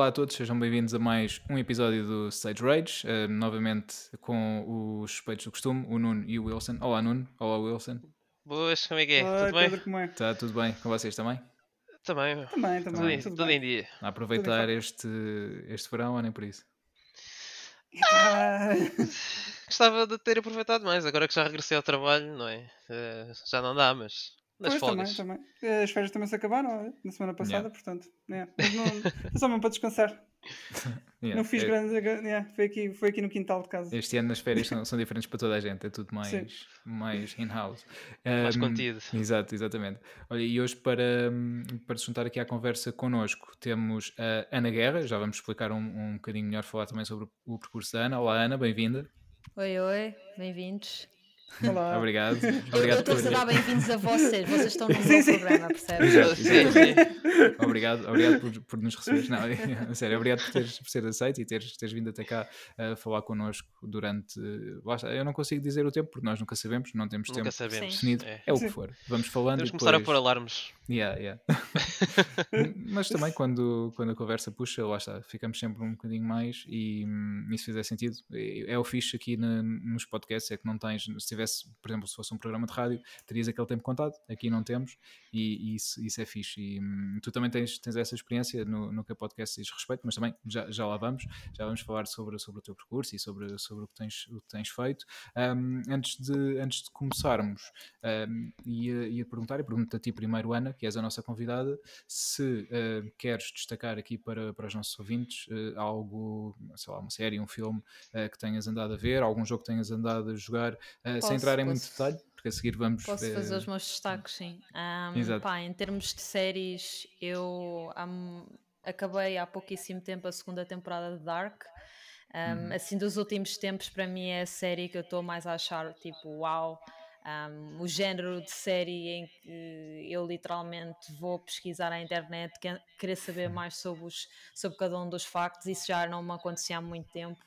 Olá a todos, sejam bem-vindos a mais um episódio do Stage Rage, novamente com os suspeitos do costume, o Nuno e o Wilson. Olá Nuno, olá Wilson. Boas, como é que é? Oi, Tudo bem? Pedro, como é? Está tudo bem com vocês também? Também, meu. Também, Também. tudo Tudo bem. em dia. A Tudo aproveitar em este verão ou nem por isso? Epá, Gostava de ter aproveitado mais, agora que já regressei ao trabalho, não é? Já não dá, mas nas Pois, folgas. também. As férias também se acabaram na semana passada, Yeah. portanto. Mas não, foi só mesmo para descansar. Yeah, Não fiz grandes. Foi aqui no quintal de casa. Este ano as férias são diferentes para toda a gente, é tudo Sim. mais in-house. Mais contido. Exatamente. Olha, e hoje para se juntar aqui à conversa connosco temos a Ana Guerra, já vamos explicar um bocadinho melhor, falar também sobre o percurso da Ana. Olá Ana, bem-vinda. Oi, bem-vindos. Olá. Obrigado. Eu Obrigado estou a dar bem-vindos a vocês estão no Sim, meu sim. programa, percebes? Exato, Sim, exatamente. sim. Obrigado por nos receberes. Não, a sério, obrigado por ser aceito e teres vindo até cá falar connosco durante. Basta, eu não consigo dizer o tempo porque nós nunca sabemos, não temos Nunca tempo sabemos. definido. É. É o que Sim. for. Vamos falando Temos e de começar a depois. pôr alarmes. Yeah. Mas também quando a conversa puxa, lá está, ficamos sempre um bocadinho mais e se fizer sentido, é o fixe aqui nos podcasts, é que não tens, se tivesse, por exemplo, se fosse um programa de rádio, terias aquele tempo contado, aqui não temos e isso é fixe. E tu também tens essa experiência no que a podcast diz respeito, mas também já lá vamos falar sobre o teu percurso e sobre o que tens feito. Antes de começarmos, ia perguntar, e pergunto a ti primeiro, Ana, que és a nossa convidada, se queres destacar aqui para os nossos ouvintes algo, sei lá, uma série, um filme que tenhas andado a ver, algum jogo que tenhas andado a jogar, sem entrar em muito detalhe, porque a seguir vamos... Posso fazer os meus destaques, sim. Exato. Em termos de séries, eu acabei há pouquíssimo tempo a segunda temporada de Dark. Assim, dos últimos tempos, para mim é a série que eu estou mais a achar, tipo, uau. O género de série em que eu literalmente vou pesquisar na internet, querer saber mais sobre cada um dos factos. Isso já não me acontecia há muito tempo.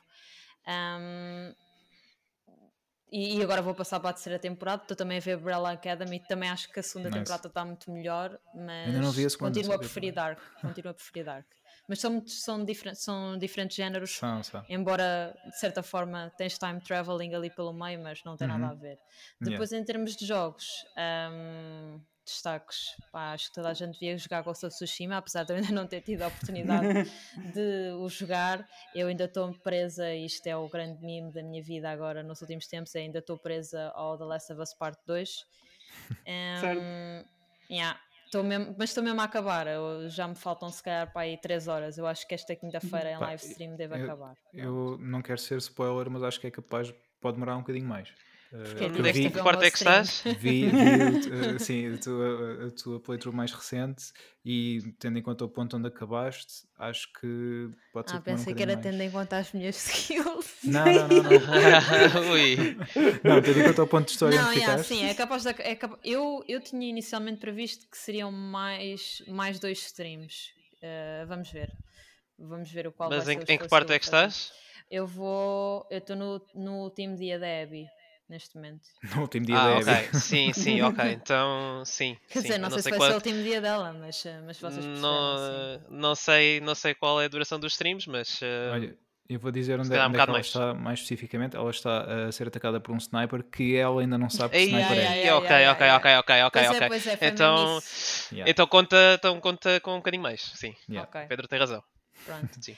E agora vou passar para a terceira temporada. Estou também a ver Umbrella Academy. Também acho que a segunda Nice. temporada está muito melhor, mas Ainda não vi a segunda, continuo a só vi a preferir Dark. Mas são diferentes géneros, São. embora de certa forma tens time traveling ali pelo meio, mas não tem nada a ver. Depois, em termos de jogos, destaques, acho que toda a gente devia jogar Ghost of Tsushima, apesar de eu ainda não ter tido a oportunidade de o jogar. Eu ainda estou presa, e isto é o grande meme da minha vida agora nos últimos tempos, ainda estou presa ao The Last of Us Part 2. Certo. Mas estou mesmo a acabar. Já me faltam se calhar para aí 3 horas. Eu acho que esta quinta-feira em Pá, live stream deve acabar. Eu não quero ser spoiler, mas acho que é capaz, pode demorar um bocadinho mais. Porque Porque eu Em que parte é que estás? vi sim, a tua playthrough mais recente e tendo em conta o ponto onde acabaste, acho que pode ser que demore um Pensei que era bocadinho mais. tendo em conta as minhas skills. Não. Ui. Não, tendo em conta o ponto de história Não, onde ficaste. sim, é capaz de. Eu tinha inicialmente previsto que seriam mais 2 streams. Vamos ver. Vamos ver o qual Mas vai em ser o que esforço parte eu é que vou fazer. estás? Eu estou no último dia da Abby, neste momento. No último dia da Ok. Abby. Sim, ok. Então, sim. Quer dizer, Eu não sei se vai qual ser é- o último dia dela, mas vocês perceberam, sim. não sei qual é a duração dos streams, mas Olha, eu vou dizer se onde calhar um é que bocado ela mais. está mais especificamente. Ela está a ser atacada por um sniper que ela ainda não sabe que Ei, sniper é. ok. Pois é, foi Então, mesmo isso. Yeah. então conta com um bocadinho mais. Sim, Yeah. Ok, o Pedro tem razão. pronto. Sim.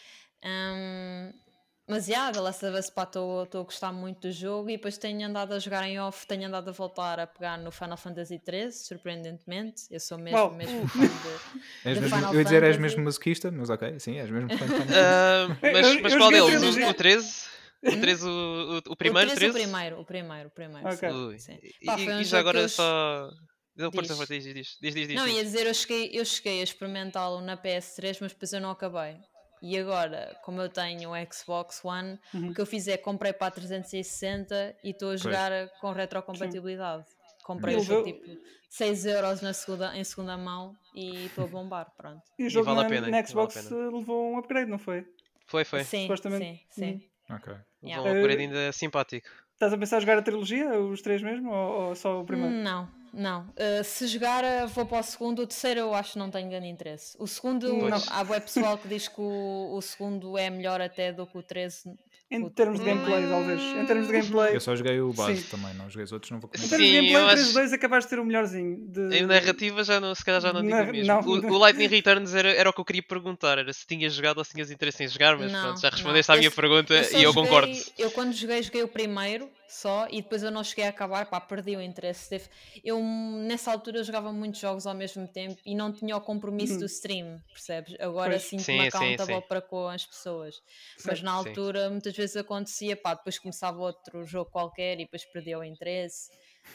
Mas The Last of Us, estou a gostar muito do jogo e depois tenho andado a jogar em off, tenho andado a voltar a pegar no Final Fantasy XIII, surpreendentemente. Eu sou mesmo fã És de mesmo, Final eu ia dizer és Fantasy. mesmo masoquista, mas ok, sim, és mesmo fã de Final Mas Eu qual joguei a deles? trilogia. O 13? O 13, o primeiro? O 13? primeiro. Ok. Ui. Sim. Pá, foi um E já jogo que agora eu... só. Diz. Diz. Não, ia dizer, eu cheguei a experimentá-lo na PS3, mas depois eu não acabei. E agora, como eu tenho o Xbox One, o que eu fiz é comprei para a 360 e estou a jogar com retrocompatibilidade. Comprei E o jogo levou- tipo 6€ em segunda mão e estou a bombar, pronto. E o E jogo vale a pena, na e vale a Xbox pena. levou um upgrade, não foi? Foi. Sim, Supostamente. sim. Ok. Levou um upgrade ainda simpático. Estás a pensar em jogar a trilogia, os três mesmo, ou só o primeiro? Não, não. Se jogar, vou para o segundo. O terceiro eu acho que não tenho grande interesse. O segundo, Pois. há bué pessoal que diz que o segundo é melhor até do que o 13. Em termos de gameplay, talvez. Em termos de gameplay. Eu só joguei o base Sim. também, não joguei os outros, não vou Em comentar. termos de Sim, gameplay, eu o acho. 3.2 acabaste de ter o melhorzinho. Em narrativa se calhar já não digo Na- mesmo. não. O Lightning Returns era o que eu queria perguntar, era se tinhas jogado ou se tinhas interesse em jogar, mas Não, pronto, já não. respondeste à minha pergunta Eu só e eu joguei- concordo. Eu quando joguei o primeiro só e depois eu não cheguei a acabar, pá, perdi o interesse. Eu nessa altura eu jogava muitos jogos ao mesmo tempo e não tinha o compromisso do stream, percebes? Agora Pois. sinto-me Sim, sim, accountable sim. para com as pessoas. Mas Certo. na Sim. altura muitas vezes acontecia, pá, depois começava outro jogo qualquer e depois perdia o interesse.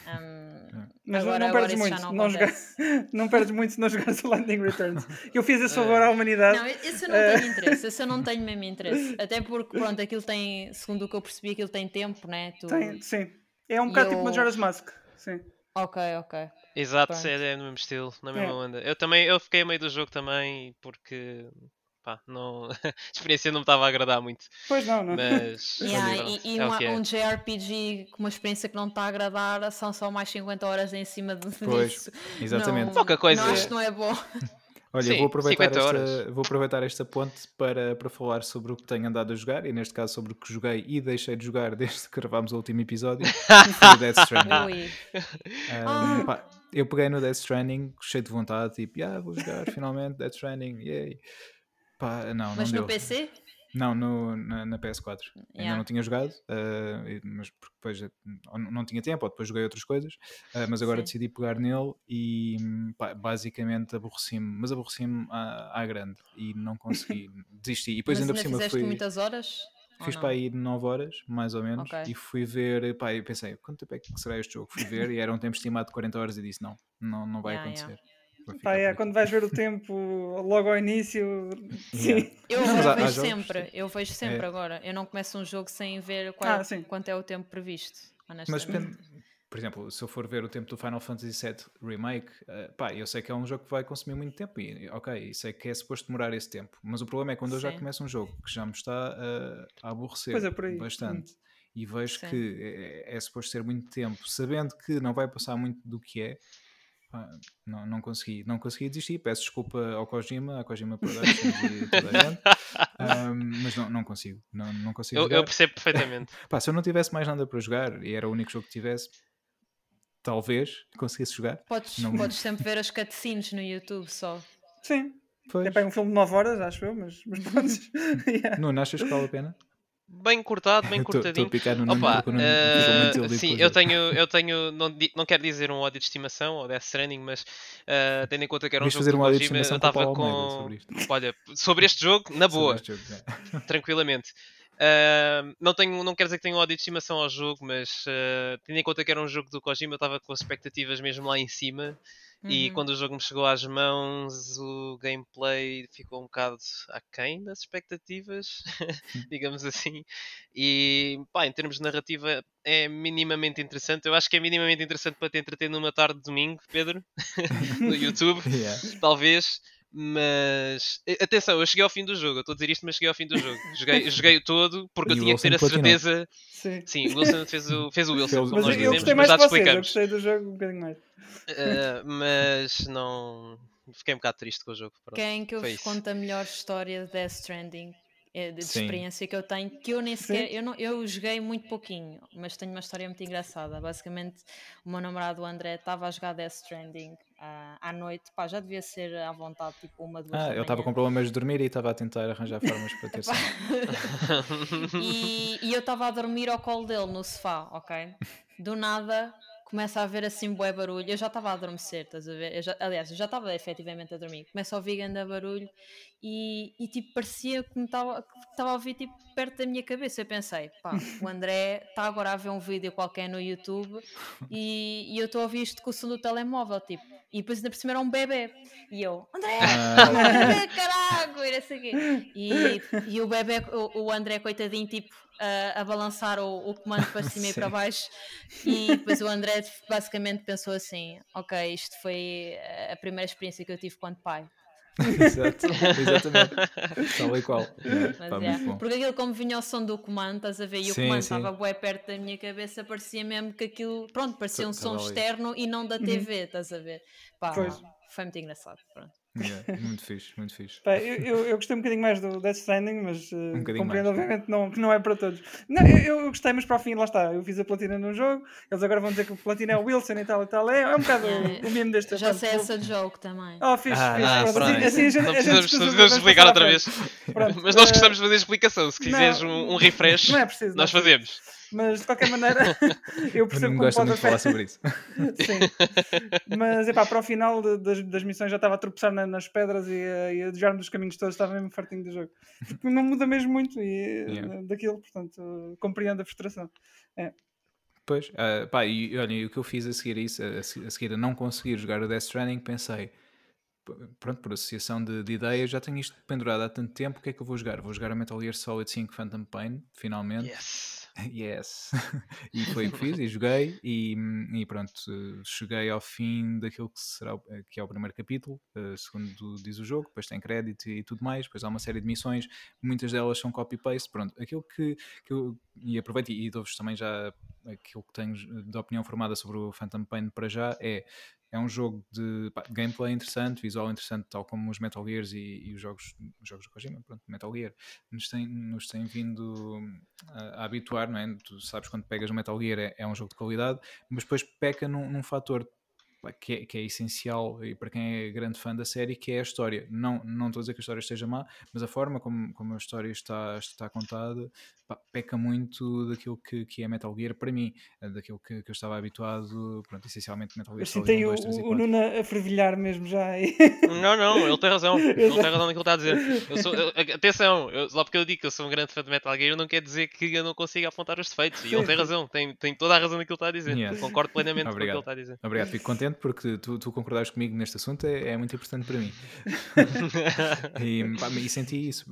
Mas agora não perdes isso muito. já não Não, acontece. não perdes muito se não jogares o Lightning Returns. Eu fiz esse favor à humanidade. Não, esse eu não tenho interesse, esse eu não tenho mesmo interesse. Até porque, pronto, aquilo tem, segundo o que eu percebi, aquilo tem tempo, né? Sim. É um E bocado tipo eu- Majora's Mask. Sim. Ok. Exato, Pronto. é no mesmo estilo, na É. mesma onda. Eu fiquei a meio do jogo também porque pá, não, a experiência não me estava a agradar muito. Pois não. Mas Yeah, pronto, e é o que é. um JRPG com uma experiência que não está a agradar são só mais 50 horas em cima Pois, disso. exatamente. Pouca coisa. Não acho que não é bom. Olha, Sim, vou aproveitar 50 horas. vou aproveitar esta ponte para falar sobre o que tenho andado a jogar, e neste caso sobre o que joguei e deixei de jogar desde que gravámos o último episódio, foi o Death Stranding. Ui. Pá, eu peguei no Death Stranding cheio de vontade, tipo, vou jogar finalmente Death Stranding, yay. Pá, não Mas deu. no PC? Não, na PS4. Ainda Yeah. não tinha jogado, mas porque depois não tinha tempo, ou depois joguei outras coisas, mas agora Sim. decidi pegar nele e pá, basicamente mas aborreci-me à grande e não consegui, desisti. E depois Mas ainda ainda por cima fizeste fui. muitas horas? Ou Fiz não? para aí 9 horas, mais ou menos, Ok. e fui ver, pá, eu pensei, quanto tempo é que será este jogo? Fui ver e era um tempo estimado de 40 horas e disse, não vai Yeah, acontecer. Vou Pá, ficar por aqui. quando vais ver o tempo logo ao início. Yeah. Sim. Eu Não, mas agora há vejo jogos, sempre, eu vejo sempre É. agora. Eu não começo um jogo sem ver Sim. quanto é o tempo previsto, Mas honestamente. depende, por exemplo, se eu for ver o tempo do Final Fantasy VII Remake, pá, eu sei que é um jogo que vai consumir muito tempo e ok, sei que é suposto demorar esse tempo, mas o problema é quando eu já Sim. começo um jogo que já me está a aborrecer Pois é, por aí. bastante e vejo Sim. que é suposto ser muito tempo, sabendo que não vai passar muito do que é, pá, não consegui desistir. Peço desculpa ao Kojima, à Kojima Productions e toda a gente, mas não consigo, não consigo jogar. Eu percebo perfeitamente. Pá, se eu não tivesse mais nada para jogar e era o único jogo que tivesse, talvez conseguisse jogar. Podes sempre ver as cutscenes no YouTube só. Sim. Pois. É para um filme de 9 horas, acho eu, mas podes. Yeah. Não achas que vale a pena? Bem cortado, bem Estou cortadinho. a picar no Nuno Opa, porque o Nuno ficou muito desiludido sim, com o eu jogo. tenho, não quero dizer um ódio de estimação ou Death Stranding, mas tendo em conta que era um Devias jogo fazer do um ódio de Kojima, eu estimação para o estava Paulo Almeida com, sobre isto. olha, sobre este jogo, na Sobre boa, este jogo, tranquilamente. Não quero dizer que tenho ódio de estimação ao jogo, mas tendo em conta que era um jogo do Kojima, eu estava com as expectativas mesmo lá em cima. E quando o jogo me chegou às mãos, o gameplay ficou um bocado aquém das expectativas, digamos assim. E pá, em termos de narrativa, é minimamente interessante. Eu acho que é minimamente interessante para te entreter numa tarde de domingo, Pedro, no YouTube, Yeah. talvez. Mas atenção, eu cheguei ao fim do jogo. Eu estou a dizer isto, mas cheguei ao fim do jogo. Joguei-o todo porque E eu o tinha que ter Wilson a platinou. certeza. Sim. Sim, o Wilson fez o Wilson, Fez- como Mas nós eu dizemos, gostei mas mais já que te vocês, eu explicamos. gostei do jogo um bocadinho mais. Mas não. Fiquei um bocado triste com o jogo. Pronto, Quem que eu foi vos isso. conto a melhor história de Death Stranding? De Sim. experiência que eu tenho, que eu nem sequer, eu joguei muito pouquinho, mas tenho uma história muito engraçada. Basicamente, o meu namorado o André estava a jogar Death Stranding à noite, pá, já devia ser à vontade, tipo 1, 2 da Eu estava manhã. com problemas de dormir e estava a tentar arranjar formas para ter sono. E eu estava a dormir ao colo dele no sofá, ok? Do nada começa a haver assim bué barulho. Eu já estava a adormecer, estás a ver? Aliás, eu já estava efetivamente a dormir. Começa a ouvir grande barulho e tipo parecia que me estava a ouvir tipo perto da minha cabeça. Eu pensei, pá, o André está agora a ver um vídeo qualquer no YouTube e eu estou a ouvir isto com o som do telemóvel, tipo. E depois ainda por cima era um bebê. E eu, André, bebê, carago! E não sei o quê. E o bebê, o André, coitadinho, tipo, a balançar o comando para cima e para baixo. E depois o André basicamente pensou assim: ok, isto foi a primeira experiência que eu tive quanto pai. Exatamente. Tal e qual. Mas, muito bom. porque aquilo, como vinha ao som do comando, estás a ver? E o Sim, comando sim. estava bué perto da minha cabeça, parecia mesmo que aquilo, pronto, parecia um som Estava ali. externo e não da TV, estás a ver? Pá, Pois. foi muito engraçado. Pronto. Muito fixe, muito fixe. Pá, eu gostei um bocadinho mais do Death Stranding, mas bocadinho compreendo mais. obviamente que não é para todos. Não, eu gostei, mas para o fim, lá está. Eu fiz a platina num jogo, eles agora vão dizer que o platina é o Wilson e tal. É um bocado o meme deste. Eu já sei essa joke também. Fixe. nice, Pronto, nice. assim a gente Não a gente precisamos escusa, de vamos explicar passar outra à vez. frente. Pronto, Mas nós gostamos de fazer explicação. Se quiseres um refresh, não é preciso. nós fazemos. Mas de qualquer maneira, eu O percebo Nuno como gosta pode muito de falar sobre isso. Sim. Mas para o final das missões já estava a tropeçar nas pedras e a desviar-me dos caminhos todos, estava mesmo fartinho do jogo. Porque não muda mesmo muito daquilo, portanto, compreendo a frustração. Pois, e olha, o que eu fiz a seguir a isso, a seguir a não conseguir jogar o Death Stranding, pensei, pronto, por associação de ideias, já tenho isto pendurado há tanto tempo, o que é que eu vou jogar? Vou jogar a Metal Gear Solid 5 Phantom Pain, finalmente. Yes! E foi o que fiz, e joguei, e pronto, cheguei ao fim daquilo que é o primeiro capítulo, segundo diz o jogo, depois tem crédito e tudo mais, depois há uma série de missões, muitas delas são copy-paste, pronto, aquilo que eu, e aproveito e dou-vos também já aquilo que tenho de opinião formada sobre o Phantom Pain para já, é um jogo de gameplay interessante, visual interessante, tal como os Metal Gears e os jogos do Kojima, pronto, Metal Gear, nos têm vindo a habituar, não é? Tu sabes, quando pegas o Metal Gear é um jogo de qualidade, mas depois peca num fator que é essencial e para quem é grande fã da série, que é a história. Não estou a dizer que a história esteja má, mas a forma como a história está contada peca muito daquilo que é Metal Gear para mim, daquilo que eu estava habituado, pronto, essencialmente Metal Gear Solid 1, 2, 3 e 4. O Nuno a fervilhar mesmo já. Não, ele tem razão. Ele tem razão naquilo que está a dizer. Atenção, só porque eu digo que eu sou um grande fã de Metal Gear, não quer dizer que eu não consiga apontar os defeitos. E ele tem razão, tem toda a razão naquilo que está a dizer. Concordo plenamente com o que ele está a dizer. Obrigado, fico contente porque tu concordares comigo neste assunto é muito importante para mim. E senti isso,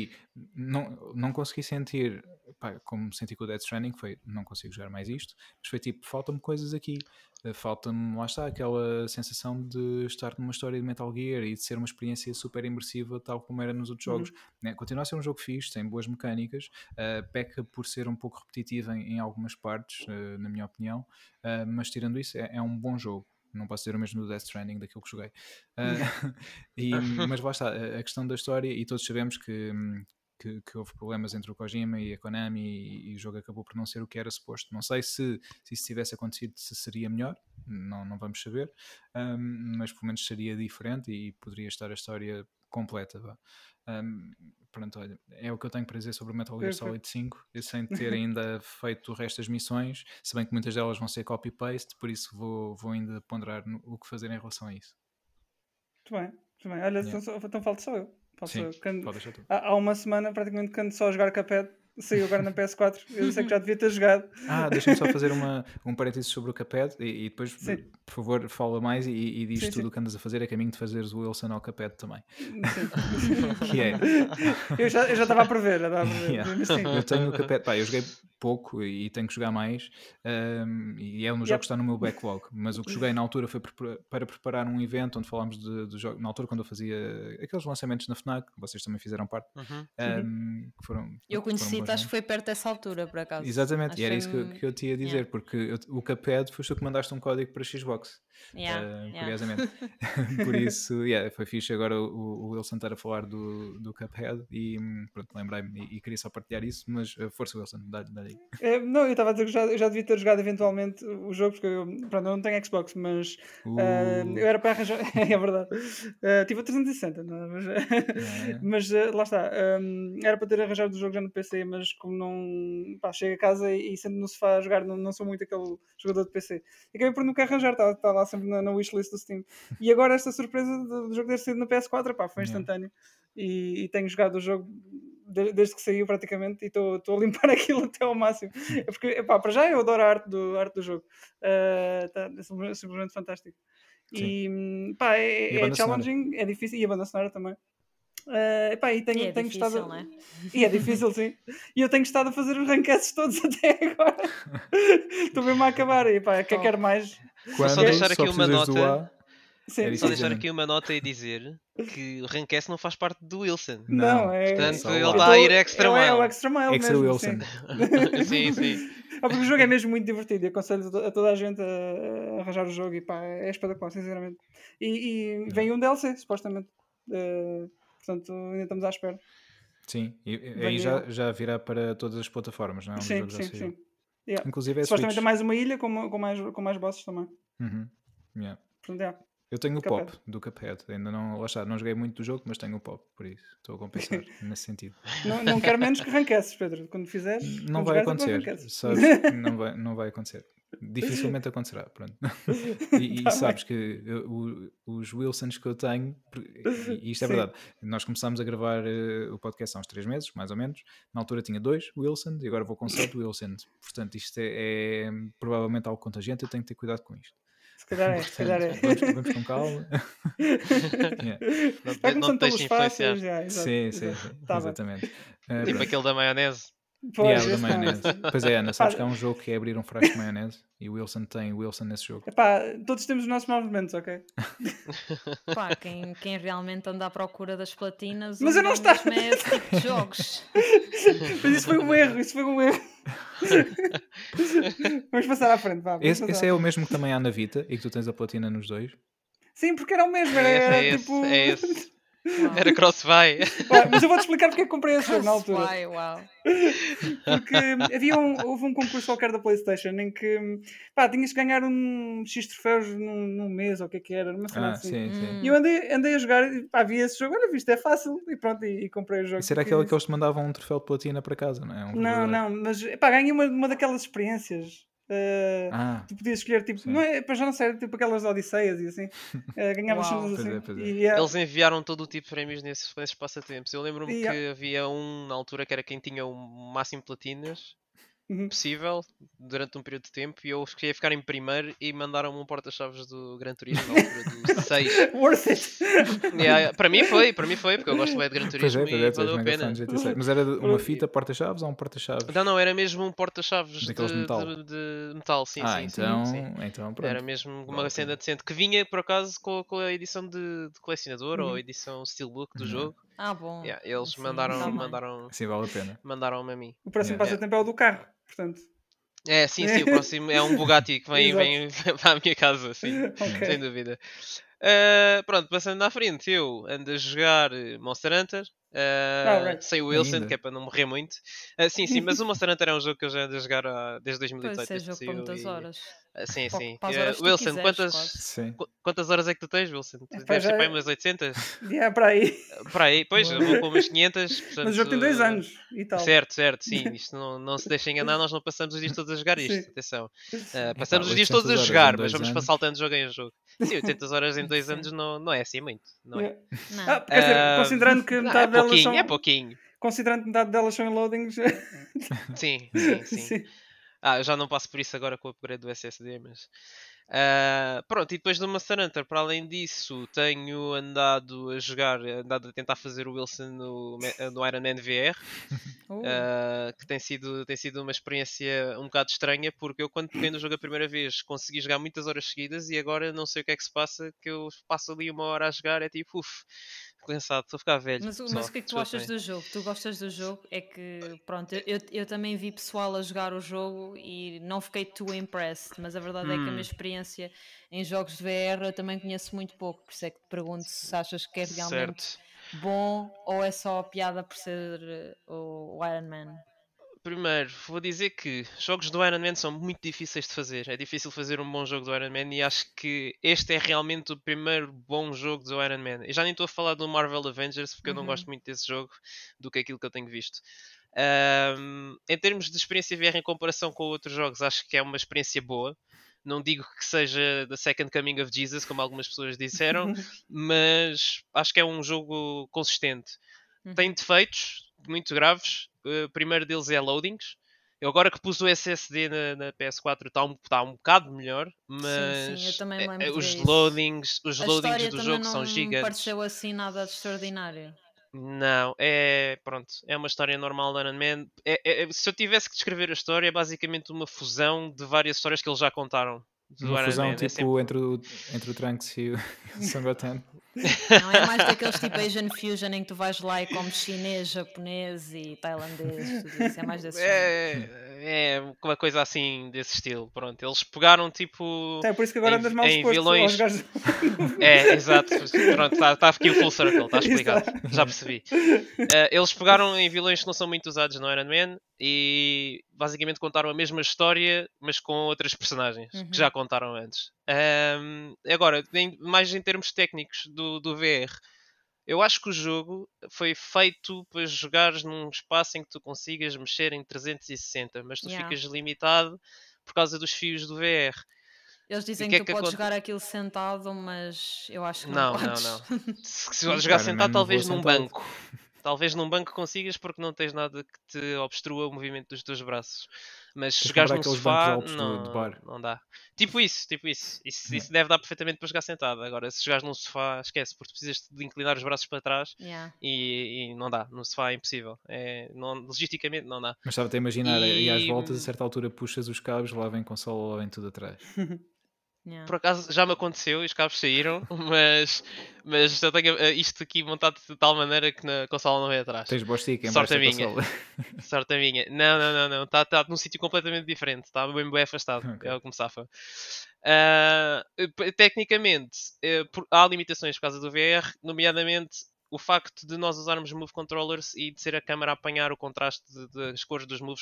não consegui sentir, como senti com o Death Stranding, foi, não consigo jogar mais isto, mas foi tipo, faltam-me coisas aqui. Falta-me, lá está, aquela sensação de estar numa história de Metal Gear e de ser uma experiência super imersiva, tal como era nos outros jogos. Né? Continua a ser um jogo fixe, tem boas mecânicas, peca por ser um pouco repetitivo em algumas partes, na minha opinião, mas tirando isso, é um bom jogo. Não posso dizer o mesmo do Death Stranding, daquilo que joguei. Mas lá está, a questão da história, e todos sabemos que houve problemas entre o Kojima e a Konami e o jogo acabou por não ser o que era suposto. Não sei se isso tivesse acontecido se seria melhor, não vamos saber, mas pelo menos seria diferente e poderia estar a história completa. Pronto, olha, é o que eu tenho para dizer sobre o Metal Gear Solid 5, sem ter ainda feito o resto das missões, se bem que muitas delas vão ser copy-paste, por isso vou ainda ponderar o que fazer em relação a isso. Muito bem. Olha, então falta só eu. Sim, pode deixar tu. Há uma semana, praticamente, quando só a jogar Cuphead, saiu agora na PS4, eu sei que já devia ter jogado. Deixa-me só fazer um parênteses sobre o Cuphead e depois, por favor, fala mais e diz tudo o que andas a fazer a caminho de fazeres o Wilson ao Cuphead também. Que é... Eu já estava a prever. Eu tenho o Cuphead, eu joguei pouco e tenho que jogar mais, e é um dos jogos que está no meu backlog, mas o que joguei na altura foi para preparar um evento onde falámos de jogo, na altura quando eu fazia aqueles lançamentos na FNAC, vocês também fizeram parte, que foram... Eu conheci, acho que foi perto dessa altura, por acaso. Exatamente, e era isso que eu te ia dizer, porque o Cuphead foi tu que mandaste um código para Xbox, curiosamente. Por isso, foi fixe agora o Wilson estar a falar do Cuphead e pronto, lembrei-me e queria só partilhar isso, mas força Wilson, dá-lhe. Não, eu estava a dizer que eu já devia ter jogado eventualmente o jogo, porque eu não tenho Xbox, mas eu era para arranjar, é verdade, tive a 360, mas lá está, era para ter arranjado o jogo já no PC, mas como não, chego a casa e sendo no sofá a jogar, não sou muito aquele jogador de PC, acabei por nunca arranjar, está lá sempre na wishlist do Steam, e agora esta surpresa do jogo ter sido no PS4, foi instantâneo, e tenho jogado o jogo desde que saiu praticamente e estou a limpar aquilo até ao máximo. Porque, para já eu adoro a arte do jogo. É simplesmente fantástico. Sim. E é challenging, é difícil, e a banda sonora também. E tenho difícil, estado... não é? E é difícil, sim. E eu tenho estado a fazer os ranquetes todos até agora. Estou mesmo a acabar. E quer mais. Quando só deixar aqui uma nota. Sim. Era isso Só que eu ia deixar dizer. aqui uma nota e dizer que o Rank S não faz parte do Wilson. Não, é. Portanto, só ele lá. está a ir extra É o mile. extra mile Extra mesmo. Wilson. Sim, sim. Porque o jogo é mesmo muito divertido. Eu aconselho a toda a gente a arranjar o jogo e pá, é espetacular, sinceramente. E vem um DLC, supostamente. Portanto, ainda estamos à espera. Sim, e aí Venha já virá para todas as plataformas, não é? Um dos Sim, jogos já sim, saiu. sim. Yeah. Inclusive é Supostamente é Switch. mais uma ilha com mais bosses também. Uhum. Yeah. Portanto, yeah. Eu tenho o Cuphead. pop do Cuphead. Ainda não, lá está, não joguei muito do jogo, mas tenho o pop, por isso estou a compensar nesse sentido. Não quero menos que ranquesses, Pedro. Quando fizeres, Não quando vai jogares, é para acontecer, ranquesses. sabes que não vai acontecer. Dificilmente acontecerá, pronto. E Tá sabes bem. que os Wilsons que eu tenho, e isto é Sim. verdade, nós começámos a gravar o podcast há uns 3 meses, mais ou menos. Na altura tinha 2 Wilsons e agora vou com 7 Wilsons. Portanto, isto é provavelmente algo contagiante, eu tenho que ter cuidado com isto. Se calhar é, se calhar é. Vamos com calma. Yeah. Vai Não começando te deixes pelos influenciar. fáceis, já, exato. Sim, exato. Tá bem. exatamente. Tipo Pronto. aquele da maionese. Pois, O da esse não. maionese. Pois é, Ana, Pá, sabes que há um jogo que é abrir um frasco de maionese e o Wilson tem Wilson nesse jogo. epá, todos temos os nossos maus momentos, ok? Pá, quem realmente anda à procura das platinas, Mas o eu não melhor estava. mesmo é esse tipo de jogos. Mas isso foi um erro. Vamos passar à frente, vá. Vamos Esse passar. é o mesmo que também há na Vita e que tu tens a platina nos dois. Sim, porque era o mesmo, É era esse, tipo. é esse. Uau. Era crossbuy. Mas eu vou-te explicar porque é que comprei esse jogo na altura. Vai, uau. Porque houve um concurso qualquer da PlayStation em que pá, tinhas que ganhar um X troféus num mês, ou o que era, uma cena assim. Sim, sim. E eu andei a jogar e pá, vi esse jogo, olha, isto é fácil, e pronto, e comprei o jogo. Isso era porque aquele quis que eles isso. te mandavam um troféu de platina para casa, não é? Um Não, verdadeiro. mas pá, ganhei uma daquelas experiências. Tu podias escolher, tipo, sim. não é, já não sei, tipo aquelas Odisseias e assim. Ganhavas Uau. cenas assim. Pois é. Eles enviaram todo o tipo de prémios nesses passatempos. Eu lembro-me E, que havia um na altura que era quem tinha o máximo de platinas possível durante um período de tempo e eu queria ficar em primeiro e mandaram-me um porta-chaves do Gran Turismo na altura do 6. Worth it! Para mim foi, porque eu gosto bem de Gran Pois Turismo é, e tu és valeu a mega pena. fã de GT6. Mas era uma fita porta-chaves ou um porta-chaves? Não, era mesmo um porta-chaves Daqueles de metal? de metal, sim, então, sim. então pronto. Era mesmo Vale uma a cena pena. decente que vinha por acaso com a edição de colecionador ou a edição Steelbook do jogo. Ah, bom. Eles Sim, tá bem. Sim, vale a pena. mandaram-me a mim. O próximo Yeah. passatempo é o do carro, portanto. Sim, o próximo é um Bugatti que vem Exato. para a minha casa, sim, Ok. sem dúvida. Pronto, passando à frente, eu ando a jogar Monster Hunter. Right. Sem o Wilson, Ainda? que é para não morrer muito. Sim, mas o Monster Hunter é um jogo que eu já ando a jogar desde Pois, 2018. isso é desde que jogo para saiu muitas e- horas. Sim. Para as horas que tu Wilson, quiseres, quase. Sim. quantas horas é que tu tens, Wilson? Tu Epá, deves ter já- para aí umas 800? Para aí. Para aí, pois, eu vou com umas 500. Portanto, Mas o jogo tem 2 anos e tal. Certo, sim. Isto não se deixa enganar, nós não passamos os dias todos a jogar isto. Sim. Atenção. Epá, Passamos os dias todos a 800 horas jogar, em mas 2 vamos anos. saltando de jogo em jogo. Sim, 800 horas em 2 Sim. anos não é assim muito. Não é? Não. Quer dizer, considerando que Não, metade delas são. é pouquinho. Considerando que metade delas são em loadings. Sim. Sim. Eu já não passo por isso agora com o upgrade do SSD, mas. Pronto, e depois do Monster Hunter, para além disso, tenho andado a tentar fazer o Wilson no Iron Man VR. Que tem sido uma experiência um bocado estranha, porque eu quando peguei no jogo a primeira vez consegui jogar muitas horas seguidas e agora não sei o que é que se passa, que eu passo ali uma hora a jogar, é tipo, cansado, estou a ficar velho. Mas o que é que tu achas do jogo? Tu gostas do jogo? É que, pronto, eu também vi pessoal a jogar o jogo e não fiquei too impressed, mas a verdade é que a minha experiência em jogos de VR eu também conheço muito pouco, por isso é que te pergunto se achas que é realmente bom ou é só piada por ser o Iron Man. Primeiro, vou dizer que jogos do Iron Man são muito difíceis de fazer. É difícil fazer um bom jogo do Iron Man e acho que este é realmente o primeiro bom jogo do Iron Man. Eu já nem estou a falar do Marvel Avengers porque eu não gosto muito desse jogo do que aquilo que eu tenho visto. Em termos de experiência VR em comparação com outros jogos, acho que é uma experiência boa. Não digo que seja The Second Coming of Jesus, como algumas pessoas disseram, mas acho que é um jogo consistente. Tem defeitos muito graves. O primeiro deles é loadings. Eu agora que pus o SSD na PS4 está um bocado melhor, mas sim, eu também me lembro os de loadings a história do jogo também são não me gigantes. pareceu assim nada de extraordinário. Não, pronto, é uma história normal de Iron Man. Se eu tivesse que descrever a história, é basicamente uma fusão de várias histórias que eles já contaram. do Uma Iron fusão Man. tipo É sempre... entre o Trunks e o Sangoten. Não é mais daqueles tipo Asian Fusion em que tu vais lá e comes chinês, japonês e tailandês, tudo isso. É mais desse género. É uma coisa assim desse estilo. Pronto, eles pegaram tipo É por isso que agora andas mal em disposto aos vilões. gajos. Exato. Pronto, está aqui o full circle, está explicado. Exato. Já percebi. Eles pegaram em vilões que não são muito usados no Iron Man e basicamente contaram a mesma história, mas com outras personagens que já contaram antes. Agora, mais em termos técnicos do VR, eu acho que o jogo foi feito para jogares num espaço em que tu consigas mexer em 360, mas tu Yeah. ficas limitado por causa dos fios do VR. Eles E o dizem que é que tu que podes acontece? jogar aquilo sentado, mas eu acho que não Não, podes. não. Se Mas jogar o Iron Man sentado, não voa talvez num sentado. banco. Talvez num banco consigas porque não tens nada que te obstrua o movimento dos teus braços. Mas se Tens de jogares comprar num aqueles bancos sofá, altos de bar. não dá. Tipo isso. Yeah. Isso deve dar perfeitamente para jogar sentado. Agora, se jogares num sofá, esquece, porque precisas de inclinar os braços para trás Yeah. e não dá. No sofá é impossível. Logisticamente não dá. Mas estava-te a imaginar, e às voltas, a E certa altura puxas os cabos, lá vem consola, lá vem tudo atrás. Yeah. por acaso já me aconteceu e os cabos saíram, mas eu tenho isto aqui montado de tal maneira que na consola não vem atrás. Tens joystick em Sorte baixo a da minha. consola. Sorte a minha. Não. Está num sítio completamente diferente. Está bem afastado. Ok. É o que me safa. Tecnicamente, há limitações por causa do VR, nomeadamente o facto de nós usarmos Move Controllers e de ser a câmera a apanhar o contraste das cores dos moves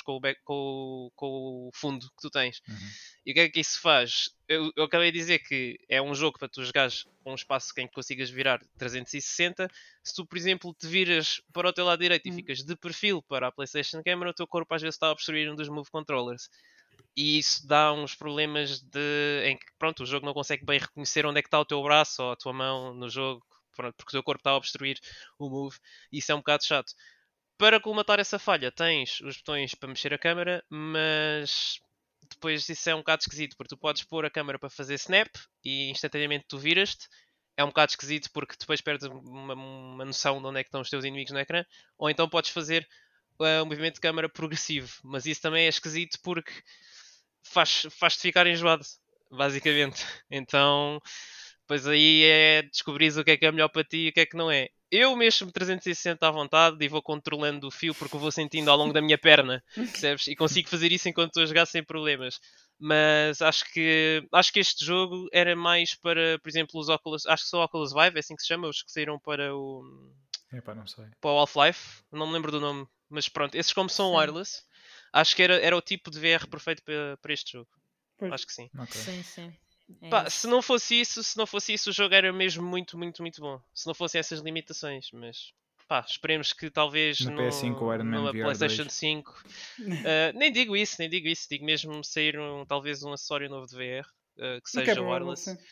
com o fundo que tu tens. E o que é que isso faz? Eu acabei de dizer que é um jogo para tu jogares com um espaço em que consigas virar 360. Se tu, por exemplo, te viras para o teu lado direito e ficas de perfil para a PlayStation Camera, o teu corpo às vezes está a obstruir um dos Move Controllers. E isso dá uns problemas em que pronto, o jogo não consegue bem reconhecer onde é que está o teu braço ou a tua mão no jogo, pronto, porque o teu corpo está a obstruir o move, e isso é um bocado chato. Para colmatar essa falha, tens os botões para mexer a câmera, mas depois isso é um bocado esquisito, porque tu podes pôr a câmera para fazer snap e instantaneamente tu viras-te. É um bocado esquisito porque depois perdes uma noção de onde é que estão os teus inimigos no ecrã. Ou então podes fazer um movimento de câmera progressivo, mas isso também é esquisito porque faz-te ficar enjoado, basicamente. Então, pois aí é descobrir o que é melhor para ti e o que é que não é. Eu mexo-me 360 à vontade e vou controlando o fio porque eu vou sentindo ao longo da minha perna, percebes? E consigo fazer isso enquanto estou a jogar sem problemas. Mas acho que este jogo era mais para, por exemplo, os Oculus, acho que são Oculus Vive, é assim que se chama, os que saíram para o Epá, não sei. para o Half-Life, não me lembro do nome, mas pronto, esses como são Sim. wireless, acho que era o tipo de VR perfeito para este jogo. Pois. Acho que sim. Okay. Sim. É Pá, isso. se não fosse isso, o jogo era mesmo muito bom. Se não fossem essas limitações, mas pá, esperemos que talvez No PS5 o Iron Man numa VR PlayStation 2. 5. Nem digo isso, digo mesmo sair talvez um acessório novo de VR que Não que é seja provável, wireless. sim.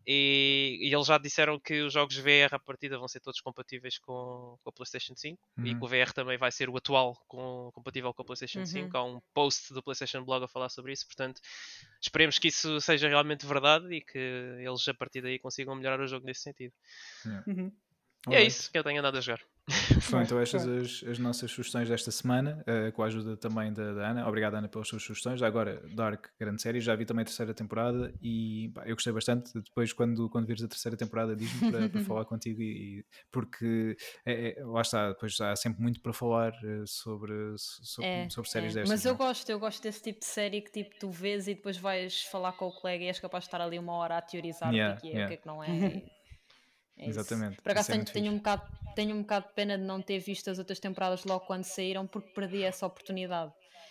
E eles já disseram que os jogos VR à partida vão ser todos compatíveis com a PlayStation 5 e que o VR também vai ser o atual compatível com a PlayStation 5. Há um post do PlayStation Blog a falar sobre isso, portanto esperemos que isso seja realmente verdade e que eles a partir daí consigam melhorar o jogo nesse sentido. Yeah. Uhum. E é Alright. isso que eu tenho andado a jogar. Foram então Bem, estas as nossas sugestões desta semana, com a ajuda também da Ana. Obrigado, Ana, pelas suas sugestões. Já agora, Dark, grande série, já vi também a terceira temporada e pá, eu gostei bastante. Depois, quando vires a terceira temporada, diz-me para falar contigo, porque lá está, depois há sempre muito para falar sobre séries destas. Mas não é? eu gosto desse tipo de série que tipo, tu vês e depois vais falar com o colega e és capaz de estar ali uma hora a teorizar o que é, o que é que não é. É isso. Exatamente. Por acaso Isso é muito tenho fixe. um bocado de pena de não ter visto as outras temporadas logo quando saíram porque perdi essa oportunidade.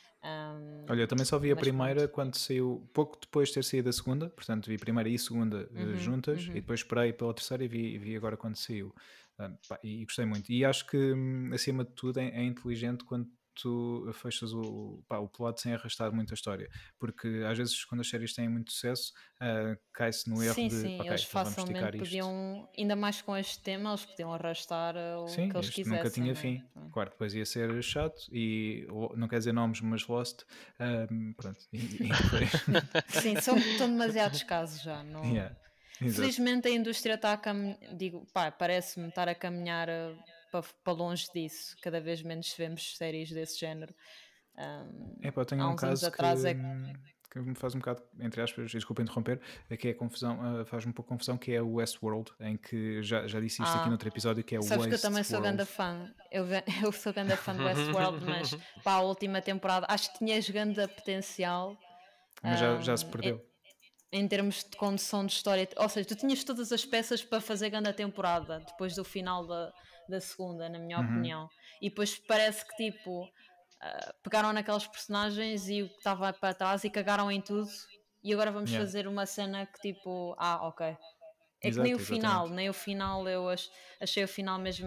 Olha, eu também só vi a Mas primeira pronto. quando saiu, pouco depois de ter saído a segunda, portanto vi primeira e segunda juntas e depois esperei pela terceira e vi agora quando saiu. Pá, e gostei muito. E acho que, acima de tudo, é inteligente quando tu fechas o plot sem arrastar muito a história, porque às vezes quando as séries têm muito sucesso, cai-se no erro de, Sim, ok, eles então vamos facilmente esticar isto. podiam, ainda mais com este tema, eles podiam arrastar o Sim, que eles isto nunca quisessem, tinha não é? fim. Claro, depois ia ser chato e não quer dizer nomes, mas Lost. Pronto. E depois. Sim, são demasiados casos já. Não... Yeah, exato. Felizmente a indústria está a caminhar, parece-me estar a caminhar para longe disso. Cada vez menos vemos séries desse género. Epá, eu tenho Há um uns anos caso atrás é que que me faz um bocado, entre aspas, desculpa interromper, que é a confusão, faz-me um pouco confusão, que é o Westworld, em que já disse isto aqui noutro episódio, que é o Sabes que eu também sou Wasteworld. grande fã. Eu sou grande fã do Westworld, mas para a última temporada acho que tinhas grande potencial. Mas já se perdeu. Em termos de condução de história, ou seja, tu tinhas todas as peças para fazer grande temporada depois do final da segunda, na minha opinião, e depois parece que tipo pegaram naqueles personagens e o que estava para trás e cagaram em tudo, e agora vamos fazer uma cena que tipo, ok. É que nem o final eu achei o final mesmo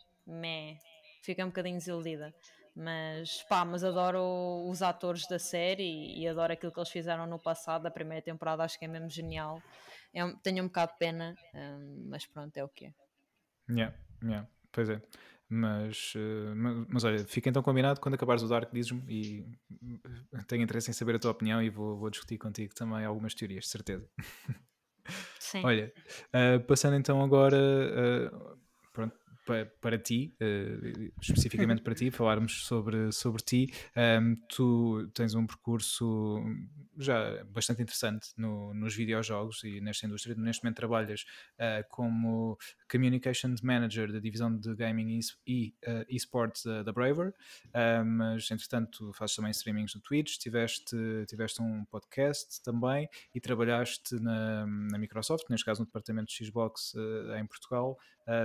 fiquei um bocadinho desiludida. Mas adoro os atores da série e adoro aquilo que eles fizeram no passado. A primeira temporada acho que é mesmo genial. Tenho um bocado de pena, mas pronto, é o que é. Pois é. Mas olha, fica então combinado. Quando acabares o Dark, dizes-me, e tenho interesse em saber a tua opinião e vou discutir contigo também algumas teorias, de certeza. Sim. Olha, passando então agora pronto, para ti, especificamente para ti, falarmos sobre ti. Tu tens um percurso já bastante interessante nos videojogos e nesta indústria. Neste momento trabalhas como Communication Manager da divisão de Gaming e eSports da Braver, mas entretanto fazes também streamings no Twitch, tiveste um podcast também e trabalhaste na Microsoft, neste caso no departamento de Xbox em Portugal.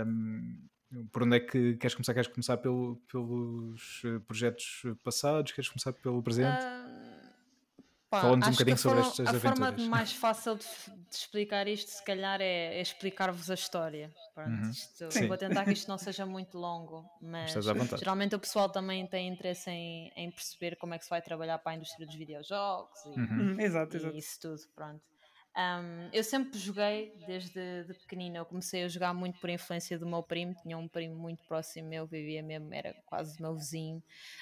Por onde é que queres começar? Queres começar pelos projetos passados? Queres começar pelo presente? Fala-nos um bocadinho sobre estas aventuras. A forma mais fácil de explicar isto, se calhar, é explicar-vos a história. Pronto, vou tentar que isto não seja muito longo, mas geralmente o pessoal também tem interesse em perceber como é que se vai trabalhar para a indústria dos videojogos e isso tudo, pronto. Eu sempre joguei desde pequenina. Eu comecei a jogar muito por influência do meu primo. Tinha um primo muito próximo meu, vivia mesmo, era quase meu vizinho,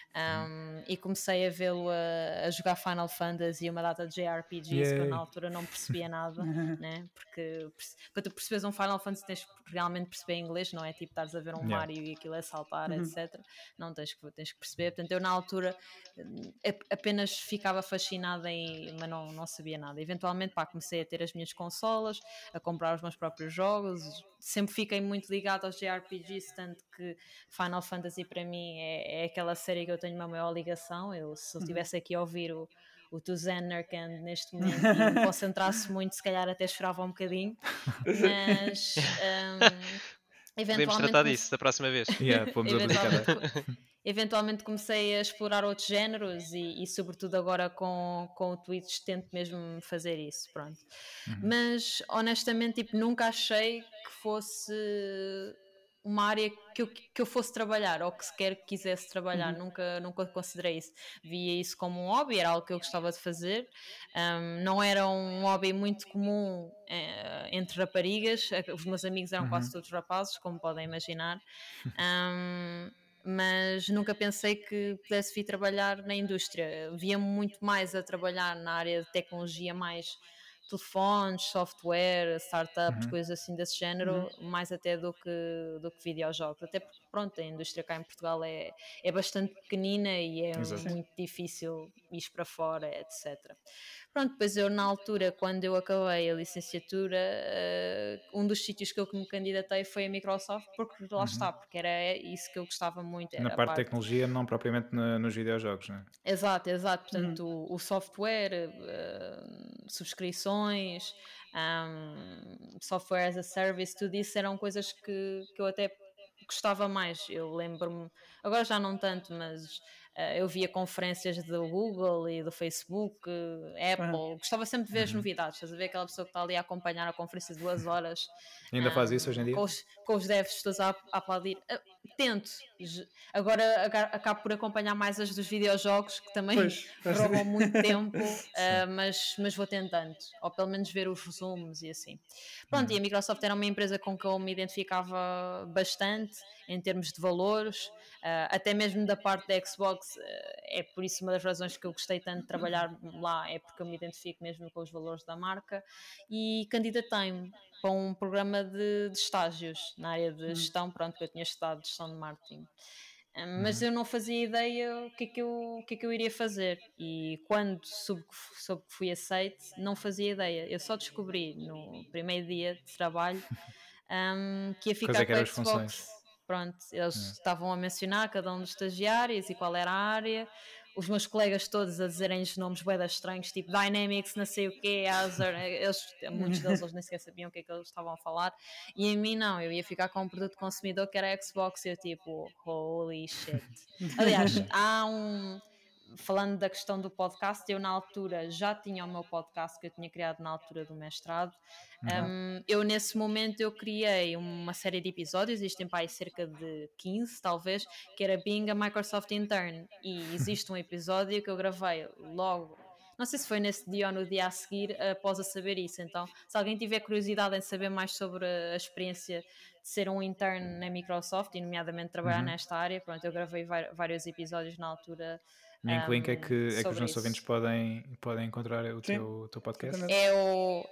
e comecei a vê-lo a jogar Final Fantasy e uma data de JRPGs que eu na altura não percebia nada, né? Porque para tu perceberes um Final Fantasy tens que realmente perceber inglês, não é tipo estares a ver um Mario e aquilo é saltar, etc. Não, tens que perceber. Portanto, eu na altura apenas ficava fascinada mas não sabia nada. Eventualmente comecei a ter as minhas consolas, a comprar os meus próprios jogos. Sempre fiquei muito ligado aos JRPGs, tanto que Final Fantasy para mim é aquela série que eu tenho uma maior ligação. Se eu estivesse aqui a ouvir o Tuzen Nerkand neste momento e me concentrasse muito, se calhar até chorava um bocadinho, mas podemos tratar disso da próxima vez. Eventualmente comecei a explorar outros géneros e sobretudo agora com o Twitch tento mesmo fazer isso, pronto. Mas honestamente nunca achei que fosse uma área que eu fosse trabalhar ou que sequer quisesse trabalhar, nunca considerei isso. Via isso como um hobby, era algo que eu gostava de fazer. Não era um hobby muito comum entre raparigas. Os meus amigos eram quase todos rapazes, como podem imaginar. Mas nunca pensei que pudesse vir trabalhar na indústria. Via-me muito mais a trabalhar na área de tecnologia, mais telefones, software, startups, coisas assim desse género, mais até do que videojogos. Até porque, pronto, a indústria cá em Portugal é bastante pequenina e é muito difícil ir para fora, etc. Pronto, depois eu na altura, quando eu acabei a licenciatura, um dos sítios que eu me candidatei foi a Microsoft, porque lá está, porque era isso que eu gostava muito. Era na parte de tecnologia, não propriamente nos videojogos, não é? Exato, portanto o software, subscrições, software as a service, tudo isso eram coisas que eu até gostava mais. Eu lembro-me, agora já não tanto, mas eu via conferências do Google e do Facebook, Apple, gostava sempre de ver as novidades, estás a ver aquela pessoa que está ali a acompanhar a conferência de 2 horas. Ainda faz isso hoje em dia? Com os devs todos a aplaudir. Tento. Agora acabo por acompanhar mais as dos videojogos, que também roubam muito tempo, mas vou tentando, ou pelo menos ver os resumos e assim. Pronto, e a Microsoft era uma empresa com que eu me identificava bastante em termos de valores, até mesmo da parte da Xbox. É por isso uma das razões que eu gostei tanto de trabalhar lá, é porque eu me identifico mesmo com os valores da marca, e candidatei-me para um programa de estágios na área de gestão, pronto, que eu tinha estudado gestão de marketing. Mas eu não fazia ideia o que é que eu iria fazer, e quando soube que fui aceite, não fazia ideia. Eu só descobri no primeiro dia de trabalho que ia Quais ficar é que com eram a as funções? Xbox. Pronto, eles estavam a mencionar cada um dos estagiários e qual era a área. Os meus colegas todos a dizerem-lhes nomes bué estranhos, tipo Dynamics, não sei o quê, Azure, muitos deles eles nem sequer sabiam o que é que eles estavam a falar, e em mim não, eu ia ficar com um produto consumidor que era a Xbox, e eu tipo, holy shit. Aliás, falando da questão do podcast, eu na altura já tinha o meu podcast que eu tinha criado na altura do mestrado. Eu nesse momento eu criei uma série de episódios, existem para aí cerca de 15 talvez, que era Being a Microsoft Intern, e existe um episódio que eu gravei logo, não sei se foi nesse dia ou no dia a seguir, após a saber isso. Então, se alguém tiver curiosidade em saber mais sobre a experiência de ser um intern na Microsoft e nomeadamente trabalhar nesta área, pronto, eu gravei vários episódios na altura. E em que link é que os nossos ouvintes Isso. podem encontrar o teu podcast? exatamente. É o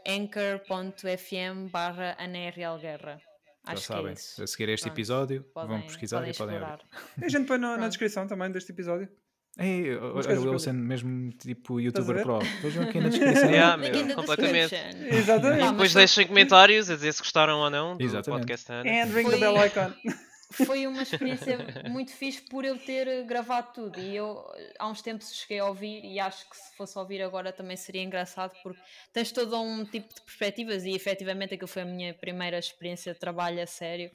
anchor.fm/ANRLguerra. Já Acho que é sabem, isso. a seguir este Pronto, episódio, vão pesquisar podem e podem ouvir. explorar. A gente põe na Pronto. descrição também deste episódio. Ei, Não olha esqueças o de Wilson, mesmo tipo Estás a youtuber ver? pro. Vejam aqui na descrição. Yeah, Link meu, in the completamente. description. Exatamente. Não, Depois mas deixem comentários a dizer se gostaram ou não do Exatamente. podcast da Ana. And ring the bell icon. Foi uma experiência muito fixe por eu ter gravado tudo, e eu há uns tempos cheguei a ouvir, e acho que se fosse ouvir agora também seria engraçado, porque tens todo um tipo de perspectivas, e efetivamente aquilo foi a minha primeira experiência de trabalho a sério.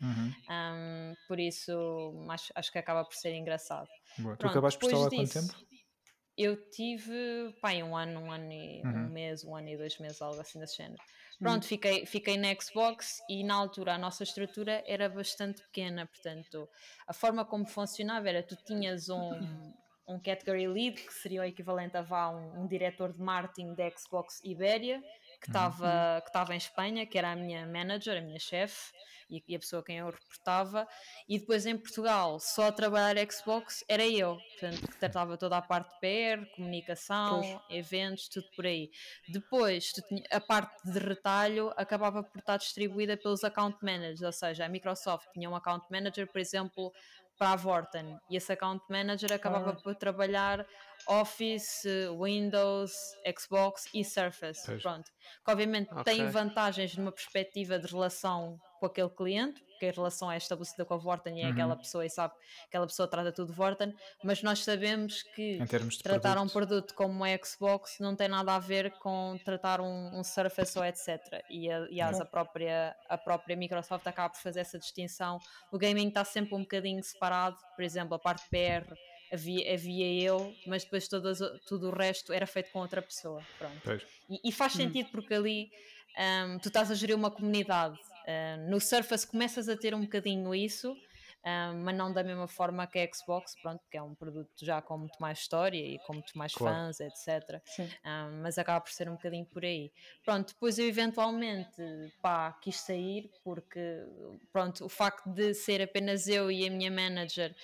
Por isso acho que acaba por ser engraçado. Boa. Tu Pronto, acabaste por estar lá há depois quanto tempo? eu tive um ano e um mês, 1 ano e 2 meses, algo assim desse género. Pronto, fiquei na Xbox, e na altura a nossa estrutura era bastante pequena, portanto a forma como funcionava era: tu tinhas um category lead, que seria o equivalente a um diretor de marketing da Xbox Ibéria, que estava em Espanha, que era a minha manager, a minha chefe, e a pessoa a quem eu reportava. E depois em Portugal, só a trabalhar Xbox era eu, portanto, que tratava toda a parte de PR, comunicação, eventos, tudo por aí. Depois, a parte de retalho acabava por estar distribuída pelos account managers, ou seja, a Microsoft tinha um account manager, por exemplo, para a Vorten, e esse account manager acabava por trabalhar Office, Windows, Xbox e Surface. Pois. Pronto. Que obviamente tem Ok. vantagens numa perspectiva de relação com aquele cliente, porque a relação é estabelecida com a Vorten e é aquela pessoa, e sabe que aquela pessoa trata tudo de Vorten, mas nós sabemos que Em termos de tratar um produto. produto como a Xbox não tem nada a ver com tratar um Surface ou etc. E aliás, a própria Microsoft acaba por fazer essa distinção. O gaming está sempre um bocadinho separado, por exemplo, a parte PR havia eu, mas depois tudo o resto era feito com outra pessoa. Pronto. Pois. E faz sentido, porque ali tu estás a gerir uma comunidade. No Surface começas a ter um bocadinho isso, mas não da mesma forma que a Xbox, pronto, que é um produto já com muito mais história e com muito mais Claro. fãs, etc. Mas acaba por ser um bocadinho por aí. Pronto, depois eu eventualmente quis sair, porque pronto, o facto de ser apenas eu e a minha manager,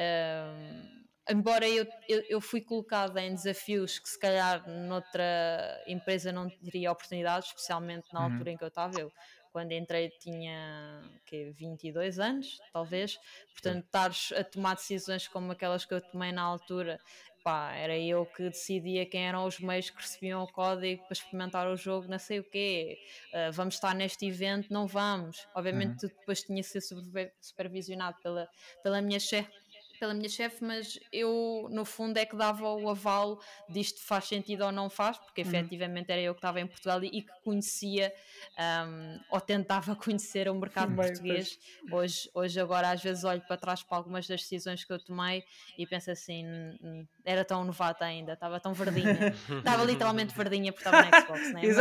embora eu fui colocada em desafios que se calhar noutra empresa não teria oportunidade, especialmente na altura em que eu estava. Eu, quando entrei, tinha 22 anos, talvez. Portanto, estares a tomar decisões como aquelas que eu tomei na altura, era eu que decidia quem eram os meios que recebiam o código para experimentar o jogo, não sei o quê. Vamos estar neste evento, não vamos. Obviamente tudo depois tinha sido supervisionado pela minha chefe, mas eu no fundo é que dava o aval disto faz sentido ou não faz, porque efetivamente era eu que estava em Portugal e que conhecia, ou tentava conhecer o mercado português. Hoje agora às vezes olho para trás para algumas das decisões que eu tomei e penso assim, era tão novata ainda, estava tão verdinha, estava literalmente verdinha porque estava na Xbox, né?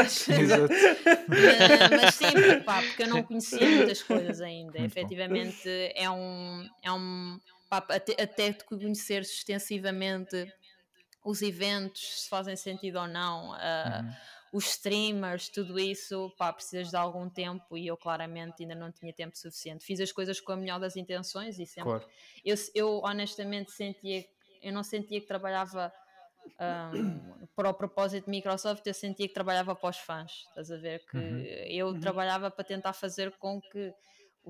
Mas sim, porque eu não conhecia muitas coisas ainda. Muito efetivamente até te conheceres extensivamente os eventos, se fazem sentido ou não, os streamers, tudo isso, precisas de algum tempo, e eu claramente ainda não tinha tempo suficiente. Fiz as coisas com a melhor das intenções e sempre. Claro. Eu honestamente eu não sentia que trabalhava para o propósito de Microsoft, eu sentia que trabalhava para os fãs. Estás a ver? Que eu trabalhava para tentar fazer com que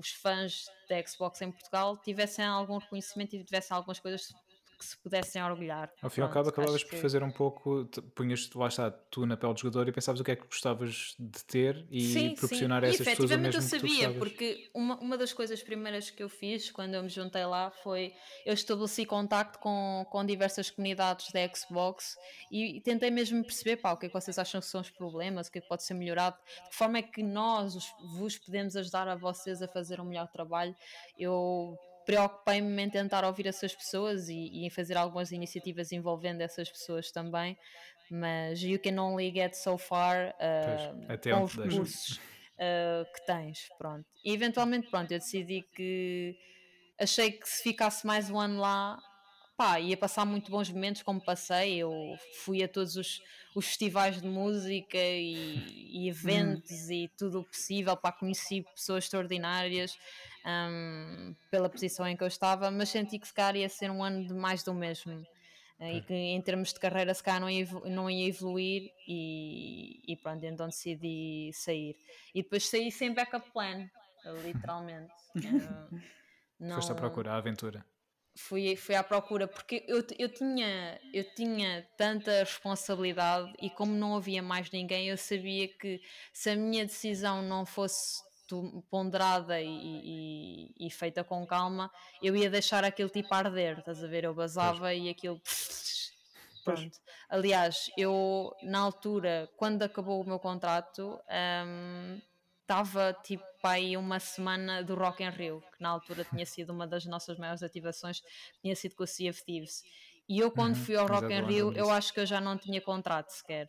os fãs da Xbox em Portugal tivessem algum reconhecimento e tivessem algumas coisas que se pudessem orgulhar. Ao fim e ao cabo, acabavas por fazer um pouco, punhas-te, lá está, tu na pele de jogador e pensavas o que é que gostavas de ter e Sim, proporcionar a e essas pessoas o efetivamente eu mesmo que tu sabia, gostavas. porque uma das coisas primeiras que eu fiz quando eu me juntei lá foi eu estabeleci contacto com diversas comunidades da Xbox e tentei mesmo perceber o que é que vocês acham que são os problemas, o que é que pode ser melhorado, de que forma é que nós vos podemos ajudar a vocês a fazer um melhor trabalho. Eu preocupei-me em tentar ouvir essas pessoas e em fazer algumas iniciativas envolvendo essas pessoas também, mas you can only get so far Pois, até com onde os te deixam. recursos que tens, pronto. E eventualmente, pronto, eu decidi que achei que se ficasse mais um ano lá, ia passar muito bons momentos como passei. Eu fui a todos os festivais de música e eventos e tudo o possível, conheci pessoas extraordinárias pela posição em que eu estava, mas senti que se calhar ia ser um ano de mais do mesmo. E que em termos de carreira se calhar não ia evoluir e pronto, então decidi sair. E depois saí sem backup plan, literalmente. Foste à Não, procura, à aventura. fui à procura porque eu tinha tanta responsabilidade e como não havia mais ninguém, eu sabia que se a minha decisão não fosse ponderada e feita com calma, eu ia deixar aquilo tipo arder, estás a ver? Eu basava e aquilo pronto. Aliás, eu na altura, quando acabou o meu contrato, estava tipo aí uma semana do Rock in Rio, que na altura tinha sido uma das nossas maiores ativações, tinha sido com a Sea of Thieves. E eu quando fui ao Rock Exato, in Rio, lembro-me eu disso. acho que eu já não tinha contrato sequer.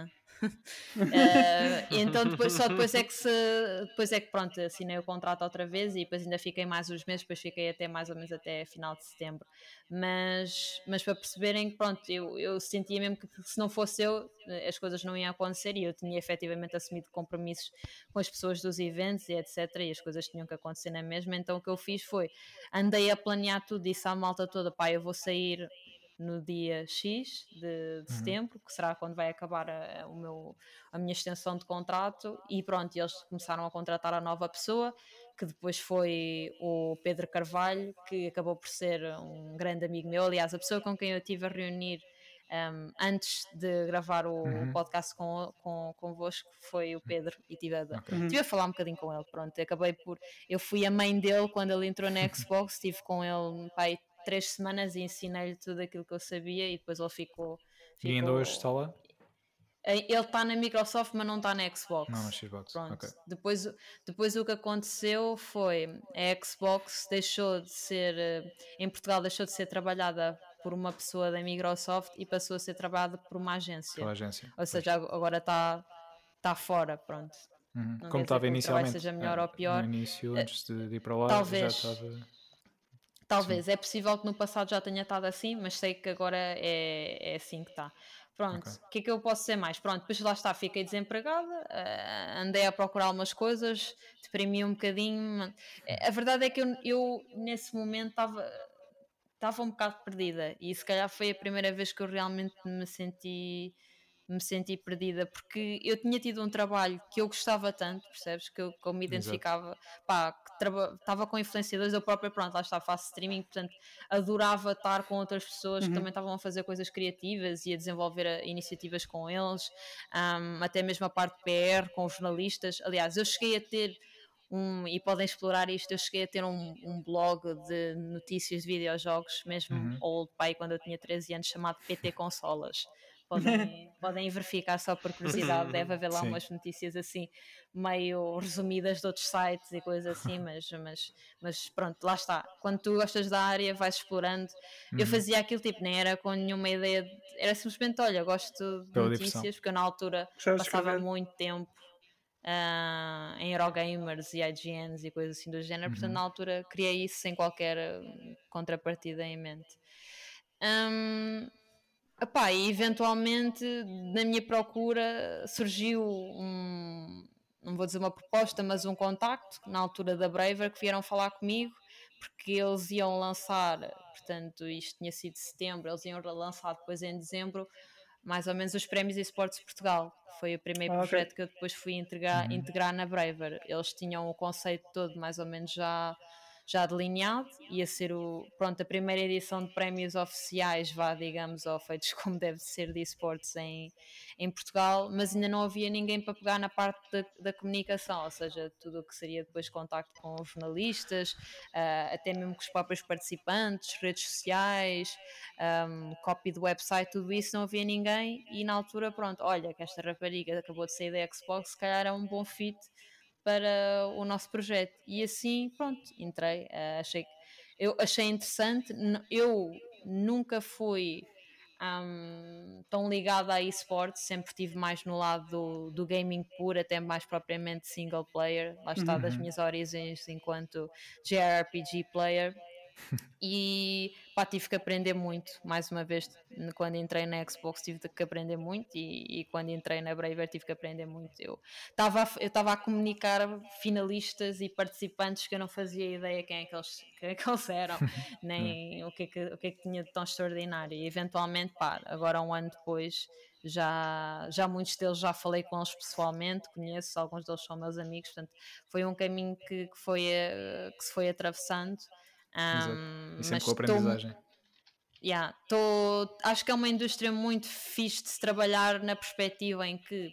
Então depois é que pronto, assinei o contrato outra vez e depois ainda fiquei mais uns meses, depois fiquei até mais ou menos até final de setembro. Mas para perceberem que pronto, eu sentia mesmo que se não fosse eu, as coisas não iam acontecer e eu tinha efetivamente assumido compromissos com as pessoas dos eventos e etc. E as coisas tinham que acontecer na mesma. Então o que eu fiz foi, andei a planear tudo, disse à malta toda, eu vou sair no dia X de setembro, que será quando vai acabar a minha extensão de contrato, e pronto, eles começaram a contratar a nova pessoa, que depois foi o Pedro Carvalho, que acabou por ser um grande amigo meu, aliás, a pessoa com quem eu estive a reunir antes de gravar o podcast convosco foi o Pedro e estive a falar um bocadinho com ele, pronto, eu fui a mãe dele quando ele entrou na Xbox, estive com ele 3 semanas e ensinei-lhe tudo aquilo que eu sabia e depois ele ficou... E ainda hoje está lá? Ele está na Microsoft, mas não está na Xbox. Não, na Xbox. Pronto. Okay. Depois o que aconteceu foi a Xbox deixou de ser, em Portugal deixou de ser trabalhada por uma pessoa da Microsoft e passou a ser trabalhada por uma agência. Pela agência. Ou seja, agora está fora, pronto. Não como estava que inicialmente, o trabalho seja melhor ou pior. No início, antes de ir para lá, talvez, já estava... Talvez, sim. É possível que no passado já tenha estado assim, mas sei que agora é assim que está. Pronto, o que é que eu posso ser mais? Pronto, depois lá está, fiquei desempregada, andei a procurar algumas coisas, deprimi um bocadinho. A verdade é que eu nesse momento estava um bocado perdida e se calhar foi a primeira vez que eu realmente me senti perdida, porque eu tinha tido um trabalho que eu gostava tanto, percebes? Que eu me identificava, que estava com influenciadores, eu própria, pronto, lá está, faço streaming, portanto, adorava estar com outras pessoas que também estavam a fazer coisas criativas e a desenvolver iniciativas com eles, até mesmo a parte de PR, com os jornalistas. Aliás, eu cheguei a ter e podem explorar isto, eu cheguei a ter um blog de notícias de videojogos, mesmo old, quando eu tinha 13 anos, chamado PT Consolas. Podem verificar só por curiosidade, deve haver lá umas notícias assim meio resumidas de outros sites e coisas assim, mas pronto, lá está, quando tu gostas da área vais explorando. Eu fazia aquilo tipo, nem era com nenhuma ideia era simplesmente, olha, gosto de pela notícias, diversão. porque eu na altura passava muito tempo em Eurogamers e IGNs e coisas assim do género, portanto na altura criei isso sem qualquer contrapartida em mente. E eventualmente na minha procura surgiu não vou dizer uma proposta, mas um contacto na altura da Braver, que vieram falar comigo porque eles iam lançar, portanto isto tinha sido setembro, eles iam lançar depois em dezembro mais ou menos os prémios eSports de Portugal. Foi o primeiro projeto que eu depois fui integrar na Braver. Eles tinham o conceito todo mais ou menos já delineado, ia ser a primeira edição de prémios oficiais, digamos, ou feitos como deve ser de esportes em Portugal, mas ainda não havia ninguém para pegar na parte da comunicação, ou seja, tudo o que seria depois contacto com os jornalistas, até mesmo com os próprios participantes, redes sociais, copy do website, tudo isso não havia ninguém, e na altura, pronto, olha, que esta rapariga acabou de sair da Xbox, se calhar é um bom fit para o nosso projeto, e assim, pronto, entrei. Eu achei interessante. Eu nunca fui tão ligada a eSports, sempre estive mais no lado do gaming puro, até mais propriamente single player, lá está, das minhas origens enquanto JRPG player. E tive que aprender muito, mais uma vez, quando entrei na Xbox tive que aprender muito, e quando entrei na Braver tive que aprender muito. Eu estava a comunicar finalistas e participantes que eu não fazia ideia quem é que eles eram, nem o que é que tinha de tão extraordinário, e eventualmente, agora um ano depois, já muitos deles já falei com eles pessoalmente, conheço, alguns deles são meus amigos, portanto foi um caminho que se foi atravessando. E sempre com a aprendizagem. Acho que é uma indústria muito fixe de se trabalhar, na perspectiva em que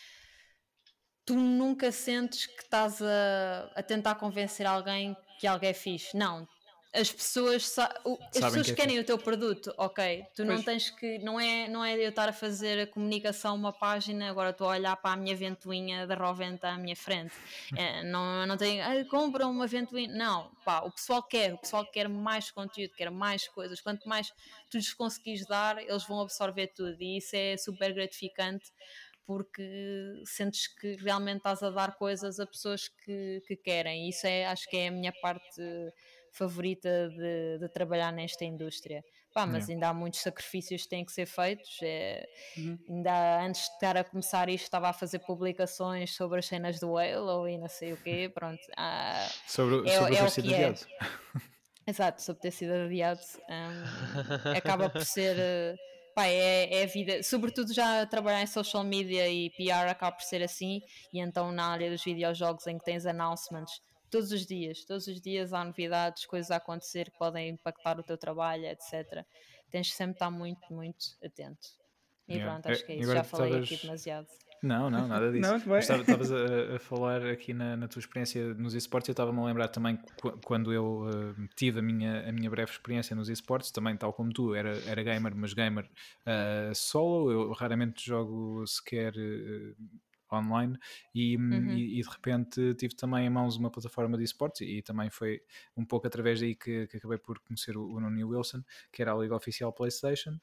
tu nunca sentes que estás a tentar convencer alguém que algo é fixe. Não. As pessoas querem o teu produto, ok? Tu não tens que. Não é eu estar a fazer a comunicação uma página, agora estou a olhar para a minha ventoinha da Roventa à minha frente. Não tem. Compra uma ventoinha. Não, o pessoal quer mais conteúdo, quer mais coisas. Quanto mais tu lhes conseguires dar, eles vão absorver tudo, e isso é super gratificante, porque sentes que realmente estás a dar coisas a pessoas que querem. Isso acho que é a minha parte favorita de trabalhar nesta indústria. Mas ainda há muitos sacrifícios que têm que ser feitos. Ainda antes de estar a começar isto, estava a fazer publicações sobre as cenas do Halo e não sei o quê. Pronto, sobre ter sido adiado. Exato, sobre ter sido adiado. Acaba por ser... é a vida, sobretudo já trabalhar em social media e PR acaba por ser assim, e então na área dos videojogos, em que tens announcements todos os dias há novidades, coisas a acontecer que podem impactar o teu trabalho, etc. Tens que sempre estar muito, muito atento. E pronto, acho que é isso. Já falei aqui demasiado. Não, nada disso. Estavas a falar aqui na tua experiência nos esportes. Eu estava-me a lembrar também quando eu tive a minha breve experiência nos esportes, também tal como tu, era gamer, mas gamer solo. Eu raramente jogo sequer online, e de repente tive também em mãos uma plataforma de esportes, e também foi um pouco através daí que acabei por conhecer o Nuno Wilson, que era a Liga Oficial PlayStation,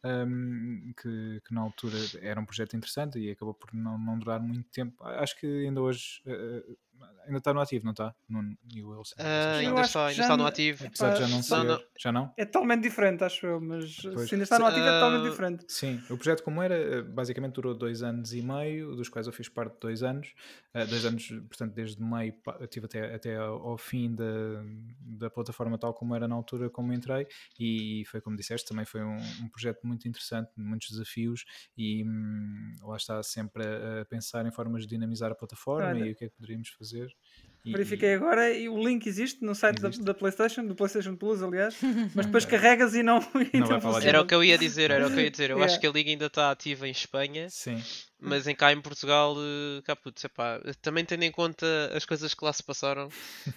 que na altura era um projeto interessante e acabou por não durar muito tempo. Acho que ainda hoje ainda está no ativo, não está? Nuno Wilson? Ainda está no ativo. Apesar de já não ser... Já não? É totalmente diferente, acho eu, mas se ainda está no ativo é totalmente diferente. Sim, o projeto como era, basicamente durou 2 anos e meio, dos quais eu fiz parte de 2 anos. 2 anos, portanto, desde meio, tive até ao fim da plataforma tal como era na altura, como entrei, e foi como disseste, também foi um projeto muito interessante, muitos desafios, e lá está sempre a pensar em formas de dinamizar a plataforma e o que é que poderíamos fazer. Verifiquei agora, e o link existe no site da PlayStation, do PlayStation Plus, aliás, mas depois carregas e não vai falar. Era o que eu ia dizer. Eu acho que a Liga ainda está ativa em Espanha. Sim. Mas cá em Portugal, também tendo em conta as coisas que lá se passaram,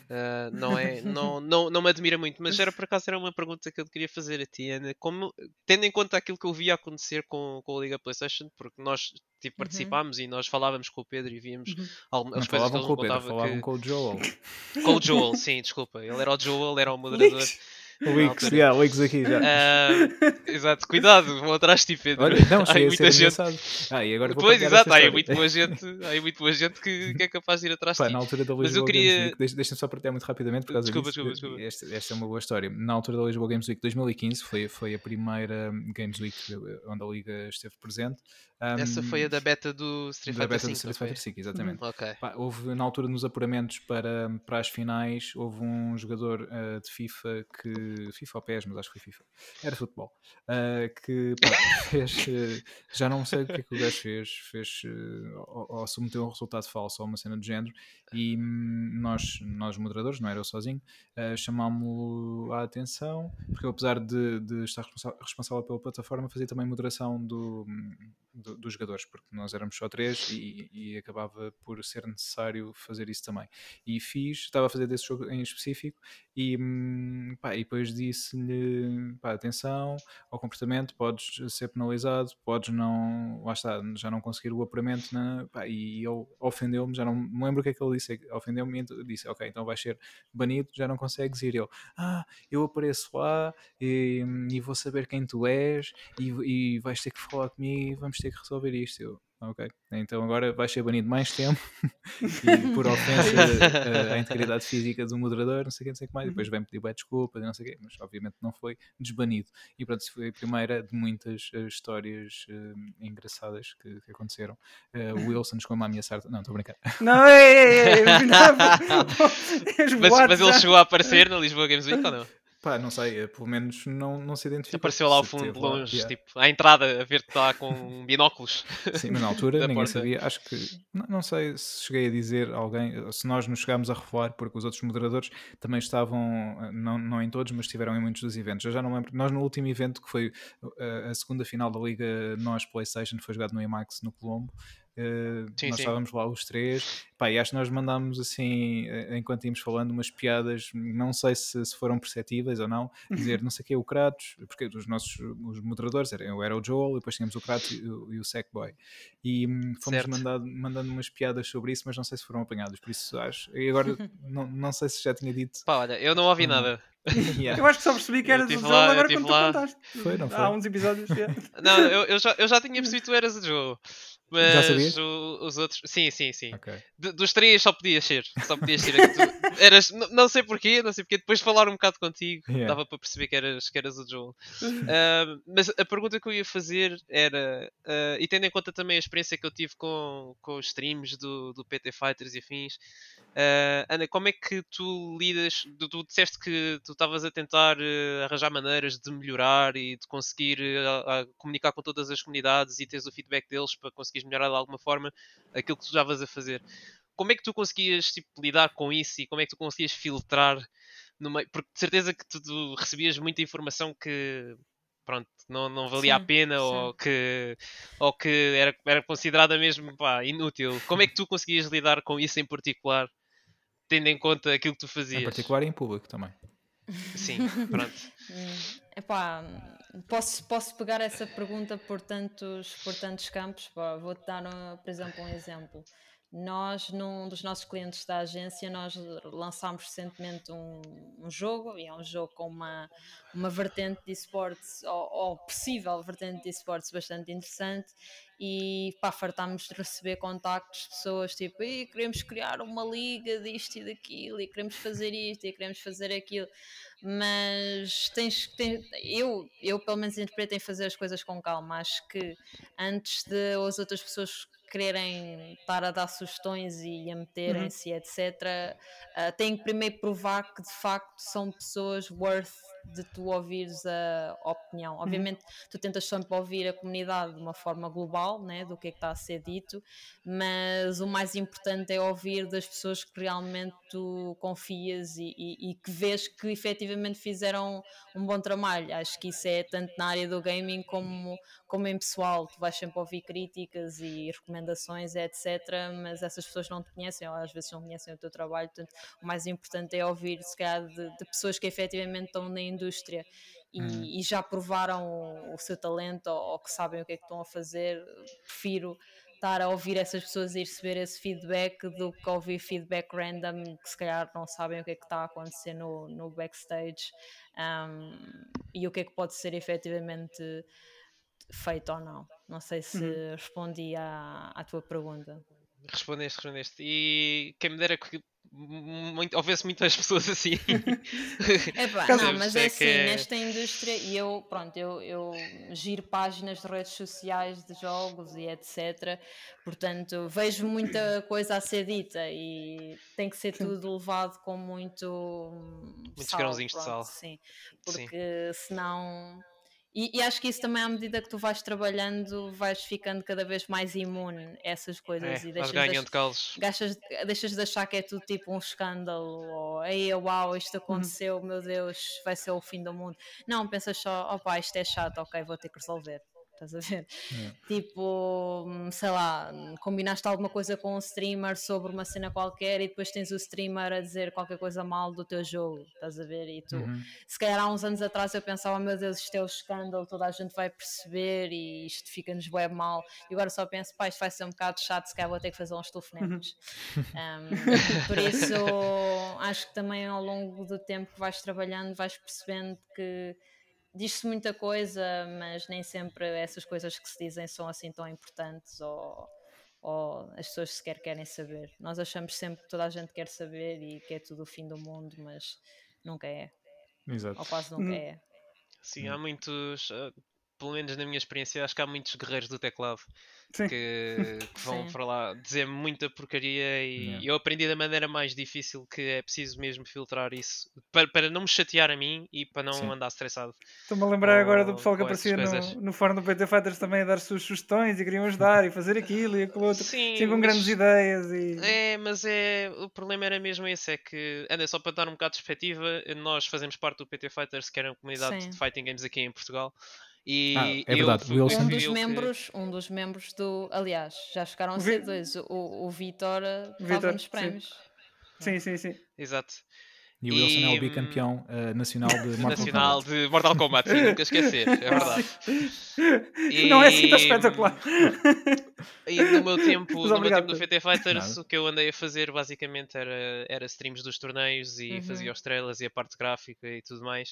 não me admira muito. Mas por acaso era uma pergunta que eu queria fazer a ti, Ana. Tendo em conta aquilo que eu via acontecer com a Liga PlayStation, porque nós participámos e nós falávamos com o Pedro e víamos algumas coisas que ele nos contava. Falavam com o Joel. Com o Joel, sim, desculpa. Ele era o Joel, era o moderador. O Wix aqui já. Exato, cuidado, vou atrás de ti, Pedro. Olha, não, há muita gente. E agora vou pois, exato, há muito boa gente que é capaz de ir atrás de ti. Na altura da Lisboa Games Week, deixa-me só partilhar muito rapidamente por causa disso. Esta é uma boa história. Na altura da Lisboa Games Week 2015 foi a primeira Games Week onde a Liga esteve presente. Essa foi a da beta do Street Fighter V. Street Fighter V, exatamente. Okay. Houve na altura nos apuramentos para as finais, houve um jogador de FIFA que FIFA ou PES, mas acho que foi FIFA, era futebol, que pá, fez, já não sei o que é que o gajo fez ou submeteu um resultado falso ou uma cena do género, e nós moderadores, não era eu sozinho, chamámos-lo à atenção, porque eu, apesar de estar responsável pela plataforma, fazia também moderação dos jogadores, porque nós éramos só 3 e acabava por ser necessário fazer isso também. E estava a fazer desse jogo em específico e, pá, e depois disse-lhe, pá, atenção ao comportamento, podes ser penalizado, podes não, lá está, já não conseguir o apuramento, pá, e ele ofendeu-me, já não me lembro o que é que ele disse, ofendeu-me e disse, ok, então vais ser banido, já não consegues ir. Ele, eu apareço lá e vou saber quem tu és e vais ter que falar comigo e vamos ter que resolver isto. Eu, ok, então agora vais ser banido mais tempo e por ofensa à integridade física do moderador, não sei o que, não sei o que mais, e depois vem pedir bem desculpas e não sei o que, mas obviamente não foi desbanido. E pronto, isso foi a primeira de muitas histórias engraçadas que aconteceram. O Wilson chegou-me a ameaçar, não, estou a brincar. Não, mas ele chegou a aparecer na Lisboa Games Week ou não? Pá, não sei, pelo menos não se identificou. Apareceu lá ao fundo, longe, tipo, à entrada, a ver-te lá com binóculos. Sim, mas na altura ninguém porta. sabia. Acho que, não sei se cheguei a dizer a alguém, se nós nos chegámos a revelar, porque os outros moderadores também estavam, não em todos, mas estiveram em muitos dos eventos. Eu já não lembro. Nós no último evento, que foi a segunda final da Liga Nós PlayStation, foi jogado no IMAX no Colombo. Nós estávamos lá os 3, pá, e acho que nós mandámos assim, enquanto íamos falando, umas piadas, não sei se foram perceptíveis ou não, dizer não sei o que é o Kratos, porque os moderadores eu era o Joel, e depois tínhamos o Kratos e o Sackboy, e fomos mandando umas piadas sobre isso, mas não sei se foram apanhadas, por isso acho, e agora não sei se já tinha dito. Pá, olha, eu não ouvi nada. Yeah. Eu acho que só percebi que eras o Joel agora quando tu contaste. Foi, não foi? Há uns episódios. Não, eu já tinha percebido que tu eras o Joel. Mas já sabias? Os outros, sim. Okay. Dos 3 só podias ser. Eras, não sei porquê, depois de falar um bocado contigo, dava para perceber que eras o Joel. Mas a pergunta que eu ia fazer era, e tendo em conta também a experiência que eu tive com os streams do PT Fighters e afins, Ana, como é que tu lidas? Tu disseste que tu estavas a tentar arranjar maneiras de melhorar e de conseguir comunicar com todas as comunidades e teres o feedback deles para conseguires melhorar de alguma forma aquilo que tu estavas a fazer. Como é que tu conseguias lidar com isso e como é que tu conseguias filtrar no meio? Porque de certeza que tu recebias muita informação que pronto, não valia a pena ou que era considerada mesmo inútil. Como é que tu conseguias lidar com isso em particular, tendo em conta aquilo que tu fazias? Em particular e em público também. Sim, pronto. Epá, posso pegar essa pergunta por tantos campos. Vou-te dar, por exemplo, um exemplo. Nós, num dos nossos clientes da agência, nós lançámos recentemente um jogo, e é um jogo com uma vertente de esportes, ou possível vertente de esportes bastante interessante, e fartámos de receber contactos de pessoas tipo, queremos criar uma liga disto e daquilo, e queremos fazer isto e queremos fazer aquilo, mas eu pelo menos interpreto em fazer as coisas com calma. Acho que antes de as outras pessoas quererem estar a dar sugestões e a meterem-se, etc., têm que primeiro provar que de facto são pessoas worth de tu ouvires a opinião. Obviamente tu tentas sempre ouvir a comunidade de uma forma global, né, do que é que está a ser dito, mas o mais importante é ouvir das pessoas que realmente tu confias e que vês que efetivamente fizeram um bom trabalho. Acho que isso é tanto na área do gaming como em pessoal. Tu vais sempre ouvir críticas e recomendações, etc., mas essas pessoas não te conhecem ou às vezes não conhecem o teu trabalho, portanto o mais importante é ouvir se calhar de pessoas que efetivamente estão na indústria e já provaram o seu talento ou que sabem o que é que estão a fazer. Prefiro estar a ouvir essas pessoas e receber esse feedback do que ouvir feedback random que se calhar não sabem o que é que está a acontecer no backstage, e o que é que pode ser efetivamente feito ou não. Não sei se respondi à tua pergunta. Respondeste. E quem me dera que Ouve-se muitas pessoas assim. Não, mas é assim, nesta indústria, e eu giro páginas de redes sociais de jogos e etc. Portanto, vejo muita coisa a ser dita e tem que ser tudo levado com muitos sal, grãozinhos de sal. Sim, porque senão... E acho que isso também, à medida que tu vais trabalhando, vais ficando cada vez mais imune a essas coisas e deixas de achar que é tudo tipo um escândalo ou ei, uau, isto aconteceu, meu Deus, vai ser o fim do mundo. Não, pensas só, opá, isto é chato, ok, vou ter que resolver. Estás a ver? Tipo, sei lá, combinaste alguma coisa com um streamer sobre uma cena qualquer e depois tens o streamer a dizer qualquer coisa mal do teu jogo, estás a ver? E tu, se calhar há uns anos atrás eu pensava, meu Deus, isto é o escândalo, toda a gente vai perceber e isto fica-nos bué mal. E agora só penso, pá, isto vai ser um bocado chato, se calhar vou ter que fazer uns telefonemas. Por isso, acho que também ao longo do tempo que vais trabalhando, vais percebendo que diz-se muita coisa, mas nem sempre essas coisas que se dizem são assim tão importantes ou as pessoas sequer querem saber. Nós achamos sempre que toda a gente quer saber e que é tudo o fim do mundo, mas nunca é. Exato. Ou quase nunca é. Sim, há muitos, pelo menos na minha experiência, acho que há muitos guerreiros do teclado que vão para lá dizer muita porcaria e eu aprendi da maneira mais difícil que é preciso mesmo filtrar isso para não me chatear a mim e para não andar estressado. Estou-me a lembrar agora do pessoal que aparecia no fórum do PT Fighters também a dar suas sugestões e queriam ajudar e fazer aquilo e aquilo outro. Sim, com grandes ideias. Mas o problema era mesmo esse, é que, só para dar um bocado de perspectiva, nós fazemos parte do PT Fighters, que era uma comunidade de fighting games aqui em Portugal. E é verdade, um dos membros do... Aliás, já ficaram a ser dois. O Vitor estava nos prémios. Sim. Exato. E o Wilson é o bicampeão nacional de Mortal Kombat, sim, nunca esquecer, é verdade. Não é assim tão espetacular. E no meu tempo do VT Fighters, o que eu andei a fazer basicamente era streams dos torneios e fazia os trailers e a parte gráfica e tudo mais.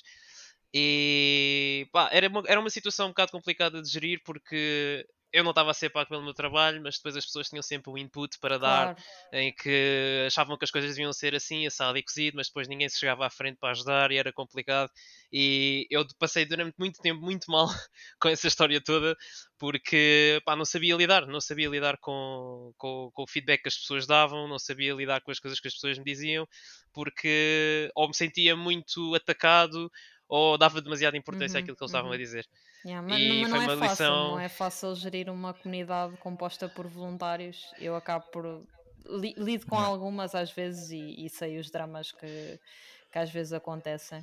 E pá, era uma situação um bocado complicada de gerir porque eu não estava a ser pago pelo meu trabalho, mas depois as pessoas tinham sempre o input para dar, em que achavam que as coisas deviam ser assim, assado e cozido, mas depois ninguém se chegava à frente para ajudar e era complicado. E eu passei durante muito tempo muito mal com essa história toda, porque pá, não sabia lidar com o feedback que as pessoas davam, não sabia lidar com as coisas que as pessoas me diziam, porque ou me sentia muito atacado ou dava demasiada importância àquilo que eles estavam a dizer. Mas não é fácil gerir uma comunidade composta por voluntários. Eu acabo por lido com algumas às vezes e sei os dramas que às vezes acontecem.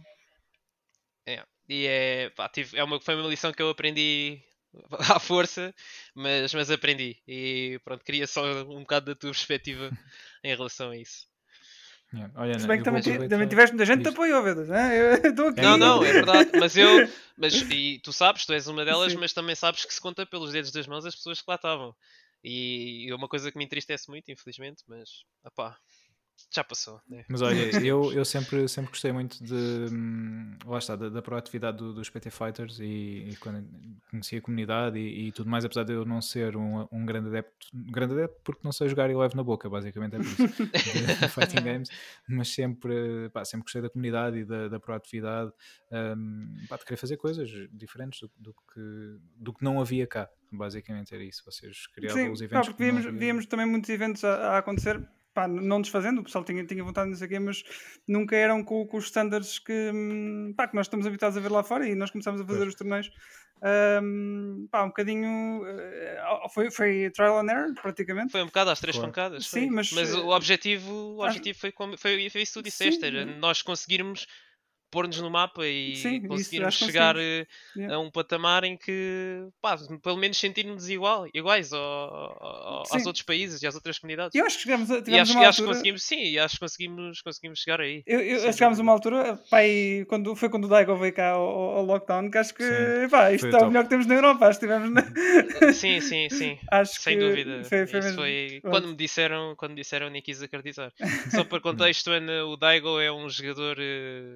Foi uma lição que eu aprendi à força, mas aprendi. E pronto, queria só um bocado da tua perspectiva em relação a isso. Olha, se bem que também tiveste muita gente que te apoiou, Vedas, eu estou aqui. Não, é verdade, e tu sabes, tu és uma delas, mas também sabes que se conta pelos dedos das mãos as pessoas que lá estavam. E é uma coisa que me entristece muito, infelizmente, mas já passou. Né? Mas olha, eu sempre gostei muito lá está, da proatividade dos PT Fighters e quando conheci a comunidade e tudo mais, apesar de eu não ser um grande adepto porque não sei jogar e levo na boca, basicamente é por isso, de fighting games, mas sempre gostei da comunidade e da proatividade, de querer fazer coisas diferentes do que não havia cá, basicamente era isso, vocês criavam os eventos. Porque víamos também muitos eventos a acontecer. Não desfazendo, o pessoal tinha vontade nisso aqui, mas nunca eram com os standards que nós estamos habituados a ver lá fora e nós começámos a fazer os torneios um bocadinho foi trial and error praticamente. Foi um bocado às três pancadas. Sim, mas o objetivo foi isso que tu disseste, era nós conseguirmos pôr-nos no mapa e conseguirmos chegar a um patamar em que pelo menos sentirmos iguais aos outros países e às outras comunidades. Eu acho que chegamos uma altura... acho que conseguimos chegar aí. Chegámos a uma altura, quando o Daigo veio cá ao lockdown, que acho que isto é o melhor que temos na Europa. Acho que tivemos Sim. Acho sem que dúvida. Foi quando me disseram nem quis acreditar. Só para contexto, o Daigo é um jogador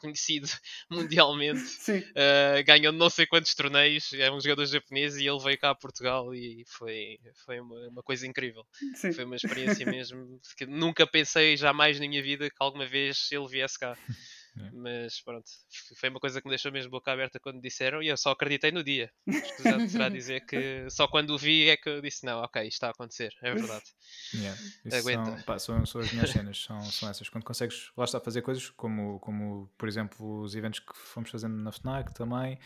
conhecido mundialmente, Sim. ganhou não sei quantos torneios, é um jogador japonês e ele veio cá a Portugal e foi uma coisa incrível. Sim. Foi uma experiência mesmo que nunca pensei jamais na minha vida que alguma vez ele viesse cá. Mas pronto, foi uma coisa que me deixou mesmo boca aberta quando disseram e eu só acreditei no dia. Já te será dizer que só quando o vi é que eu disse: não, ok, isto está a acontecer, é verdade. Isso Aguenta. são as melhores cenas, são essas. Quando consegues, lá está, fazer coisas como por exemplo, os eventos que fomos fazendo na FNAC também,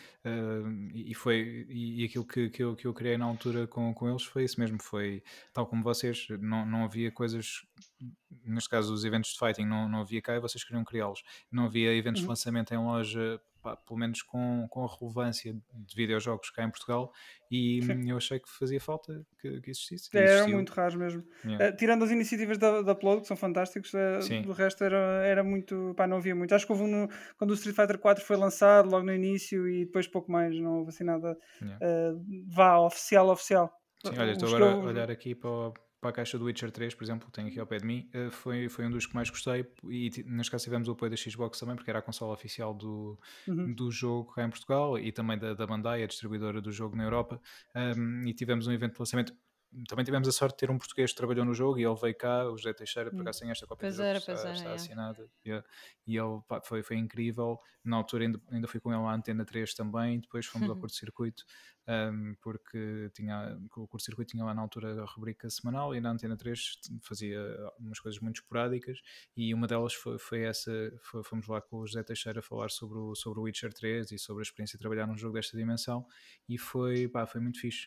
e aquilo que eu criei na altura com eles foi isso mesmo, foi tal como vocês, não havia coisas, neste caso os eventos de fighting não havia cá e vocês queriam criá-los. Não havia eventos de lançamento em loja, pelo menos com a relevância de videojogos cá em Portugal, e eu achei que fazia falta que existisse. Eram muito raros mesmo. Tirando as iniciativas da Upload, que são fantásticos, do resto era muito. Não havia muito. Acho que houve quando o Street Fighter 4 foi lançado, logo no início, e depois pouco mais. Não houve assim nada. Oficial. Sim, olha, estou agora a olhar aqui para a caixa do Witcher 3, por exemplo, que tenho aqui ao pé de mim, foi um dos que mais gostei, e neste caso tivemos o apoio da Xbox também, porque era a consola oficial do jogo cá em Portugal, e também da Bandai, a distribuidora do jogo na Europa, e tivemos um evento de lançamento. Também tivemos a sorte de ter um português que trabalhou no jogo e ele veio cá, o José Teixeira, por acaso tem esta cópia do jogo, está assinada, e ele foi incrível. Na altura ainda fui com ele à Antena 3 também, depois fomos ao curto-circuito, porque o curto-circuito tinha lá na altura a rubrica semanal, e na Antena 3 fazia umas coisas muito esporádicas, e uma delas foi essa, fomos lá com o José Teixeira falar sobre o Witcher 3 e sobre a experiência de trabalhar num jogo desta dimensão, e foi muito fixe.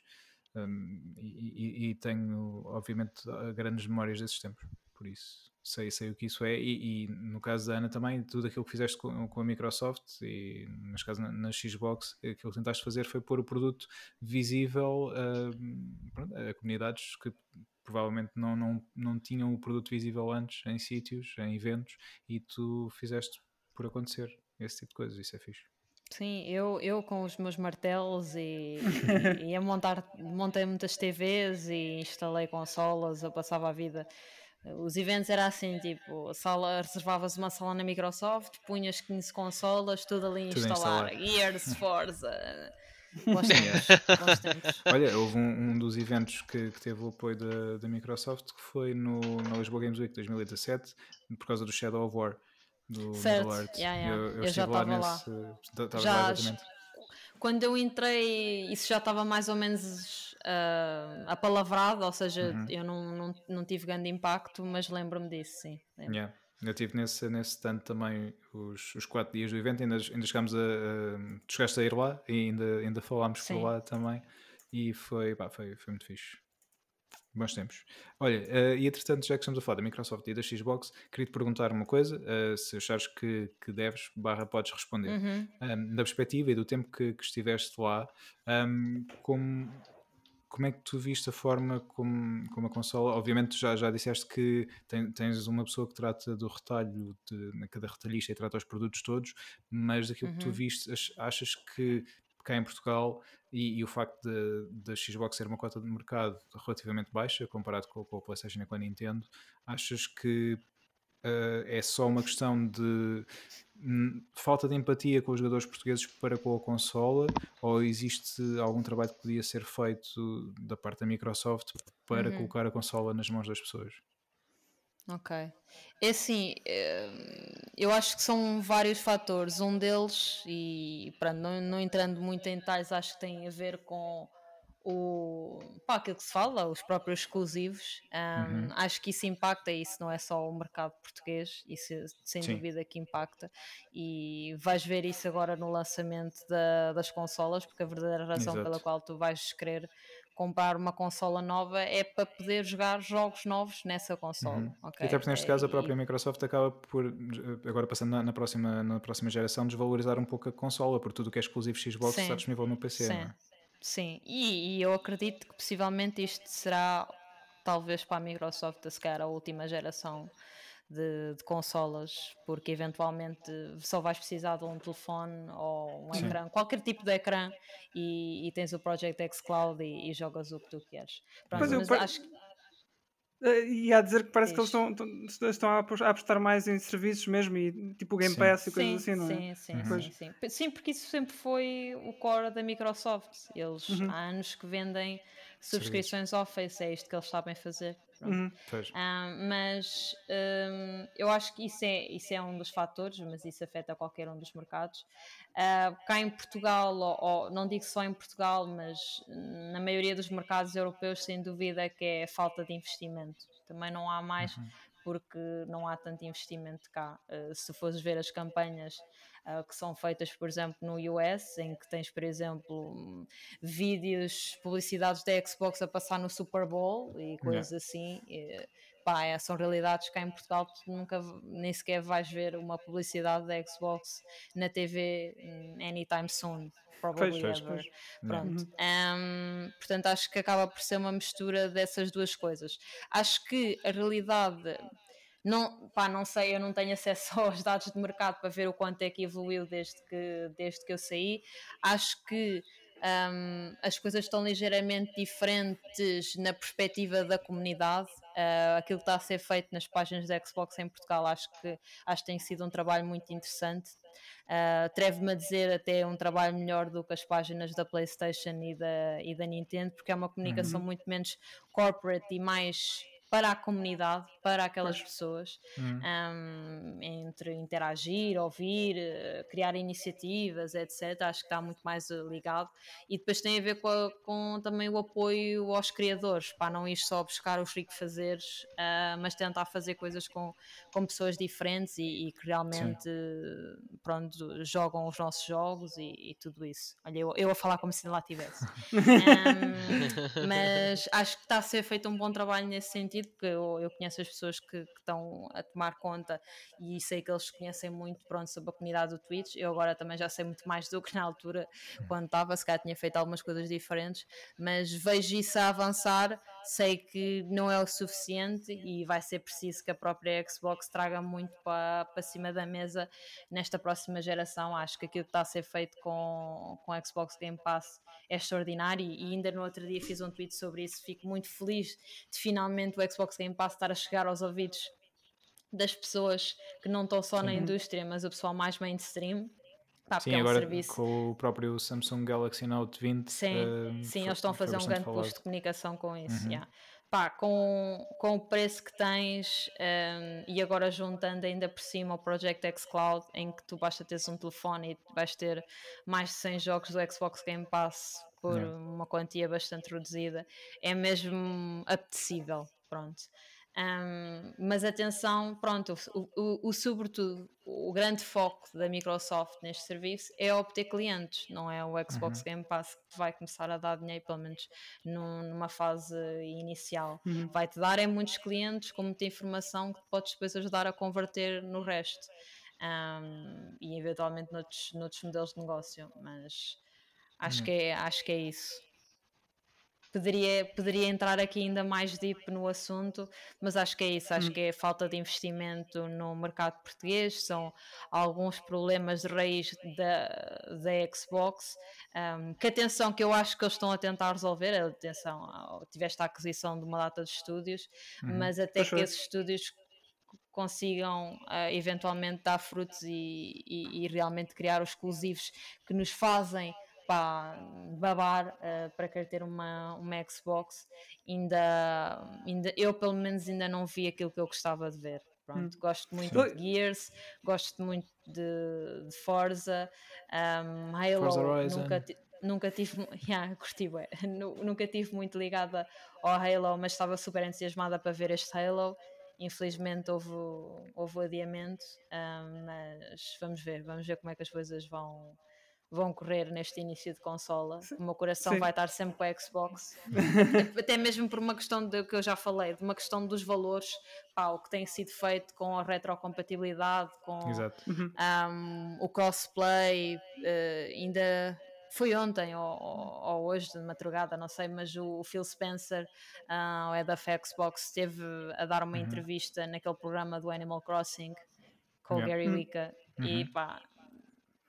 E tenho obviamente grandes memórias desses tempos, por isso sei o que isso é, e no caso da Ana também, tudo aquilo que fizeste com a Microsoft e neste caso na Xbox, aquilo que tentaste fazer foi pôr o produto visível a comunidades que provavelmente não tinham o produto visível antes em sítios, em eventos, e tu fizeste por acontecer esse tipo de coisas. Isso é fixe. Sim, eu com os meus martelos e montei muitas TVs e instalei consolas, eu passava a vida. Os eventos era assim, tipo, reservavas uma sala na Microsoft, punhas 15 consolas, tudo ali a instalar. Gears, Forza. Bons tempos. Olha, houve um dos eventos que teve o apoio da Microsoft, que foi na Lisboa Games Week 2017, por causa do Shadow of War. Do certo, Middle Earth. Eu já estava lá. Estavas lá exatamente. Quando eu entrei, isso já estava mais ou menos apalavrado, ou seja, eu não tive grande impacto, mas lembro-me disso, sim. Eu tive nesse stand também os 4 dias do evento, ainda chegámos tu chegaste a ir lá e ainda falámos por lá também, e foi muito fixe. Bons tempos. Olha, e entretanto, já que estamos a falar da Microsoft e da Xbox, queria-te perguntar uma coisa, se achares que deves, podes responder. Da perspectiva e do tempo que estiveste lá, como é que tu viste a forma como a consola, obviamente já disseste que tens uma pessoa que trata do retalho, cada retalhista, e trata os produtos todos, mas daquilo que tu viste, achas que cá em Portugal, e o facto da Xbox ser uma cota de mercado relativamente baixa comparado com a PlayStation e com a Nintendo, achas que é só uma questão de falta de empatia com os jogadores portugueses para com a consola, ou existe algum trabalho que podia ser feito da parte da Microsoft para colocar a consola nas mãos das pessoas? Ok. É assim, eu acho que são vários fatores. Um deles, e pronto, não entrando muito em detalhes, acho que tem a ver com aquilo que se fala, os próprios exclusivos. Acho que isso impacta, e isso não é só o mercado português, isso sem dúvida que impacta, e vais ver isso agora no lançamento das consolas, porque a verdadeira razão pela qual tu vais querer comprar uma consola nova é para poder jogar jogos novos nessa consola. Okay? E até porque neste caso a própria Microsoft acaba por, agora passando na próxima geração, desvalorizar um pouco a consola, porque tudo o que é exclusivo Xbox está disponível no PC, não é? Sim, e eu acredito que possivelmente isto será, talvez para a Microsoft, se calhar a última geração de consolas, porque eventualmente só vais precisar de um telefone ou um ecrã, qualquer tipo de ecrã, e tens o Project X Cloud e jogas o que tu queres. Pronto, mas acho que... E a dizer que parece que eles Diz. estão a apostar mais em serviços mesmo e tipo o Game Sim. Pass e coisas Sim, assim, não é? sim, sim, Uhum. sim, Pois. sim. Sim, porque isso sempre foi o core da Microsoft. Eles Uhum, há anos que vendem Serviços. subscrições Office, é isto que eles sabem fazer. Pronto. uhum, Pois. Mas eu acho que isso é um dos fatores, mas isso afeta qualquer um dos mercados. Cá em Portugal, ou não digo só em Portugal, mas na maioria dos mercados europeus, sem dúvida que é falta de investimento. Também não há mais Uhum. porque não há tanto investimento cá. Se fores ver as campanhas que são feitas, por exemplo, no US, em que tens, por exemplo, vídeos, publicidades da Xbox a passar no Super Bowl e Yeah. coisas assim, pá, são realidades que cá em Portugal tu nunca, nem sequer vais ver uma publicidade da Xbox na TV anytime soon. Pois, Probably Pois. ever. pois. Yeah. Pronto. Uhum, Portanto, acho que acaba por ser uma mistura dessas duas coisas. Acho que a realidade. Não, pá, não sei, eu não tenho acesso aos dados de mercado para ver o quanto é que evoluiu desde que eu saí. Acho que as coisas estão ligeiramente diferentes na perspectiva da comunidade. Aquilo que está a ser feito nas páginas da Xbox em Portugal acho que tem sido um trabalho muito interessante. Atrevo-me a dizer até um trabalho melhor do que as páginas da PlayStation e da Nintendo, porque é uma comunicação uhum, muito menos corporate e mais para a comunidade, para aquelas pois. pessoas, Uhum. entre interagir, ouvir, criar iniciativas, etc. Acho que está muito mais ligado. E depois tem a ver com também o apoio aos criadores, para não ir só buscar os ricos fazeres, mas tentar fazer coisas com pessoas diferentes e que Sim. realmente pronto, jogam os nossos jogos e tudo isso. Olha, eu a falar como se lá tivesse. Mas acho que está a ser feito um bom trabalho nesse sentido, porque eu conheço as pessoas que estão a tomar conta e sei que eles conhecem muito pronto sobre a comunidade do Twitch. Eu agora também já sei muito mais do que na altura quando estava, se calhar tinha feito algumas coisas diferentes, mas vejo isso a avançar, sei que não é o suficiente e vai ser preciso que a própria Xbox traga muito para cima da mesa nesta próxima geração. Acho que aquilo que está a ser feito com a Xbox Game Pass é extraordinário e ainda no outro dia fiz um tweet sobre isso. Fico muito feliz de finalmente o Xbox Game Pass estar a chegar aos ouvidos das pessoas que não estão só na Sim. Uhum. indústria, mas o pessoal mais mainstream. Pá, porque Sim, é um agora serviço. com o próprio Samsung Galaxy Note 20 Sim, sim, eles estão a foi fazer um bastante grande push falado. de comunicação com isso. Uhum. Yeah. Pá, com o preço que tens e agora juntando ainda por cima o Project X Cloud, em que tu basta teres um telefone e vais ter mais de 100 jogos do Xbox Game Pass por Yeah. uma quantia bastante reduzida, é mesmo apetecível. Pronto. Mas atenção, pronto, sobretudo o grande foco da Microsoft neste serviço é obter clientes, não é o Xbox Uhum. Game Pass que vai começar a dar dinheiro, pelo menos numa fase inicial. Uhum. Vai-te dar muitos clientes com muita informação que podes depois ajudar a converter no resto e eventualmente noutros modelos de negócio, mas acho que é isso. Poderia entrar aqui ainda mais deep no assunto, mas acho que é isso, acho Uhum. que é a falta de investimento no mercado português, são alguns problemas de raiz da Xbox, que atenção que eu acho que eles estão a tentar resolver, atenção, tiveste a aquisição de uma data de estúdios, Uhum. mas até Pois que foi. esses estúdios consigam eventualmente dar frutos e realmente criar os exclusivos que nos fazem pá, babar para querer ter uma Xbox. Eu pelo menos ainda não vi aquilo que eu gostava de ver. Uhum. Pronto, gosto muito Sim. de Gears, gosto muito de Forza, Forza Halo Horizon. nunca tive, curti, nunca tive muito ligada ao Halo, mas estava super entusiasmada para ver este Halo. Infelizmente houve o adiamento, mas vamos ver como é que as coisas vão correr neste início de consola. O meu coração Sim. vai estar sempre com a Xbox, até mesmo por uma questão de que eu já falei, de uma questão dos valores, pá, o que tem sido feito com a retrocompatibilidade, com Exato. Uhum. o crossplay, ainda foi ontem ou hoje de madrugada, não sei, mas o Phil Spencer, o head of Xbox, esteve a dar uma Uhum. entrevista naquele programa do Animal Crossing com o Yeah. Gary Uhum. Wika e Uhum. pá,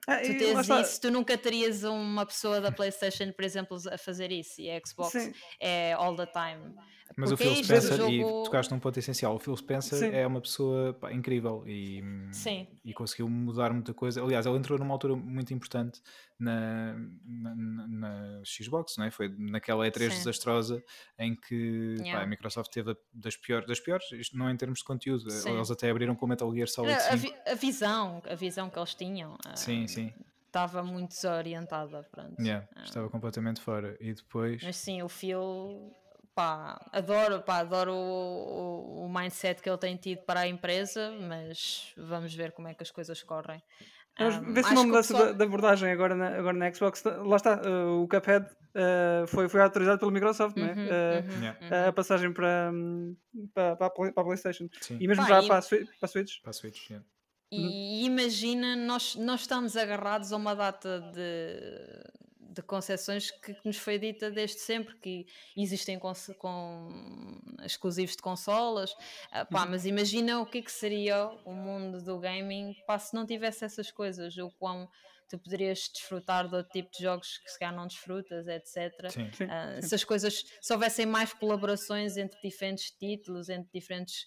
Tu tens isso, tu nunca terias uma pessoa da PlayStation, por exemplo, a fazer isso, e a Xbox é all the time. Mas o Phil Spencer, e tocaste num ponto essencial, o Phil Spencer é uma pessoa incrível e conseguiu mudar muita coisa. Aliás, ele entrou numa altura muito importante na Xbox, não é? Foi naquela E3 desastrosa em que a Microsoft teve das piores, isto não é em termos de conteúdo. Eles até abriram com o Metal Gear Solid 5. A visão que eles tinham. Sim. Estava muito desorientada, pronto. Estava completamente fora. E depois... Mas sim, o Phil... adoro o mindset que ele tem tido para a empresa, mas vamos ver como é que as coisas correm. Vê se uma mudança de abordagem agora na Xbox. Lá está, o Cuphead foi autorizado pela Microsoft, não é? A passagem para a PlayStation. Sim. E mesmo já para a Switch. Para a Switch, E imagina, nós estamos agarrados a uma data de concessões que nos foi dita desde sempre, que existem com exclusivos de consolas, mas imagina o que seria o mundo do gaming se não tivesse essas coisas, o quão tu poderias desfrutar de outro tipo de jogos que se calhar não desfrutas, etc. Sim. Se as coisas, se houvessem mais colaborações entre diferentes títulos, entre diferentes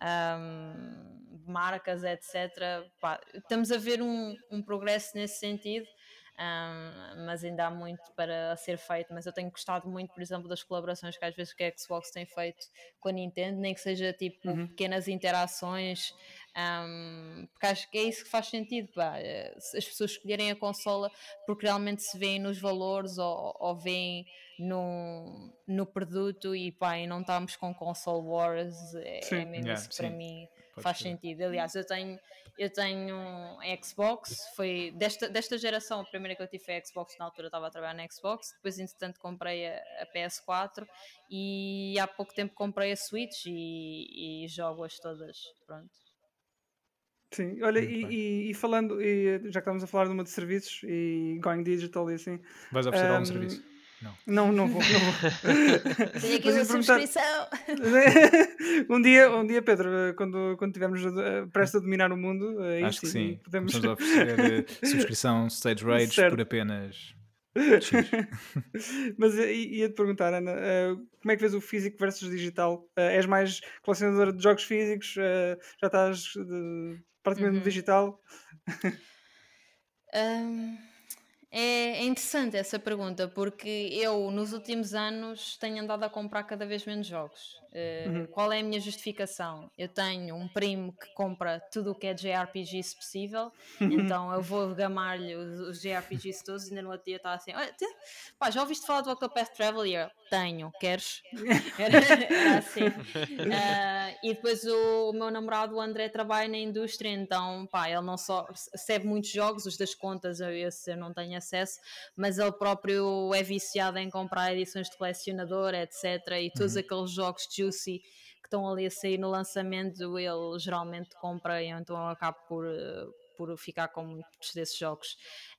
marcas, etc. Estamos a ver um progresso nesse sentido. Mas ainda há muito para ser feito. Mas eu tenho gostado muito, por exemplo, das colaborações que às vezes que a Xbox tem feito com a Nintendo, nem que seja tipo pequenas interações, porque acho que é isso que faz sentido, as pessoas escolherem a consola porque realmente se veem nos valores ou veem no produto e não estamos com console wars, é mesmo isso que para mim faz sentido. Aliás, eu tenho um Xbox, foi desta geração, a primeira que eu tive foi a Xbox, na altura estava a trabalhar na Xbox, depois entretanto comprei a PS4 e há pouco tempo comprei a Switch e jogo-as todas, pronto. Sim, olha, e falando, já que estávamos a falar de uma de serviços e going digital e assim... Vais oferecer algum serviço? Não vou. Tenho aqui uma subscrição. um dia, Pedro, quando estivermos prestes a dominar o mundo, acho que sim. Podemos a oferecer subscrição Stage Rage por apenas X. Mas ia-te perguntar, Ana, como é que vês o físico versus digital? És mais colecionadora de jogos físicos? Já estás praticamente no digital? É interessante essa pergunta, porque eu nos últimos anos tenho andado a comprar cada vez menos jogos. Qual é a minha justificação? Eu tenho um primo que compra tudo o que é JRPG se possível, então eu vou gamar-lhe os JRPGs todos. Ainda no outro dia estava assim: já ouviste falar do Octopath Traveler? Tenho, queres? Era assim. E depois o meu namorado, o André, trabalha na indústria, então ele não só recebe muitos jogos, os das contas eu não tenho acesso, mas ele próprio é viciado em comprar edições de colecionador, etc. E todos aqueles jogos juicy que estão ali a sair no lançamento, ele geralmente compra, e então eu acabo por ficar com muitos desses jogos.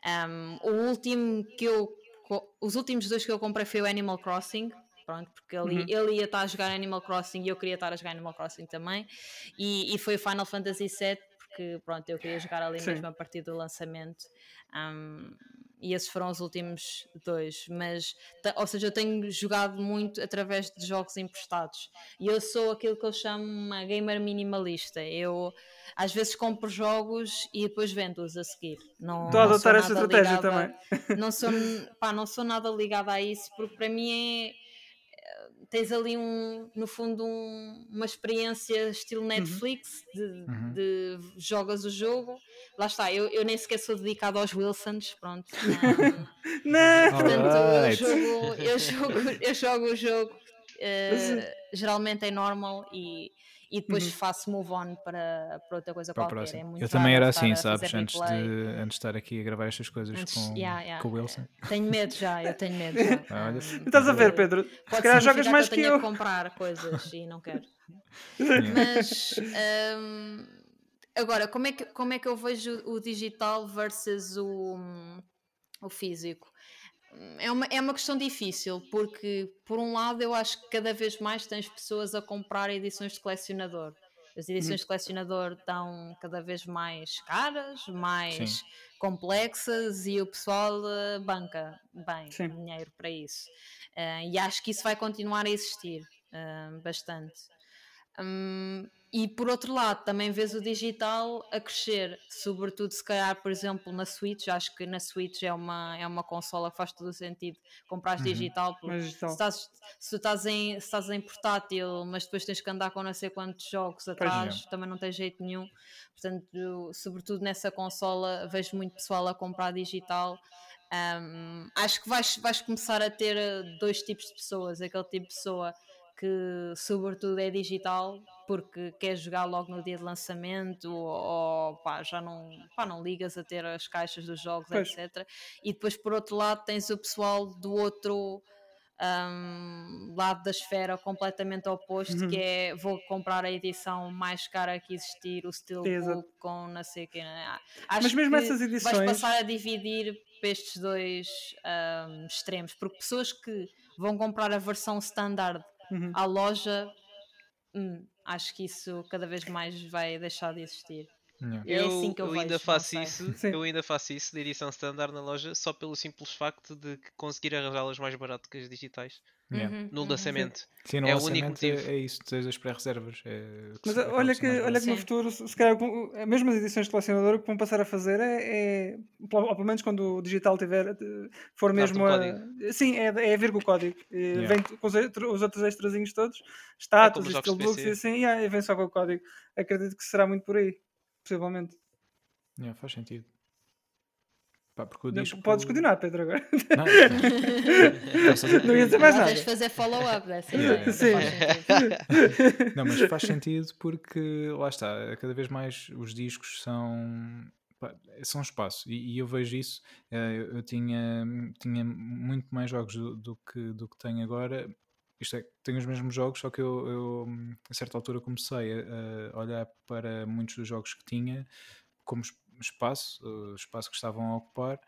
Os últimos dois que eu comprei foi o Animal Crossing, pronto, porque ele ia estar a jogar Animal Crossing e eu queria estar a jogar Animal Crossing também, e foi o Final Fantasy VII, porque pronto, eu queria jogar ali mesmo a partir do lançamento, e esses foram os últimos dois, ou seja, eu tenho jogado muito através de jogos emprestados, e eu sou aquilo que eu chamo uma gamer minimalista. Eu às vezes compro jogos e depois vendo-os a seguir. Estou a adotar essa estratégia também. Não sou nada ligada a isso, porque para mim tens ali no fundo uma experiência estilo Netflix, de jogas o jogo, lá está, eu nem sequer sou dedicado aos Wilsons, pronto. Não. Portanto, eu jogo o jogo geralmente é normal e depois faço move on para outra coisa qualquer. É muito eu também era assim, sabes, antes de estar aqui a gravar estas coisas com o Wilson. Tenho medo já. Estás a ver, Pedro? Se calhar jogas mais que eu. Tenho que comprar coisas e não quero. Mas agora, como é que eu vejo o digital versus o físico? É uma questão difícil, porque por um lado eu acho que cada vez mais tens pessoas a comprar edições de colecionador, As edições de colecionador estão cada vez mais caras, mais Sim. complexas e o pessoal banca bem Sim. dinheiro para isso. E acho que isso vai continuar a existir bastante. E por outro lado, também vês o digital a crescer, sobretudo se calhar, por exemplo, na Switch. Acho que na Switch é uma consola que faz todo o sentido comprar digital, porque Mas digital. se estás em portátil, mas depois tens que andar com não sei quantos jogos atrás, também não tem jeito nenhum. Portanto, sobretudo nessa consola, vejo muito pessoal a comprar digital. Acho que vais começar a ter dois tipos de pessoas: aquele tipo de pessoa que sobretudo é digital porque quer jogar logo no dia de lançamento, ou pá, já não ligas a ter as caixas dos jogos, Pois. etc. E depois por outro lado tens o pessoal do outro lado da esfera completamente oposto, que é vou comprar a edição mais cara que existir, o Exato. Steelbook com não sei o que. Mas Acho mesmo que essas vais edições. passar a dividir para estes dois extremos, porque pessoas que vão comprar a versão standard à loja, acho que isso cada vez mais vai deixar de existir. Yeah. E é assim que eu ainda vejo, faço não sei. isso, Sim. eu ainda faço isso de edição standard na loja só pelo simples facto de conseguir arranjá-las mais barato que as digitais Yeah. no lançamento. Sim, no É o único lançamento motivo. é isso, tens as pré-reservas. Mas Acaba olha por ser mais que barato. no Sim. futuro, se calhar, mesmo as edições de colecionador, o que vão passar a fazer ou pelo menos quando o digital for Dar-te mesmo um a. código. Sim, é vir com o código. Yeah. Vem com os outros extrazinhos todos, É como status, os jogos de steelbooks e PC. assim, e vem só com o código. Acredito que será muito por aí, possivelmente. Yeah, faz sentido. Pá, porque o disco... Podes continuar, Pedro, agora. Não, posso fazer Não ia dizer mais Agora nada. tens de fazer follow-up dessa Yeah, ideia. yeah. Faz sentido. Não, mas faz sentido porque, lá está, cada vez mais os discos são espaço e eu vejo isso. Eu tinha muito mais jogos do que tenho agora. Isto é, tenho os mesmos jogos, só que eu a certa altura comecei a olhar para muitos dos jogos que tinha como espaço que estavam a ocupar,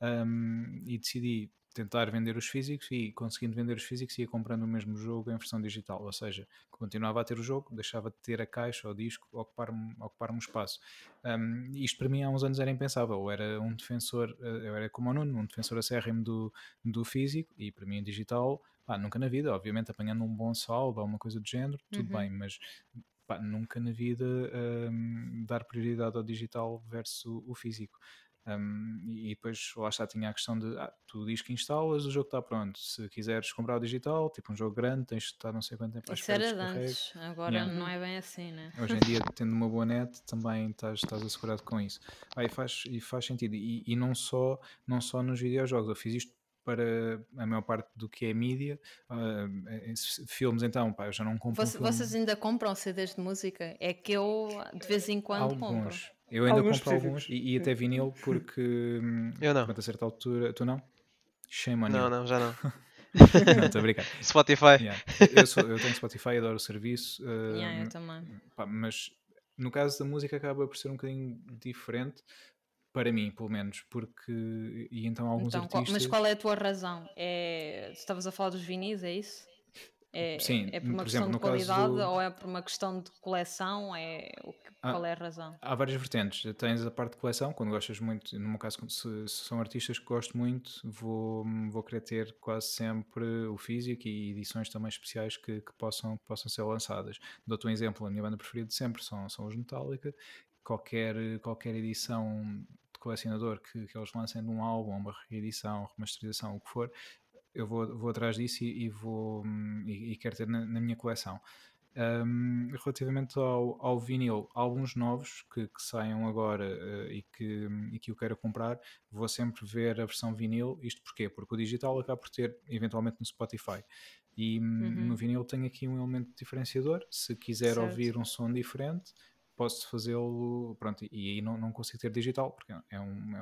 e decidi tentar vender os físicos, e conseguindo vender os físicos ia comprando o mesmo jogo em versão digital, ou seja, continuava a ter o jogo, deixava de ter a caixa ou o disco, ocupar-me um espaço. Isto para mim há uns anos era impensável. Eu era um defensor, eu era como o Nuno, um defensor acérrimo do físico, e para mim o digital, nunca na vida, obviamente apanhando um bom saldo ou uma coisa do género, tudo bem, mas nunca na vida dar prioridade ao digital versus o físico. E depois lá está, tinha a questão de tu dizes que instalas, o jogo está pronto. Se quiseres comprar o digital, tipo um jogo grande, tens de estar não sei quanto tempo à Isso espera que era de descarregue. antes, agora não é bem assim, né? Hoje em dia, tendo uma boa net, também estás assegurado com isso. E faz sentido. E não só nos videojogos. Eu fiz isto para a maior parte do que é mídia. Filmes, então, eu já não compro Vocês ainda compram CDs de música? É que eu de vez em quando compro. alguns. Eu ainda Alguns compro alguns específicos. e até vinil, porque Eu não. pronto, a certa altura, tu não? Shame on Não, you. não, já não. Não, estou a brincar. Spotify. Yeah. Eu tenho Spotify, adoro o serviço, Eu também. mas no caso da música acaba por ser um bocadinho diferente, para mim, pelo menos, porque e então alguns Então, artistas... mas qual é a tua razão? Estavas a falar dos vinis, é isso? Sim, É por uma por questão exemplo, de no caso qualidade do... ou é por uma questão de coleção? Qual é a razão? Há várias vertentes. Tens a parte de coleção, quando gostas muito, no meu caso, se são artistas que gosto muito, vou querer ter quase sempre o físico e edições também especiais que possam ser lançadas. Dou-te um exemplo: a minha banda preferida de sempre são os Metallica. Qualquer edição de colecionador que eles lancem de um álbum, uma reedição, remasterização, o que for, eu vou atrás disso e quero ter na minha coleção. Relativamente ao vinil, alguns novos que saiam agora e que eu quero comprar, vou sempre ver a versão vinil. Isto porquê? Porque o digital acaba por ter eventualmente no Spotify, e no vinil tem aqui um elemento diferenciador. Se quiser Certo. ouvir um som diferente, posso fazê-lo, pronto, e aí não consigo ter digital, porque é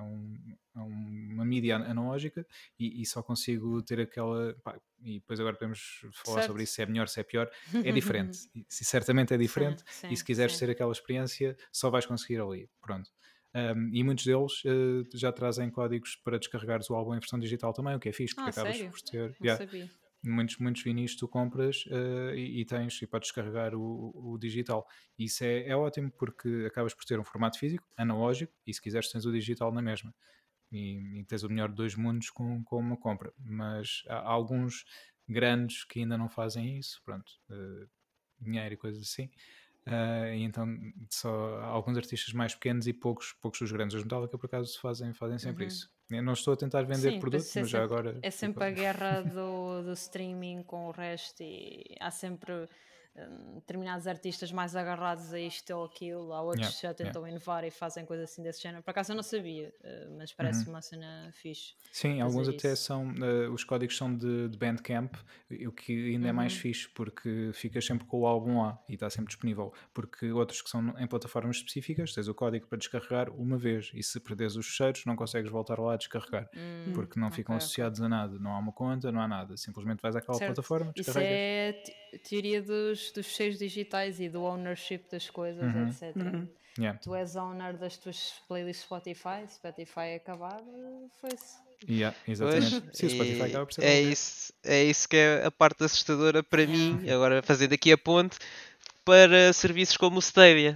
uma mídia analógica, e só consigo ter aquela... e depois agora podemos falar sobre isso, se é melhor, se é pior. É diferente, certamente é diferente, e se quiseres ter aquela experiência, só vais conseguir ali, pronto. E muitos deles já trazem códigos para descarregares o álbum em versão digital também, o que é fixe, porque acabas sério? por ter... Não sabia. muitos vinis tu compras e podes descarregar o digital. E isso é ótimo porque acabas por ter um formato físico, analógico, e se quiseres tens o digital na mesma. E tens o melhor de dois mundos com uma compra. Mas há alguns grandes que ainda não fazem isso, pronto, dinheiro e coisas assim. E então só há alguns artistas mais pequenos e poucos os grandes. Os Metallica por acaso fazem sempre isso. Eu não estou a tentar vender Sim, produto, mas já agora é sempre a guerra do streaming com o resto e há sempre determinados artistas mais agarrados a isto ou aquilo, há outros que já tentam inovar e fazem coisas assim desse género. Por acaso eu não sabia, mas parece uma cena fixe. Sim, alguns fazer até isso. são, os códigos são de Bandcamp, o que ainda é mais fixe, porque ficas sempre com o álbum lá e está sempre disponível. Porque outros que são em plataformas específicas, tens o código para descarregar uma vez e se perdes os fecheiros não consegues voltar lá a descarregar, porque não ficam associados a nada, não há uma conta, não há nada, simplesmente vais àquela Certo. plataforma, Isso descarregas. é teoria dos fecheiros digitais e do ownership das coisas, etc. Yeah. Tu és owner das tuas playlists Spotify acabar, foi-se. Yeah, Pois, exatamente. Sim, o Spotify acaba por ser é owner. isso que é a parte assustadora para mim, agora fazendo aqui a ponte, para serviços como o Stadia,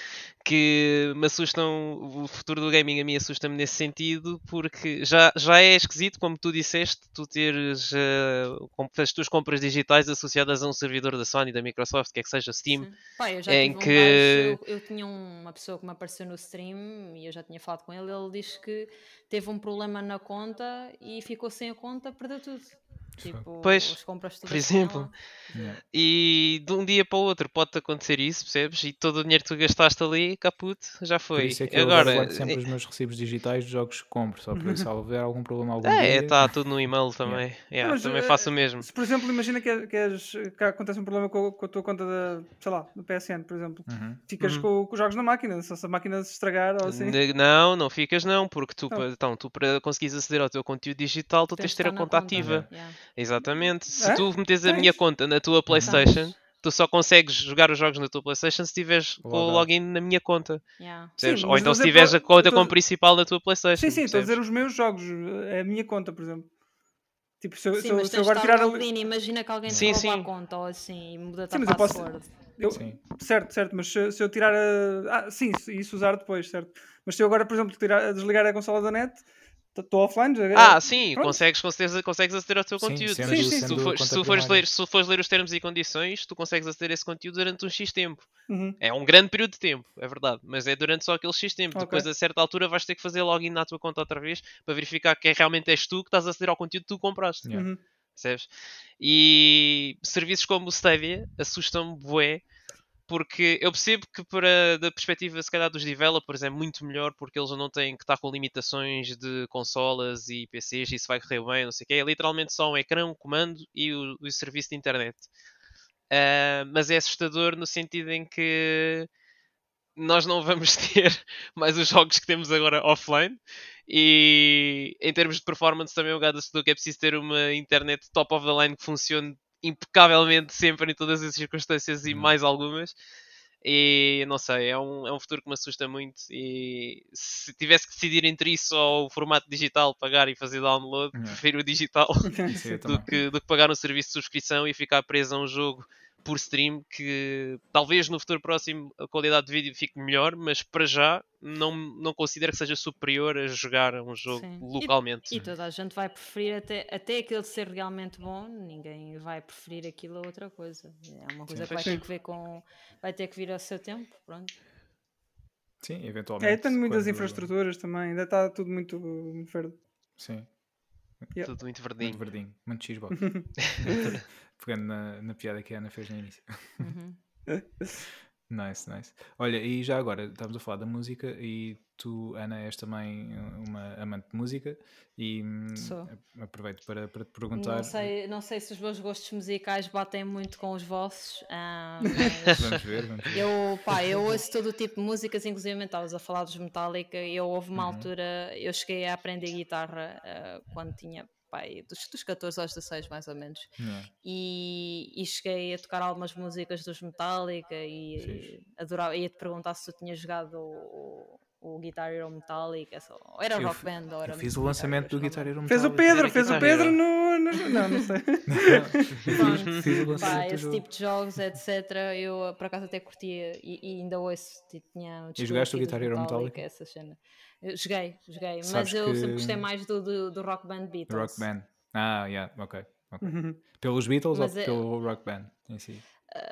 que me assustam, o futuro do gaming a mim assusta-me nesse sentido, porque já é esquisito, como tu disseste, tu teres as tuas compras digitais associadas a um servidor da Sony, da Microsoft, que é que seja Steam, Sim. Pá, eu já em tive um gajo, que... eu tinha uma pessoa que me apareceu no stream e eu já tinha falado com ele, ele disse que teve um problema na conta e ficou sem a conta, perdeu tudo. Tipo, Pois, as compras por todas que tinha exemplo... lá. Yeah. E de um dia para o outro pode acontecer isso, percebes? E todo o dinheiro que tu gastaste ali, caput, já Por foi. isso é que eu agora Agora, guardo sempre os meus recibos digitais de jogos que compro, só para se houver algum problema algum dia. está tudo no e-mail Yeah. também. Não, Yeah, mas também faço o mesmo. se por exemplo imagina que acontece um problema com a tua conta da, sei lá, do PSN, por exemplo, ficas com os jogos na máquina, se a máquina se estragar ou assim. Não ficas não, porque tu Então. para conseguires aceder ao teu conteúdo digital, tu tens Tens de de ter estar a na conta conta. ativa. Yeah. Exatamente. Se É? tu metes a minha Tens? conta na tua PlayStation, tu só consegues jogar os jogos na tua PlayStation se tiveres com o Logado. login na minha conta. Yeah. Sim, Percebes? Ou mas então estou se a dizer tiveres a conta como principal na tua PlayStation. sim, estou a dizer Percebes? os meus jogos, é a minha conta, por exemplo. Tipo, se Sim, mas eu tens de agora estar tirar logged in. Imagina que alguém te Sim, rouba a sim. conta ou assim e muda-te Sim, a mas eu posso. password. Sim. Certo, mas se eu tirar sim, isso usar depois, certo. Mas se eu agora, por exemplo, desligar a consola da net, estou offline, Sim, pronto. com certeza consegues aceder ao teu Sim, conteúdo, sendo, mas Sim. sendo a conta primária. se tu fores ler os termos e condições, tu consegues aceder a esse conteúdo durante um X tempo. Uhum. É um grande período de tempo, é verdade, mas é durante só aquele X tempo. Ok. Depois, a certa altura, vais ter que fazer login na tua conta outra vez para verificar que realmente és tu que estás a aceder ao conteúdo que tu compraste. Yeah. Uhum. Percebes? E serviços como o Stadia assustam-me bué, porque eu percebo que da perspectiva se calhar dos developers é muito melhor porque eles não têm que estar com limitações de consolas e PCs e isso vai correr bem, não sei o quê. É literalmente só um ecrã, um comando e o serviço de internet. Mas é assustador no sentido em que nós não vamos ter mais os jogos que temos agora offline e em termos de performance também é um bocado assustador que é preciso ter uma internet top of the line que funcione impecavelmente sempre em todas as circunstâncias e mais algumas. E não sei, é um futuro que me assusta muito. E se tivesse que decidir entre isso ou o formato digital, pagar e fazer download, prefiro o digital Isso aí do que pagar um serviço de subscrição e ficar preso a um jogo por stream. Que talvez no futuro próximo a qualidade de vídeo fique melhor, mas para já não considero que seja superior a jogar um jogo Sim. localmente. E toda a gente vai preferir até aquilo ser realmente bom, ninguém vai preferir aquilo a outra coisa. É uma coisa que vai ter que ver com. Vai ter que vir ao seu tempo, pronto. Sim, eventualmente. Tenho muitas quando... infraestruturas também, ainda está tudo muito verde. Sim. Yeah. Tudo muito verdinho. Muito verdinho, muito Xbox. Pegando na piada que a Ana fez no início. Nice. Olha, e já agora, estamos a falar da música e tu, Ana, és também uma amante de música e aproveito para te perguntar... Não sei se os meus gostos musicais batem muito com os vossos, mas vamos ver. Eu ouço todo o tipo de músicas, inclusive estavas a falar dos Metallica, houve uma altura, eu cheguei a aprender guitarra quando tinha dos 14 aos 16 mais ou menos, e cheguei a tocar algumas músicas dos Metallica e adorava, ia-te perguntar se tu tinhas jogado o Guitar Hero Metallica, ou era Rock Band, ou era... Eu fiz o lançamento do Guitar Hero Fez Metallica. o Pedro não sei. Pronto, Fiz o lançamento do esse jogo. tipo de jogos, etc. Eu por acaso até curtia e ainda ouço, tipo, tinha E jogaste o Guitar Hero Metallica, Metallica? essa cena. Eu joguei, Sabes mas eu sempre que- gostei mais do Rock Band Beatles. Rock Band. Yeah, ok. Pelos Beatles Mas ou pelo Rock Band em si?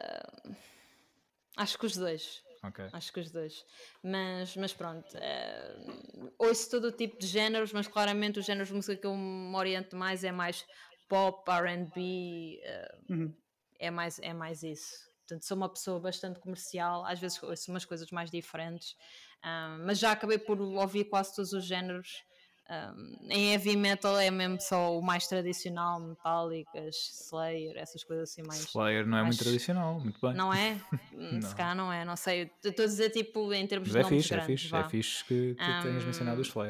Acho que os dois. Ok. Acho que os dois. Mas pronto. Ouço todo o tipo de géneros, mas claramente os géneros de música que eu me oriento mais é mais pop, R&B, é mais isso. Portanto, sou uma pessoa bastante comercial, às vezes ouço umas coisas mais diferentes, mas já acabei por ouvir quase todos os géneros. Em heavy metal é mesmo só o mais tradicional, Metallica, Slayer, essas coisas assim mais... Slayer não é muito tradicional, muito bem. Não é? Não. Se calhar não é, não sei. Estou a dizer tipo em termos Mas de é nomes fixe, grandes, é fixe que tenhas mencionado o Slayer.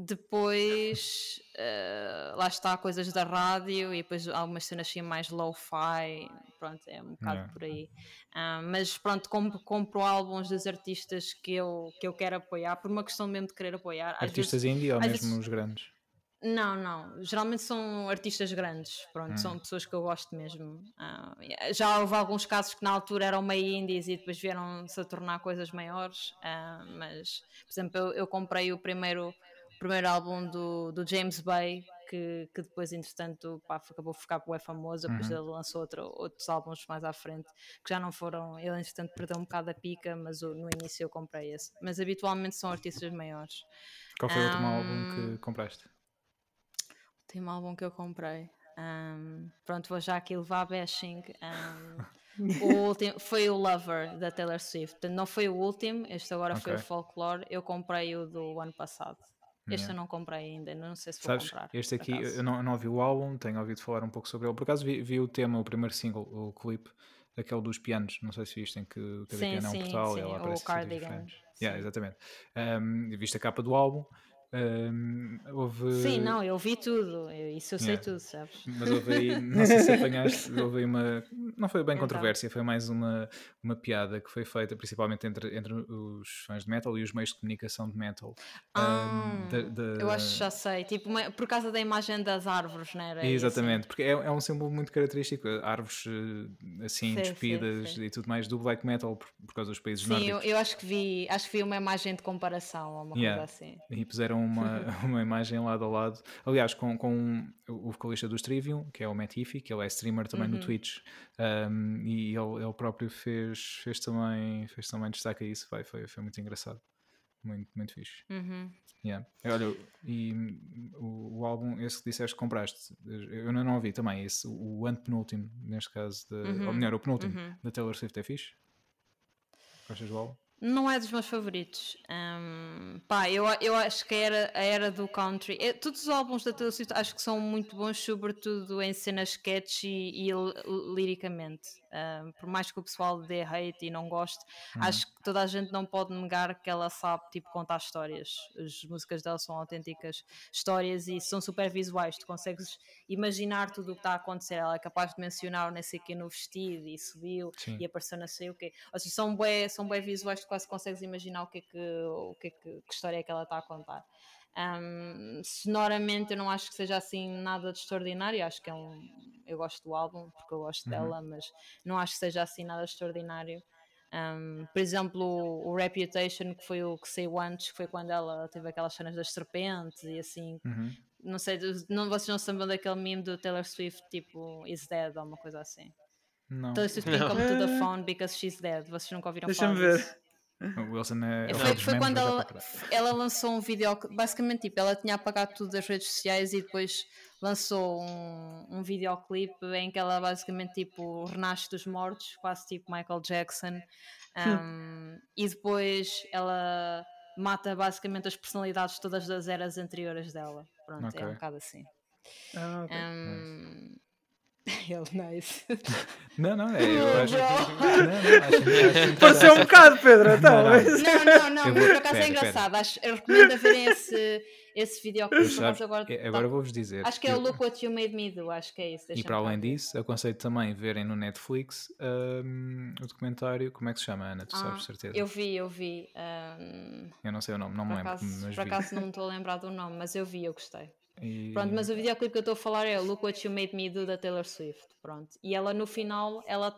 Depois, lá está, coisas da rádio e depois algumas cenas assim mais lo-fi, pronto, é um bocado por aí. Mas pronto, compro álbuns dos artistas que eu quero apoiar, por uma questão mesmo de querer apoiar. Artistas indie ou mesmo os grandes? Não, geralmente são artistas grandes, pronto, são pessoas que eu gosto mesmo. Já houve alguns casos que na altura eram meio indies e depois vieram-se a tornar coisas maiores, mas, por exemplo, eu comprei o primeiro álbum do James Bay, que depois, entretanto, acabou por ficar bué famoso, depois ele lançou outros álbuns mais à frente, que já não foram, ele entretanto perdeu um bocado a pica, mas no início eu comprei esse. Mas habitualmente são artistas maiores. Qual foi o último álbum que compraste? Tem um álbum que eu comprei. Pronto, vou já aqui levar bashing. O último foi o Lover da Taylor Swift. Portanto, não foi o último, este agora foi o Folklore. Eu comprei o do ano passado. Este eu não comprei ainda, não sei se vou comprar. Este aqui eu não ouvi o álbum, tenho ouvido falar um pouco sobre ele. Por acaso vi o tema, o primeiro single, o clipe, aquele dos pianos. Não sei se viste, em que cada piano é um portal e ela aparece em sítios diferentes. Exatamente. Viste a capa do álbum. Houve... Sim, não, eu vi tudo, isso eu sei tudo, sabes? Mas houve aí, não sei se apanhaste, houve aí não foi bem Então. controvérsia, foi mais uma piada que foi feita principalmente entre os fãs de metal e os meios de comunicação de metal. Eu acho que já sei, tipo, por causa da imagem das árvores, não era? Exatamente, assim. porque é um símbolo muito característico, árvores assim despidas e tudo mais do black metal por causa dos países nórdicos. Sim, eu acho que vi uma imagem de comparação ou uma coisa assim. E puseram uma imagem lado a lado, aliás, com o vocalista do Trivium, que é o Matt Heafy, que ele é streamer também no Twitch, e ele próprio fez também destaque a isso, foi muito engraçado, muito, muito fixe. Olha, e o álbum, esse que disseste que compraste, eu não ouvi também, esse, o antepenúltimo, neste caso, ou melhor, o penúltimo da Taylor Swift, é fixe? Gostas do álbum? Não é dos meus favoritos. Eu acho que a era do country. Todos os álbuns da Taylor Swift acho que são muito bons, sobretudo em cenas sketchy e liricamente. Por mais que o pessoal dê hate e não goste, acho que toda a gente não pode negar que ela sabe tipo, contar histórias. As músicas dela são autênticas histórias e são super visuais. Tu consegues imaginar tudo o que está a acontecer. Ela é capaz de mencionar não sei o que no vestido e subiu e apareceu não sei o que. Ou seja, são bué visuais, tu quase consegues imaginar que história é que ela está a contar. Sonoramente eu não acho que seja assim nada de extraordinário, acho que eu gosto do álbum porque eu gosto dela, mas não acho que seja assim nada extraordinário. Por exemplo, o Reputation, que foi o que saiu antes, que foi quando ela teve aquelas cenas das serpentes e assim, não sei, vocês não se lembram daquele meme do Taylor Swift tipo Is Dead ou uma coisa assim? Não. Taylor Swift can come to the phone because she's dead. Vocês nunca ouviram Deixa-me falar ver. disso? O Wilson é Foi quando ela lançou um vídeo, basicamente tipo, ela tinha apagado tudo das redes sociais e depois lançou um videoclipe em que ela basicamente tipo renasce dos mortos, quase tipo Michael Jackson, e depois ela mata basicamente as personalidades todas das eras anteriores dela. Pronto, é um bocado assim. Ele nice. Não, eu acho que Pareceu um bocado, Pedro, então. Não, mas por acaso é engraçado. Eu recomendo a verem esse videoclipe. Agora vou-vos dizer. Acho que é o Look What You Made Me Do, acho que é isso. E para além disso, aconselho também verem no Netflix o documentário, como é que se chama, Ana? Tu sabes, certeza? Eu vi. Eu não sei o nome, não me lembro. Por acaso não me estou a lembrar do nome, mas eu vi, eu gostei. Pronto, mas o videoclipe que eu estou a falar é o Look What You Made Me Do da Taylor Swift, pronto. E ela no final, ela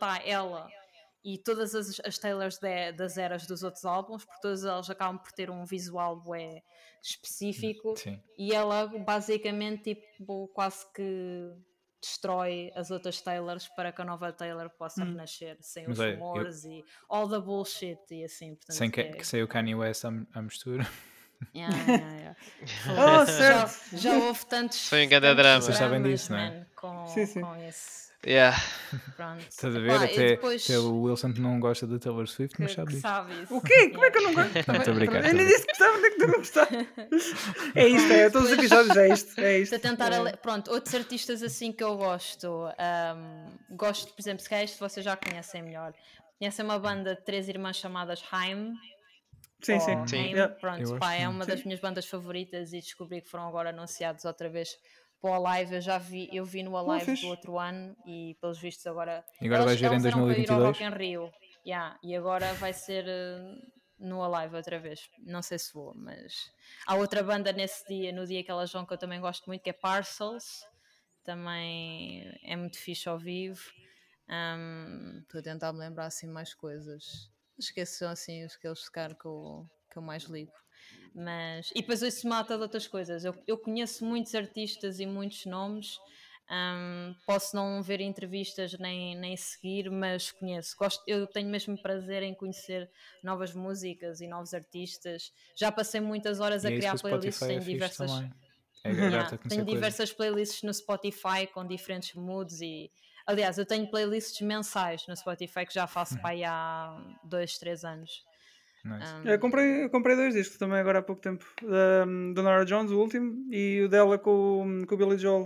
e todas as Taylors das eras dos outros álbuns, porque todas elas acabam por ter um visual bué específico. Sim. E ela basicamente tipo, quase que destrói as outras Taylors para que a nova Taylor possa renascer sem os rumores e all the bullshit e assim. Portanto, sem que o Kanye West à mistura. Yeah. Oh, certo. Já houve tantos. Foi um grande drama. Vocês sabem disso, não é? Man, com esse. Yeah. Pronto. Estás a ver? Até o Wilson não gosta da Taylor Swift, mas sabe disso. O quê? Como é que eu não gosto? Não, estou a brincar. Eu nem disse que gostava, nem que tu não gostava. É isto, todos os episódios é isto. Para tentar pronto, outros artistas assim que eu gosto. Gosto, por exemplo, se calhar vocês já conhecem melhor. Conhecem uma banda de 3 irmãs chamadas Haim? Sim. Pronto, é uma das minhas bandas favoritas e descobri que foram agora anunciados outra vez para o Alive. Eu vi no Alive do outro ano e pelos vistos agora vai ser em 2022 para ir ao Rock in Rio. E agora vai ser no Alive outra vez, não sei se vou, mas há outra banda no dia que elas vão, que eu também gosto muito, que é Parcels, também é muito fixe ao vivo. Estou a tentar me lembrar assim mais coisas. Esqueço assim os que eles ficaram que eu mais ligo. E depois isso mata de outras coisas. Eu conheço muitos artistas e muitos nomes. Posso não ver entrevistas nem seguir, mas conheço. Eu tenho mesmo prazer em conhecer novas músicas e novos artistas. Já passei muitas horas a criar playlists em diversas. Tenho diversas playlists no Spotify com diferentes moods e. Aliás, eu tenho playlists mensais no Spotify que já faço para aí há 2-3 anos. Nice. Eu comprei 2 discos também agora há pouco tempo. Do Norah Jones, o último, e o dela com o Billy Joel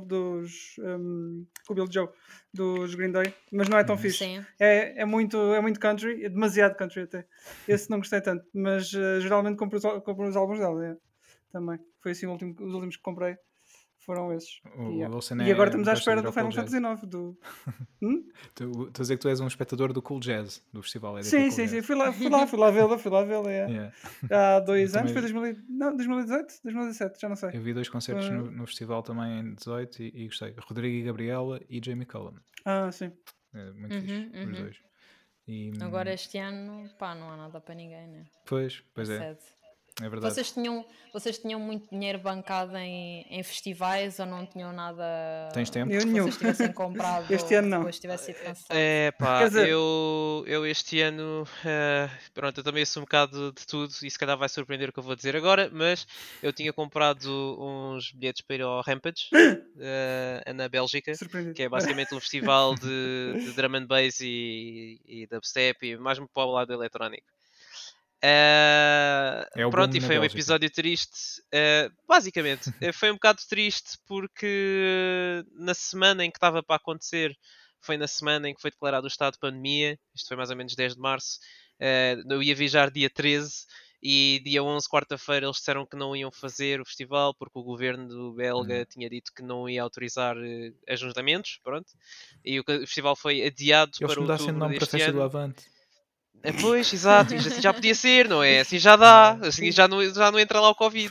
dos Green Day. Mas não é tão fixe. Sim. É muito country, é demasiado country até. Esse não gostei tanto, mas geralmente compro os álbuns dela. Também. Foi assim os últimos que comprei. Foram esses. E agora estamos à espera do Final Fantasy IX. Estou a dizer que tu és um espectador do Cool Jazz, do festival. Sim. Fui lá vê-la. Há 2 anos, foi 2018, 2017, já não sei. Eu vi 2 concertos no festival também em 18 e gostei. Rodrigo e Gabriela e Jamie Cullum. Sim. Muito fixe, os dois. Agora este ano, não há nada para ninguém, né? Pois é. É verdade. Vocês tinham muito dinheiro bancado em festivais ou não tinham nada? Tens tempo? Que vocês tivessem comprado este ano não. Depois tivesse sido cancelado? Eu este ano pronto, eu também sou um bocado de tudo e se calhar vai surpreender o que eu vou dizer agora, mas eu tinha comprado uns bilhetes para ir ao Rampage na Bélgica, que é basicamente um festival de drum and bass e dubstep e mais para o lado eletrónico. Pronto, e foi um episódio triste. Basicamente, foi um bocado triste porque na semana em que estava para acontecer, foi na semana em que foi declarado o estado de pandemia. Isto foi mais ou menos 10 de março. Eu ia viajar dia 13 e dia 11, quarta-feira, eles disseram que não iam fazer o festival porque o governo belga tinha dito que não ia autorizar ajuntamentos. Pronto. E o festival foi adiado para outubro deste ano. Do Avante. Pois, exato, isto assim já podia ser, não é? Assim já dá, assim já não entra lá o Covid.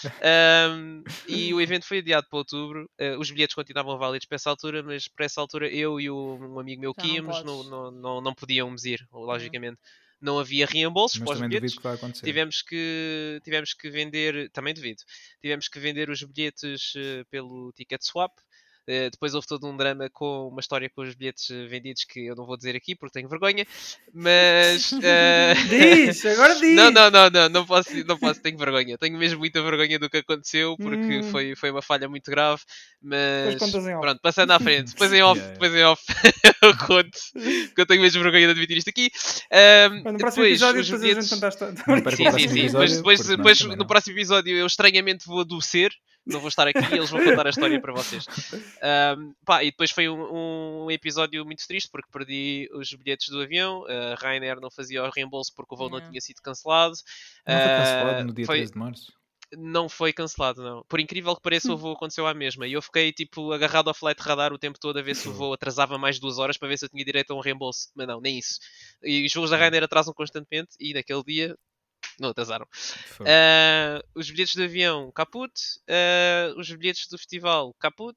E o evento foi adiado para outubro. Os bilhetes continuavam válidos para essa altura, mas para essa altura eu e um amigo meu que íamos não podíamos ir, logicamente. Não havia reembolsos para os bilhetes. Que vai acontecer. Tivemos que vender, também devido, tivemos que vender os bilhetes pelo Ticket Swap. Depois houve todo um drama com uma história com os bilhetes vendidos que eu não vou dizer aqui porque tenho vergonha, mas... Agora diz! Não posso, tenho vergonha. Tenho mesmo muita vergonha do que aconteceu porque foi uma falha muito grave, mas pronto, passando à frente, depois em off eu conto, porque eu tenho mesmo vergonha de admitir isto aqui. No próximo episódio depois a gente Sim. Depois no próximo episódio eu estranhamente vou adoecer não vou estar aqui e eles vão contar a história para vocês. E depois foi um episódio muito triste porque perdi os bilhetes do avião. A Ryanair não fazia o reembolso porque o voo não tinha sido cancelado. Não foi cancelado no dia 13 de março? Não foi cancelado, não. Por incrível que pareça, o voo aconteceu à mesma. E eu fiquei, tipo, agarrado ao flight radar o tempo todo a ver se o voo atrasava mais 2 horas para ver se eu tinha direito a um reembolso. Mas não, nem isso. E os voos da Ryanair atrasam constantemente e naquele dia não atrasaram. Os bilhetes do avião, caput. Os bilhetes do festival, caput.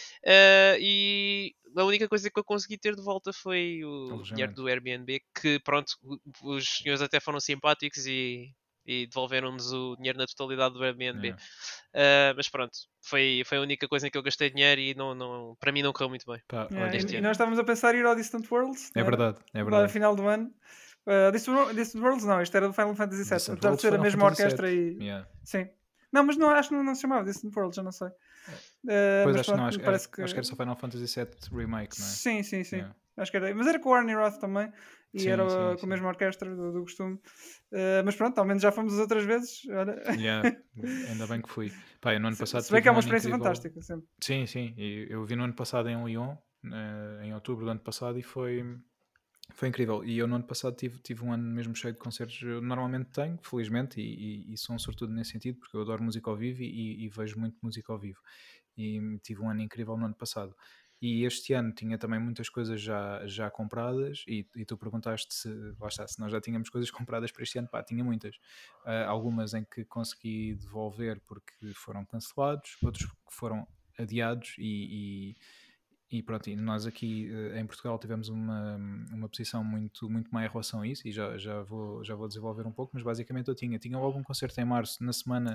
E a única coisa que eu consegui ter de volta foi o dinheiro do Airbnb, que pronto, os senhores até foram simpáticos e devolveram-nos o dinheiro na totalidade do Airbnb. Mas pronto, foi a única coisa em que eu gastei dinheiro e não, para mim não correu muito bem. E nós estávamos a pensar em ir ao Distant Worlds. É verdade. Lá no final do ano. Distant Worlds não, isto era do Final Fantasy VII. Apesar de ser a mesma orquestra e... Sim. Não, mas não, acho que não se chamava Distant Worlds, já não sei. Pois acho que era só Final Fantasy VII Remake, não é? Sim. Acho que era. Mas era com o Arnie Roth também. E era com a mesma orquestra do costume. Mas pronto, ao menos já fomos as outras vezes. Ainda bem que fui. Pá, no ano passado se bem que é uma experiência fantástica sempre. Sim. Eu vi no ano passado em Lyon, em outubro do ano passado, e foi incrível. E eu no ano passado tive um ano mesmo cheio de concertos. Eu normalmente tenho, felizmente, e sou um sortudo nesse sentido, porque eu adoro música ao vivo e vejo muito música ao vivo. E tive um ano incrível no ano passado. E este ano tinha também muitas coisas já compradas, e tu perguntaste se nós já tínhamos coisas compradas para este ano. Pá, tinha muitas. Algumas em que consegui devolver porque foram cancelados, outros que foram adiados e pronto, e nós aqui em Portugal tivemos uma posição muito, muito má em relação a isso, e já vou desenvolver um pouco, mas basicamente eu tinha logo um concerto em março, na semana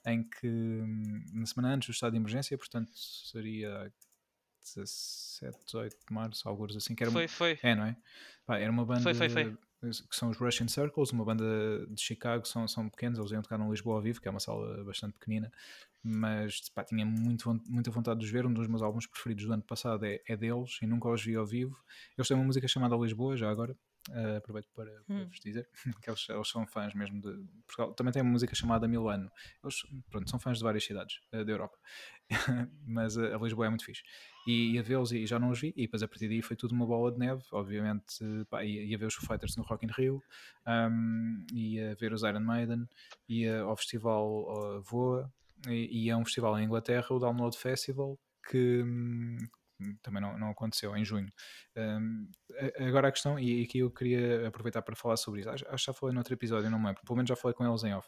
antes do estado de emergência, portanto seria 17, 18 de março, alguns assim, que era foi. Não é? Pá, era uma banda foi. que são os Russian Circles, uma banda de Chicago, são pequenos, eles iam tocar no Lisboa ao vivo, que é uma sala bastante pequenina, mas pá, tinha muita vontade de os ver. Um dos meus álbuns preferidos do ano passado é deles, e nunca os vi ao vivo. Eles têm uma música chamada Lisboa, já agora, aproveito para vos dizer que eles são fãs mesmo de Portugal. Também tem uma música chamada Milano. Eles, pronto, são fãs de várias cidades da Europa. Mas a Lisboa é muito fixe. E ia vê-los e já não os vi, e depois a partir daí foi tudo uma bola de neve. Obviamente, pá, ia ver os Foo Fighters no Rock in Rio, ia ver os Iron Maiden, ia ao festival Voa, e é um festival em Inglaterra, o Download Festival, que também não aconteceu em junho. Agora a questão, e aqui eu queria aproveitar para falar sobre isso, acho que já falei noutro episódio, não me lembro, pelo menos já falei com eles em off,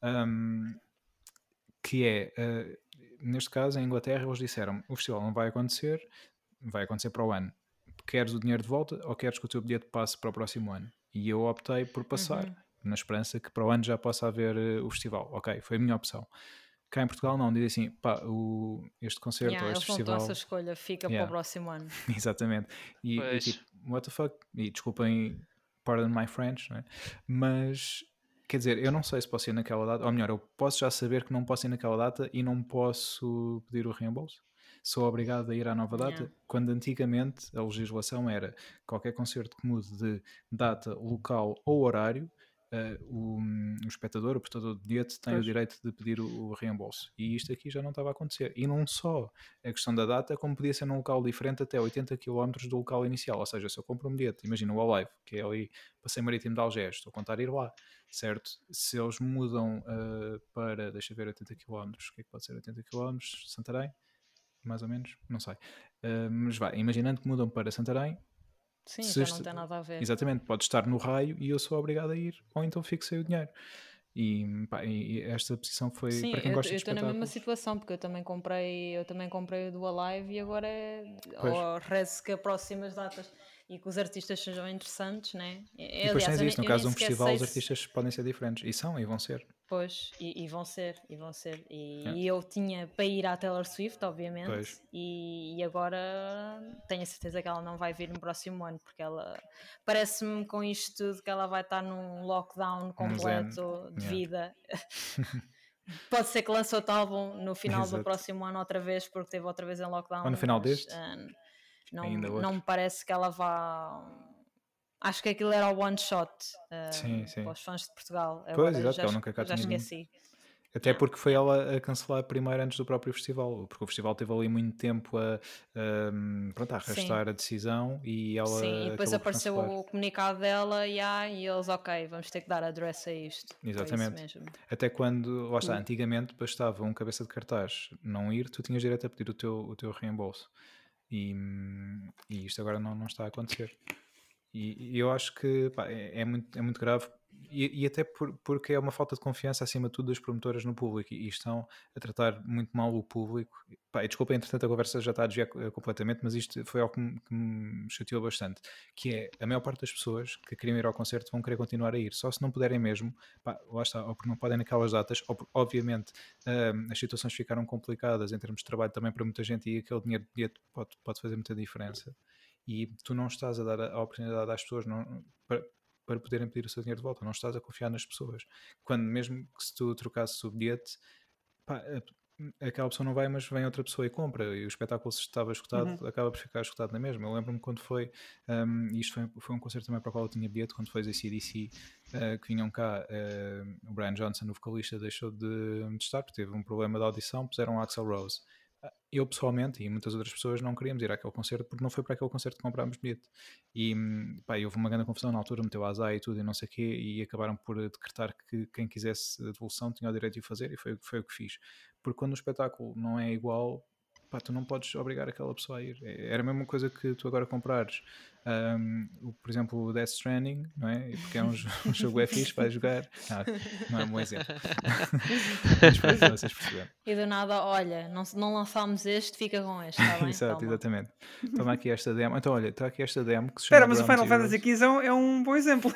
que é, neste caso em Inglaterra eles disseram: o festival não vai acontecer para o ano, queres o dinheiro de volta ou queres que o teu bilhete passe para o próximo ano? E eu optei por passar, na esperança que para o ano já possa haver o festival. Ok, foi a minha opção. Cá em Portugal não, diz assim, pá, este concerto ou este festival... essa escolha fica para o próximo ano. Exatamente. E tipo, what the fuck? E desculpem, pardon my French, não é? Mas, quer dizer, eu não sei se posso ir naquela data, ou melhor, eu posso já saber que não posso ir naquela data e não posso pedir o reembolso. Sou obrigado a ir à nova data, quando antigamente a legislação era qualquer concerto que mude de data, local ou horário, o espectador, o portador de bilhete, tem o direito de pedir o reembolso. E isto aqui já não estava a acontecer. E não só a questão da data, como podia ser num local diferente até 80 km do local inicial. Ou seja, se eu compro um bilhete, imagina o Alive, que é ali Passeio Marítimo de Algés, estou a contar ir lá, certo? Se eles mudam para, deixa ver, 80 km, o que é que pode ser 80 km? Santarém? Mais ou menos? Não sei. Mas vai, imaginando que mudam para Santarém, sim, já não tem nada a ver. Exatamente, pode estar no raio e eu sou obrigado a ir, ou então fixei o dinheiro. E esta posição foi, sim, para quem gosta de estou na mesma situação, porque eu também comprei o do Alive, e agora rezo que a próximas datas e que os artistas sejam interessantes, né? E depois tens isso, no caso de um festival os artistas podem ser diferentes, e vão ser. Pois, e vão ser. E eu tinha para ir à Taylor Swift, obviamente, e agora tenho a certeza que ela não vai vir no próximo ano, porque ela parece-me, com isto tudo, que ela vai estar num lockdown completo de vida. Pode ser que lance outro álbum no final do próximo ano outra vez, porque esteve outra vez em lockdown. Ou no final deste. Não me parece que ela vá... Acho que aquilo era o one shot para os fãs de Portugal. Pois, exato, ela nunca cá já esqueci. Até porque foi ela a cancelar primeiro antes do próprio festival, porque o festival teve ali muito tempo pronto, a arrastar Sim. a decisão e Sim, e ela depois acabou por apareceu cancelar. o comunicado dela e eles, ok, vamos ter que dar address a isto. Foi isso Exatamente. mesmo. Até quando, lá está, antigamente bastava um cabeça de cartaz não ir, tu tinhas direito a pedir o teu reembolso. E isto agora não está a acontecer. E eu acho que pá, é muito grave e até porque é uma falta de confiança acima de tudo das promotoras no público e estão a tratar muito mal o público. Pá, e desculpa, entretanto a conversa já está a desviar completamente, mas isto foi algo que me chateou bastante, que é a maior parte das pessoas que queriam ir ao concerto vão querer continuar a ir, só se não puderem mesmo, pá, lá está, ou porque não podem naquelas datas, ou porque, obviamente as situações ficaram complicadas em termos de trabalho também para muita gente e aquele dinheiro de bilhete pode fazer muita diferença. E tu não estás a dar a oportunidade às pessoas para poderem pedir o seu dinheiro de volta, não estás a confiar nas pessoas. Quando mesmo que se tu trocasses o bilhete, pá, aquela pessoa não vai, mas vem outra pessoa e compra, e o espetáculo, se estava esgotado, acaba por ficar esgotado na mesma. Eu lembro-me quando foi, e isto foi um concerto também para o qual eu tinha bilhete, quando foi a CDC, que vinham cá, o Brian Johnson, o vocalista, deixou de estar, porque teve um problema de audição, puseram Axl Rose. Eu pessoalmente e muitas outras pessoas não queríamos ir àquele concerto porque não foi para aquele concerto que comprámos bilhete e pá, houve uma grande confusão na altura, meteu a azar e tudo e não sei o quê e acabaram por decretar que quem quisesse a devolução tinha o direito de o fazer e foi o que fiz, porque quando o espetáculo não é igual, pá, tu não podes obrigar aquela pessoa a ir. Era a mesma coisa que tu agora comprares por exemplo o Death Stranding, não é? Porque é um jogo é fixe, vais jogar, não é um bom exemplo mas pronto, vocês perceberam. E do nada, olha, não lançámos este, fica com este, está bem? Exato, Toma. exatamente. Toma aqui esta demo. Então, olha, está aqui esta demo que se Espera, chama mas o Ground Final Fantasy Zeroes. XV é um bom exemplo.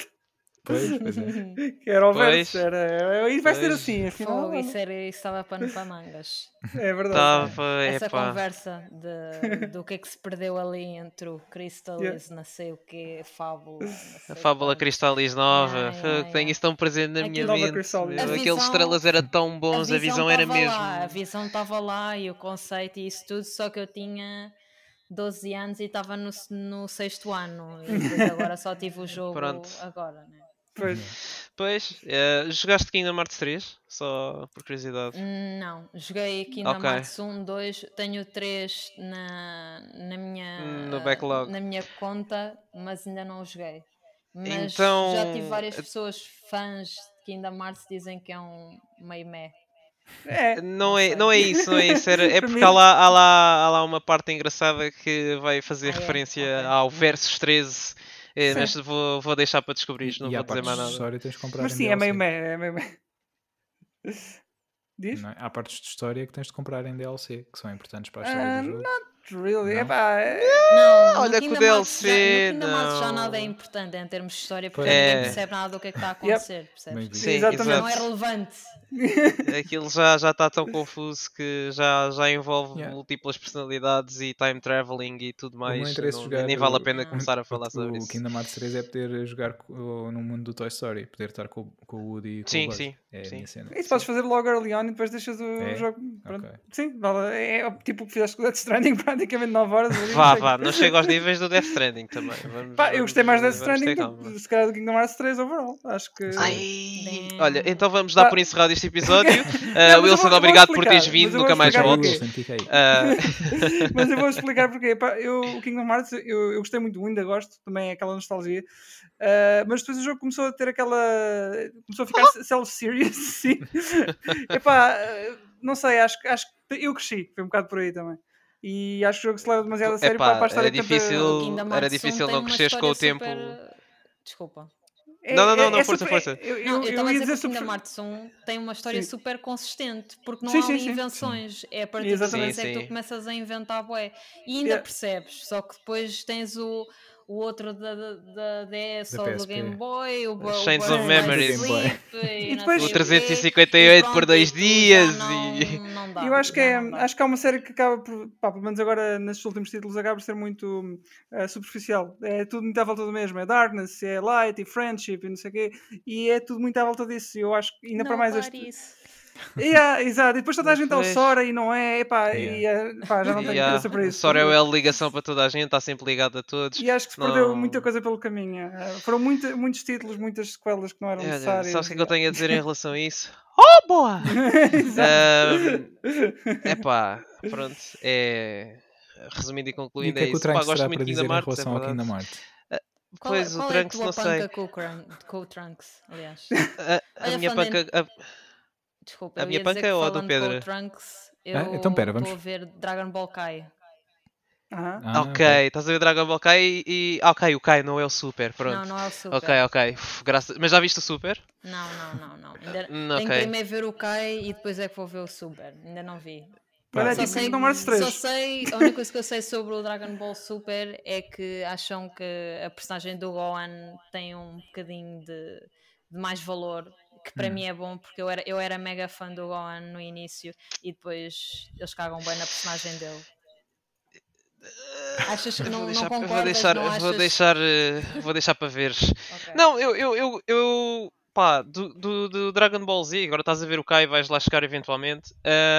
Pois é. Que era o Pois, verso, e vai ser pois. assim, afinal. Fogo, isso estava pano para mangas. É verdade. Estava, Essa epá. conversa do que é que se perdeu ali entre o Crystalis, não sei o que, Fábula. A Fábula Crystalis nova, tem isso tão presente na minha Nova mente. Crystalis. Aqueles estrelas eram tão bons, a visão era mesmo. A visão estava lá e o conceito e isso tudo, só que eu tinha 12 anos e estava no 6º ano e depois agora só tive o jogo Pronto. agora, né? Pois, jogaste Kingdom Hearts 3? Só por curiosidade. Não, joguei Kingdom Hearts 1, 2, tenho 3 no backlog. na minha conta, mas ainda não o joguei. Mas então, já tive várias pessoas fãs de Kingdom Hearts que dizem que é um meio meh. Não é isso. É porque há lá uma parte engraçada que vai fazer referência ao Versus 13. Mas vou deixar para descobrir, não vou dizer mais nada. História tens de comprar mas em sim, DLC. é meio Diz? Não é? Há partes de história que tens de comprar em DLC, que são importantes para a história do jogo. Not really. Não? Não, olha que o DLC. no Kingdom Hearts já nada é importante em termos de história, porque Pois. ninguém percebe nada do que é que está a acontecer, percebes? Sim, Exatamente. Não é relevante. Aquilo já está tão confuso que já envolve múltiplas personalidades e time traveling e tudo O meu mais. interesse de jogar Nem vale a pena começar a falar sobre o isso. Kingdom Hearts 3 é poder jogar no mundo do Toy Story, poder estar com o Woody e com o Buzz. Sim. É a minha cena. Isso podes fazer logo early on e depois deixas o jogo. Pronto. Okay. Sim, vale. É tipo o que fizeste com o Death Stranding, praticamente 9 horas. Ali, Vá, não chega aos níveis do Death Stranding também. Eu gostei mais do Death Stranding do se calhar do Kingdom Hearts 3 overall. Acho que. Olha, então vamos dar por encerrado este episódio. Wilson, eu obrigado vou por teres explicar, vindo, nunca mais voltes. Mas eu vou explicar porque o Kingdom Hearts eu gostei muito, ainda gosto, também é aquela nostalgia. Mas depois o jogo começou a ter começou a ficar self-serious, sim. Não sei, acho que eu cresci, foi um bocado por aí também. E acho que o jogo se leva demasiado a sério para estar era difícil não cresceres com o tempo. Desculpa. Não, força. Eu estava a dizer que o Kingdom Hearts 1 tem uma história super consistente, porque não há ali invenções. É a partir de que tu começas a inventar bué. E ainda percebes, só que depois tens o outro da DS ou do Game Boy, o Chains of Memories, e depois o 358 por 2 dias. Não dá, eu acho que há uma série que acaba por, pelo menos agora nestes últimos títulos, acaba por ser muito superficial. É tudo muito à volta do mesmo. É Darkness, é Light e Friendship e não sei o quê. E é tudo muito à volta disso. Eu acho que ainda para mais Exato, e depois toda a gente ao Pois. Sora e não é, já não tenho cabeça para isso. Sora é o L ligação para toda a gente, está sempre ligado a todos. E acho que se perdeu muita coisa pelo caminho. Foram muitos títulos, muitas sequelas que não eram Olha, necessárias. sabes o que é que eu tenho a dizer em relação a isso? Oh, boa! Epá, pronto, resumindo e E o concluindo, que é é que o isso. Pá, Trunks gosto terá muito para de dizer Kingdom em Hearts, é relação ao verdade. Kingdom Hearts? Pois, o Qual é a Trunks, tua não sei. panca com o Trunks, aliás? A Olha, minha falando panca... Desculpa, A eu minha ia dizer panca que é ou a do falando com o Pedro? Trunks, Então pera, eu vamos. estou a ver Dragon Ball Kai. Ok, estás a ver Dragon Ball Kai e... Ok, o Kai não é o Super, pronto. Não é o Super. Ok. Mas já viste o Super? Não. Ainda tenho Ok. que primeiro ver o Kai e depois é que vou ver o Super. Ainda não vi. Olha, Só tipo sei, Kingdom Hearts 3. a única coisa que eu sei sobre o Dragon Ball Super é que acham que a personagem do Gohan tem um bocadinho de mais valor, que para mim é bom, porque eu era mega fã do Gohan no início e depois eles cagam bem na personagem dele. Achas que não concordas? Vou deixar para veres. Okay. Não, eu pá, do Dragon Ball Z, agora estás a ver o Kai, vais lá chegar eventualmente.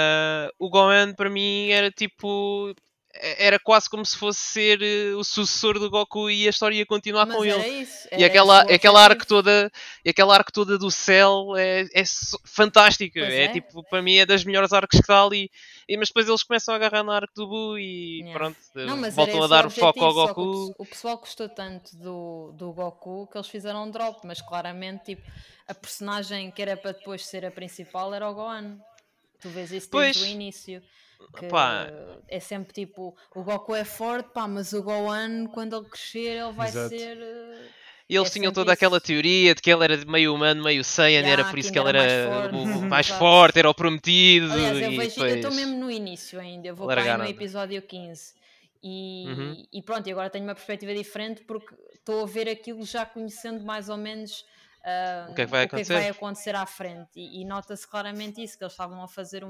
O Gohan para mim era tipo. Era quase como se fosse ser o sucessor do Goku e a história ia continuar Mas com era ele. isso. E Era esse o aquela objetivo. arco toda do céu é fantástica. Pois É é. tipo, para mim é das melhores arcos que está ali. Mas depois eles começam a agarrar no arco do Buu e Yeah. pronto, Não, mas era voltam a esse o dar foco ao objetivo, só que Goku. o pessoal gostou tanto do Goku que eles fizeram um drop, mas claramente tipo, a personagem que era para depois ser a principal era o Gohan. Tu vês isso desde o Pois, início. Que pá, é sempre tipo, o Goku é forte, pá, mas o Gohan, quando ele crescer, ele vai Exato. ser. e eles É tinham sempre toda aquela isso. teoria de que ele era meio humano, meio Saiyan, era por Que isso que ainda ele era mais era forte. o mais Exato. forte, era o prometido. Aliás, eu E estou depois mesmo no início ainda, eu vou para aí no largaram. episódio 15 Uhum. e pronto, e agora tenho uma perspectiva diferente porque estou a ver aquilo já conhecendo mais ou menos O que é que vai o que é que acontecer? vai acontecer à frente e nota-se claramente isso, que eles estavam a fazer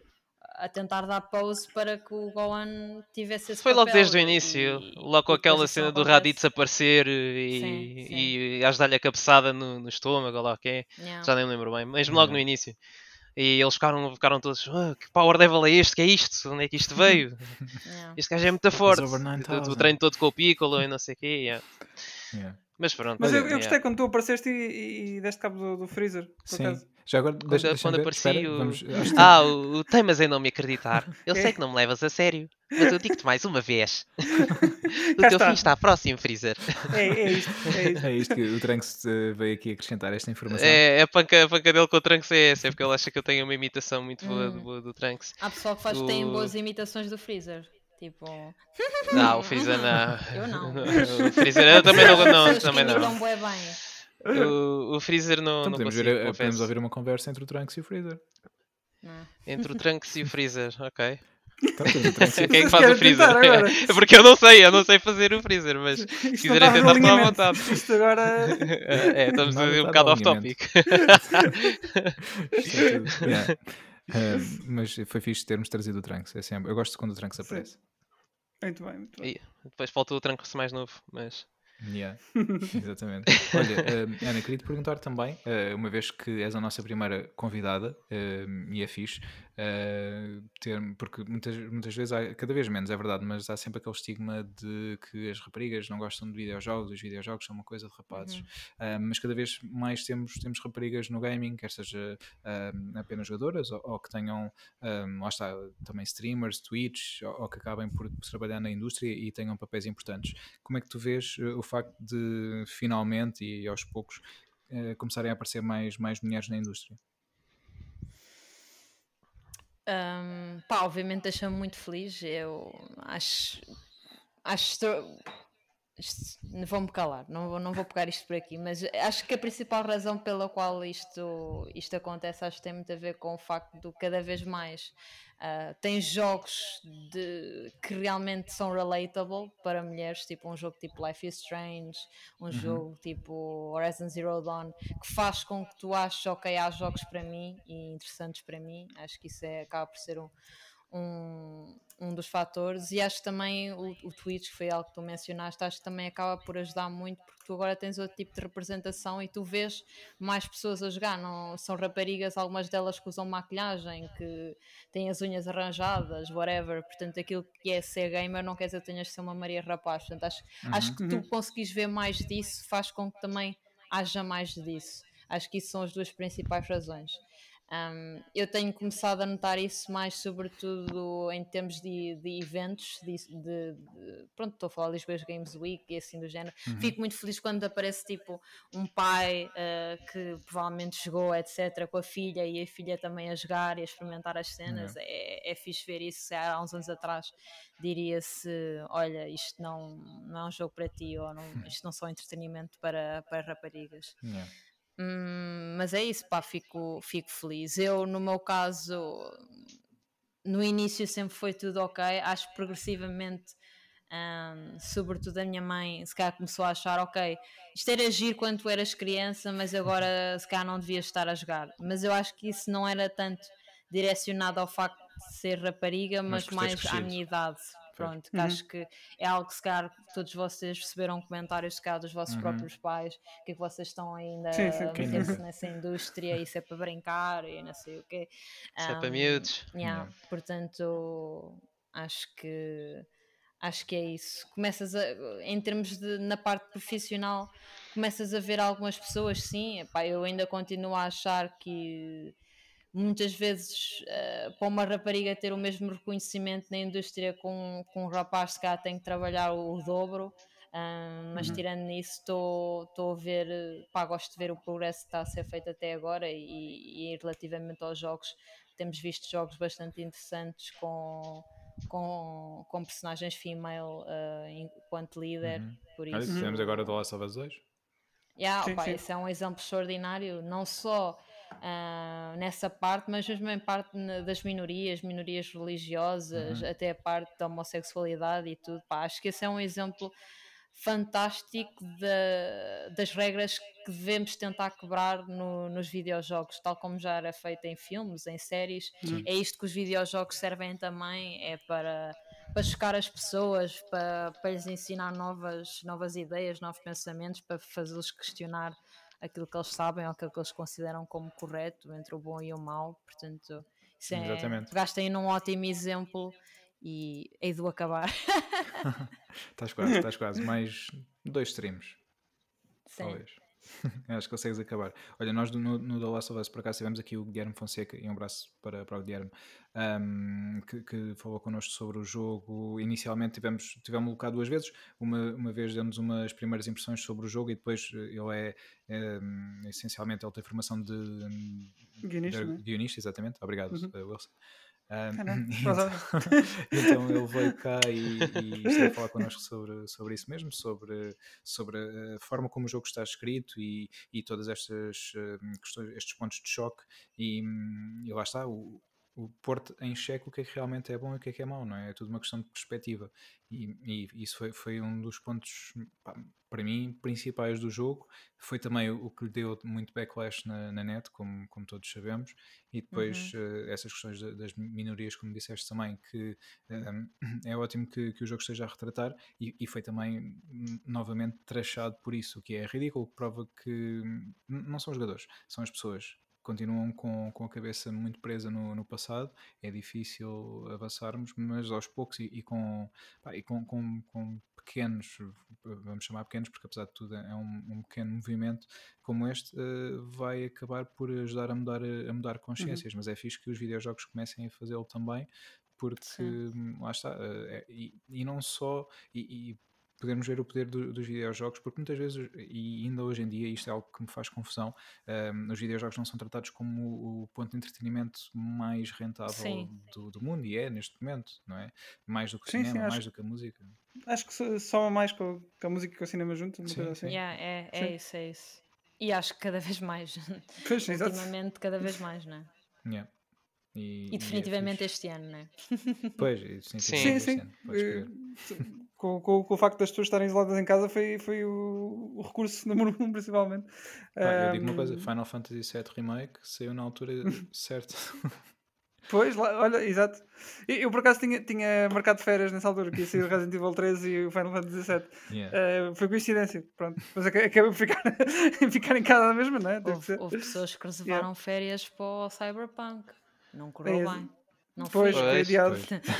a tentar dar pause para que o Gohan tivesse esse Foi logo papel desde o início, logo com e depois aquela isso não cena do acontece. Raditz aparecer Sim. e ajudar-lhe a cabeçada no estômago, ou lá o que é. Yeah. Já nem lembro bem, mesmo logo no início. E eles ficaram todos, que Power Level é este? Que é isto? Onde é que isto veio? Yeah. Este gajo é muito forte. over 9000. O treino todo com o Piccolo e não sei o quê. Yeah. Mas pronto. Mas eu Olha, gostei quando tu apareceste e deste cabo do Freezer, por Sim. acaso. Já agora, deixa-me Quando ver. apareci Espera, o... vamos. Acho que o teimas em não me acreditar. Eu sei que não me levas a sério, mas eu digo-te mais uma vez. O Cá teu está. fim está próximo, Freezer. É isto. é isto que o Trunks veio aqui acrescentar esta informação. É a panca dele com o Trunks é essa, é porque ele acha que eu tenho uma imitação muito boa do Trunks. Há pessoal que tem boas imitações do Freezer. Tipo. Não, o Freezer não. Eu não. O Freezer eu também não. Pessoas Também que imitam não. bué bem. O Freezer não, Então não podemos, consigo, podemos confesso. ouvir uma conversa entre o Trunks e o Freezer. Não. Entre o Trunks e o Freezer, ok. Então temos o Trunks e o Quem é que Vocês faz o querem Freezer? tentar agora? Porque eu não sei fazer o Freezer, mas se Isto não quiserem estava no tentar, estão à alinhamento. vontade. Isto agora. Estamos Nada um está bocado no off topic. Isto é tudo. Yeah. Mas foi fixe termos trazido o Trunks. É sempre. Eu gosto quando o Trunks aparece. Muito bem, muito bem. E depois falta o Trunks mais novo, mas... Yeah, exatamente. Olha, Ana, queria te perguntar também, uma vez que és a nossa primeira convidada, e é fixe, porque muitas vezes, cada vez menos, é verdade, mas há sempre aquele estigma de que as raparigas não gostam de videojogos, os videojogos são uma coisa de rapazes, mas cada vez mais temos raparigas no gaming, quer seja apenas jogadoras ou que tenham, lá está, também streamers, Twitch, ou que acabem por trabalhar na indústria e tenham papéis importantes. Como é que tu vês o facto de finalmente e aos poucos começarem a aparecer mais mulheres na indústria? Obviamente deixa-me muito feliz. Eu acho vou-me calar, não vou pegar isto por aqui, mas acho que a principal razão pela qual isto acontece, acho que tem muito a ver com o facto de cada vez mais tem jogos que realmente são relatable para mulheres, tipo um jogo tipo Life is Strange, um jogo tipo Horizon Zero Dawn, que faz com que tu aches, ok, há jogos para mim e interessantes para mim. Acho que isso acaba por ser um dos fatores, e acho que também o Twitch, que foi algo que tu mencionaste, acho que também acaba por ajudar muito, porque tu agora tens outro tipo de representação e tu vês mais pessoas a jogar, não são raparigas, algumas delas que usam maquilhagem, que têm as unhas arranjadas, whatever, portanto aquilo que é ser gamer não quer dizer que tenhas de ser uma Maria Rapaz, portanto acho que tu conseguires ver mais disso faz com que também haja mais disso. Acho que isso são as duas principais razões. Eu tenho começado a notar isso mais, sobretudo em termos de eventos, pronto, estou a falar de Lisboa Games Week e assim do género. Fico muito feliz quando aparece tipo um pai que provavelmente jogou, etc., com a filha, e a filha também a jogar e a experimentar as cenas. É fixe ver isso. Há uns anos atrás diria-se: olha, isto não é um jogo para ti, ou isto não é só entretenimento para raparigas. Mas é isso, pá, fico feliz. Eu, no meu caso, no início sempre foi tudo ok. Acho que progressivamente, sobretudo a minha mãe, se calhar começou a achar: ok, isto era giro quando tu eras criança, mas agora se calhar não devias estar a jogar. Mas eu acho que isso não era tanto direcionado ao facto de ser rapariga, mas mais à minha idade. Pronto, que acho que é algo que se calhar todos vocês receberam comentários se calhar dos vossos próprios pais, que vocês estão ainda a meter-se nessa indústria, isso é para brincar e não sei o quê. Isso é para miúdos. Portanto, acho que é isso. Começas em termos na parte profissional, começas a ver algumas pessoas, sim, epá, eu ainda continuo a achar que muitas vezes para uma rapariga ter o mesmo reconhecimento na indústria com um rapaz, se calhar tem que trabalhar o dobro, mas tirando nisso estou a ver, pá, gosto de ver o progresso que está a ser feito até agora, e relativamente aos jogos temos visto jogos bastante interessantes com personagens female enquanto líder, por Olha, isso... temos agora The Last of Us 2. Esse é um exemplo extraordinário, não só nessa parte, mas mesmo em parte das minorias religiosas, até a parte da homossexualidade e tudo. Pá, acho que esse é um exemplo fantástico das regras que devemos tentar quebrar nos videojogos, tal como já era feito em filmes, em séries. É isto que os videojogos servem também, é para chocar as pessoas, para lhes ensinar novas ideias, novos pensamentos, para fazê-los questionar aquilo que eles sabem ou aquilo que eles consideram como correto entre o bom e o mau. Portanto, isso pegaste aí num ótimo exemplo e hei de o acabar. Estás quase. Mais 2 streams. Sim. Talvez. Acho que consegues acabar. Olha, nós no The Last of Us, por acaso, tivemos aqui o Guilherme Fonseca, e um abraço para o Guilherme, que falou connosco sobre o jogo. Inicialmente tivemos cá 2 vezes. Uma vez deu-nos umas primeiras impressões sobre o jogo, e depois ele essencialmente ele tem formação de guionista, exatamente. Obrigado, Wilson. Então ele veio cá e esteve a falar connosco sobre isso mesmo, sobre a forma como o jogo está escrito e todas estas questões, estes pontos de choque, e lá está, o pôr-te em xeque o que é que realmente é bom e o que é mau, não é? É tudo uma questão de perspectiva, e isso foi um dos pontos, pá, para mim, principais do jogo. Foi também o que lhe deu muito backlash na net, como todos sabemos, e depois essas questões das minorias, como disseste também, que é ótimo que o jogo esteja a retratar, e foi também novamente trashado por isso, o que é ridículo, que prova que não são os jogadores, são as pessoas. Continuam com a cabeça muito presa no passado. É difícil avançarmos, mas aos poucos e com pequenos, vamos chamar pequenos, porque apesar de tudo é um pequeno movimento como este, vai acabar por ajudar a mudar consciências. Mas é fixe que os videojogos comecem a fazê-lo também, porque lá está, e não só, e podemos ver o poder dos videojogos, porque muitas vezes, e ainda hoje em dia, isto é algo que me faz confusão, os videojogos não são tratados como o ponto de entretenimento mais rentável do mundo, e é neste momento, não é? Mais do que o cinema, mais do que a música. Acho que soma mais com a música e com o cinema junto, uma coisa assim. É isso. E acho que cada vez mais. Pois, ultimamente, cada vez mais, não é? E definitivamente este ano, não é? Pois, definitivamente este ano. Podes crer. Com o facto das pessoas estarem isoladas em casa, foi o recurso número 1, principalmente. Eu digo uma coisa: Final Fantasy VII Remake saiu na altura certa. Pois, olha, exato. Eu por acaso tinha marcado férias nessa altura, que ia sair o Resident Evil 13 e o Final Fantasy XVII. Yeah. Foi coincidência, pronto. Mas acabei por ficar em casa mesmo, não é? Teve que ser. Houve pessoas que Yeah. reservaram férias para o Cyberpunk. Não É correu isso. bem. Não Pois, fui eu. foi adiado.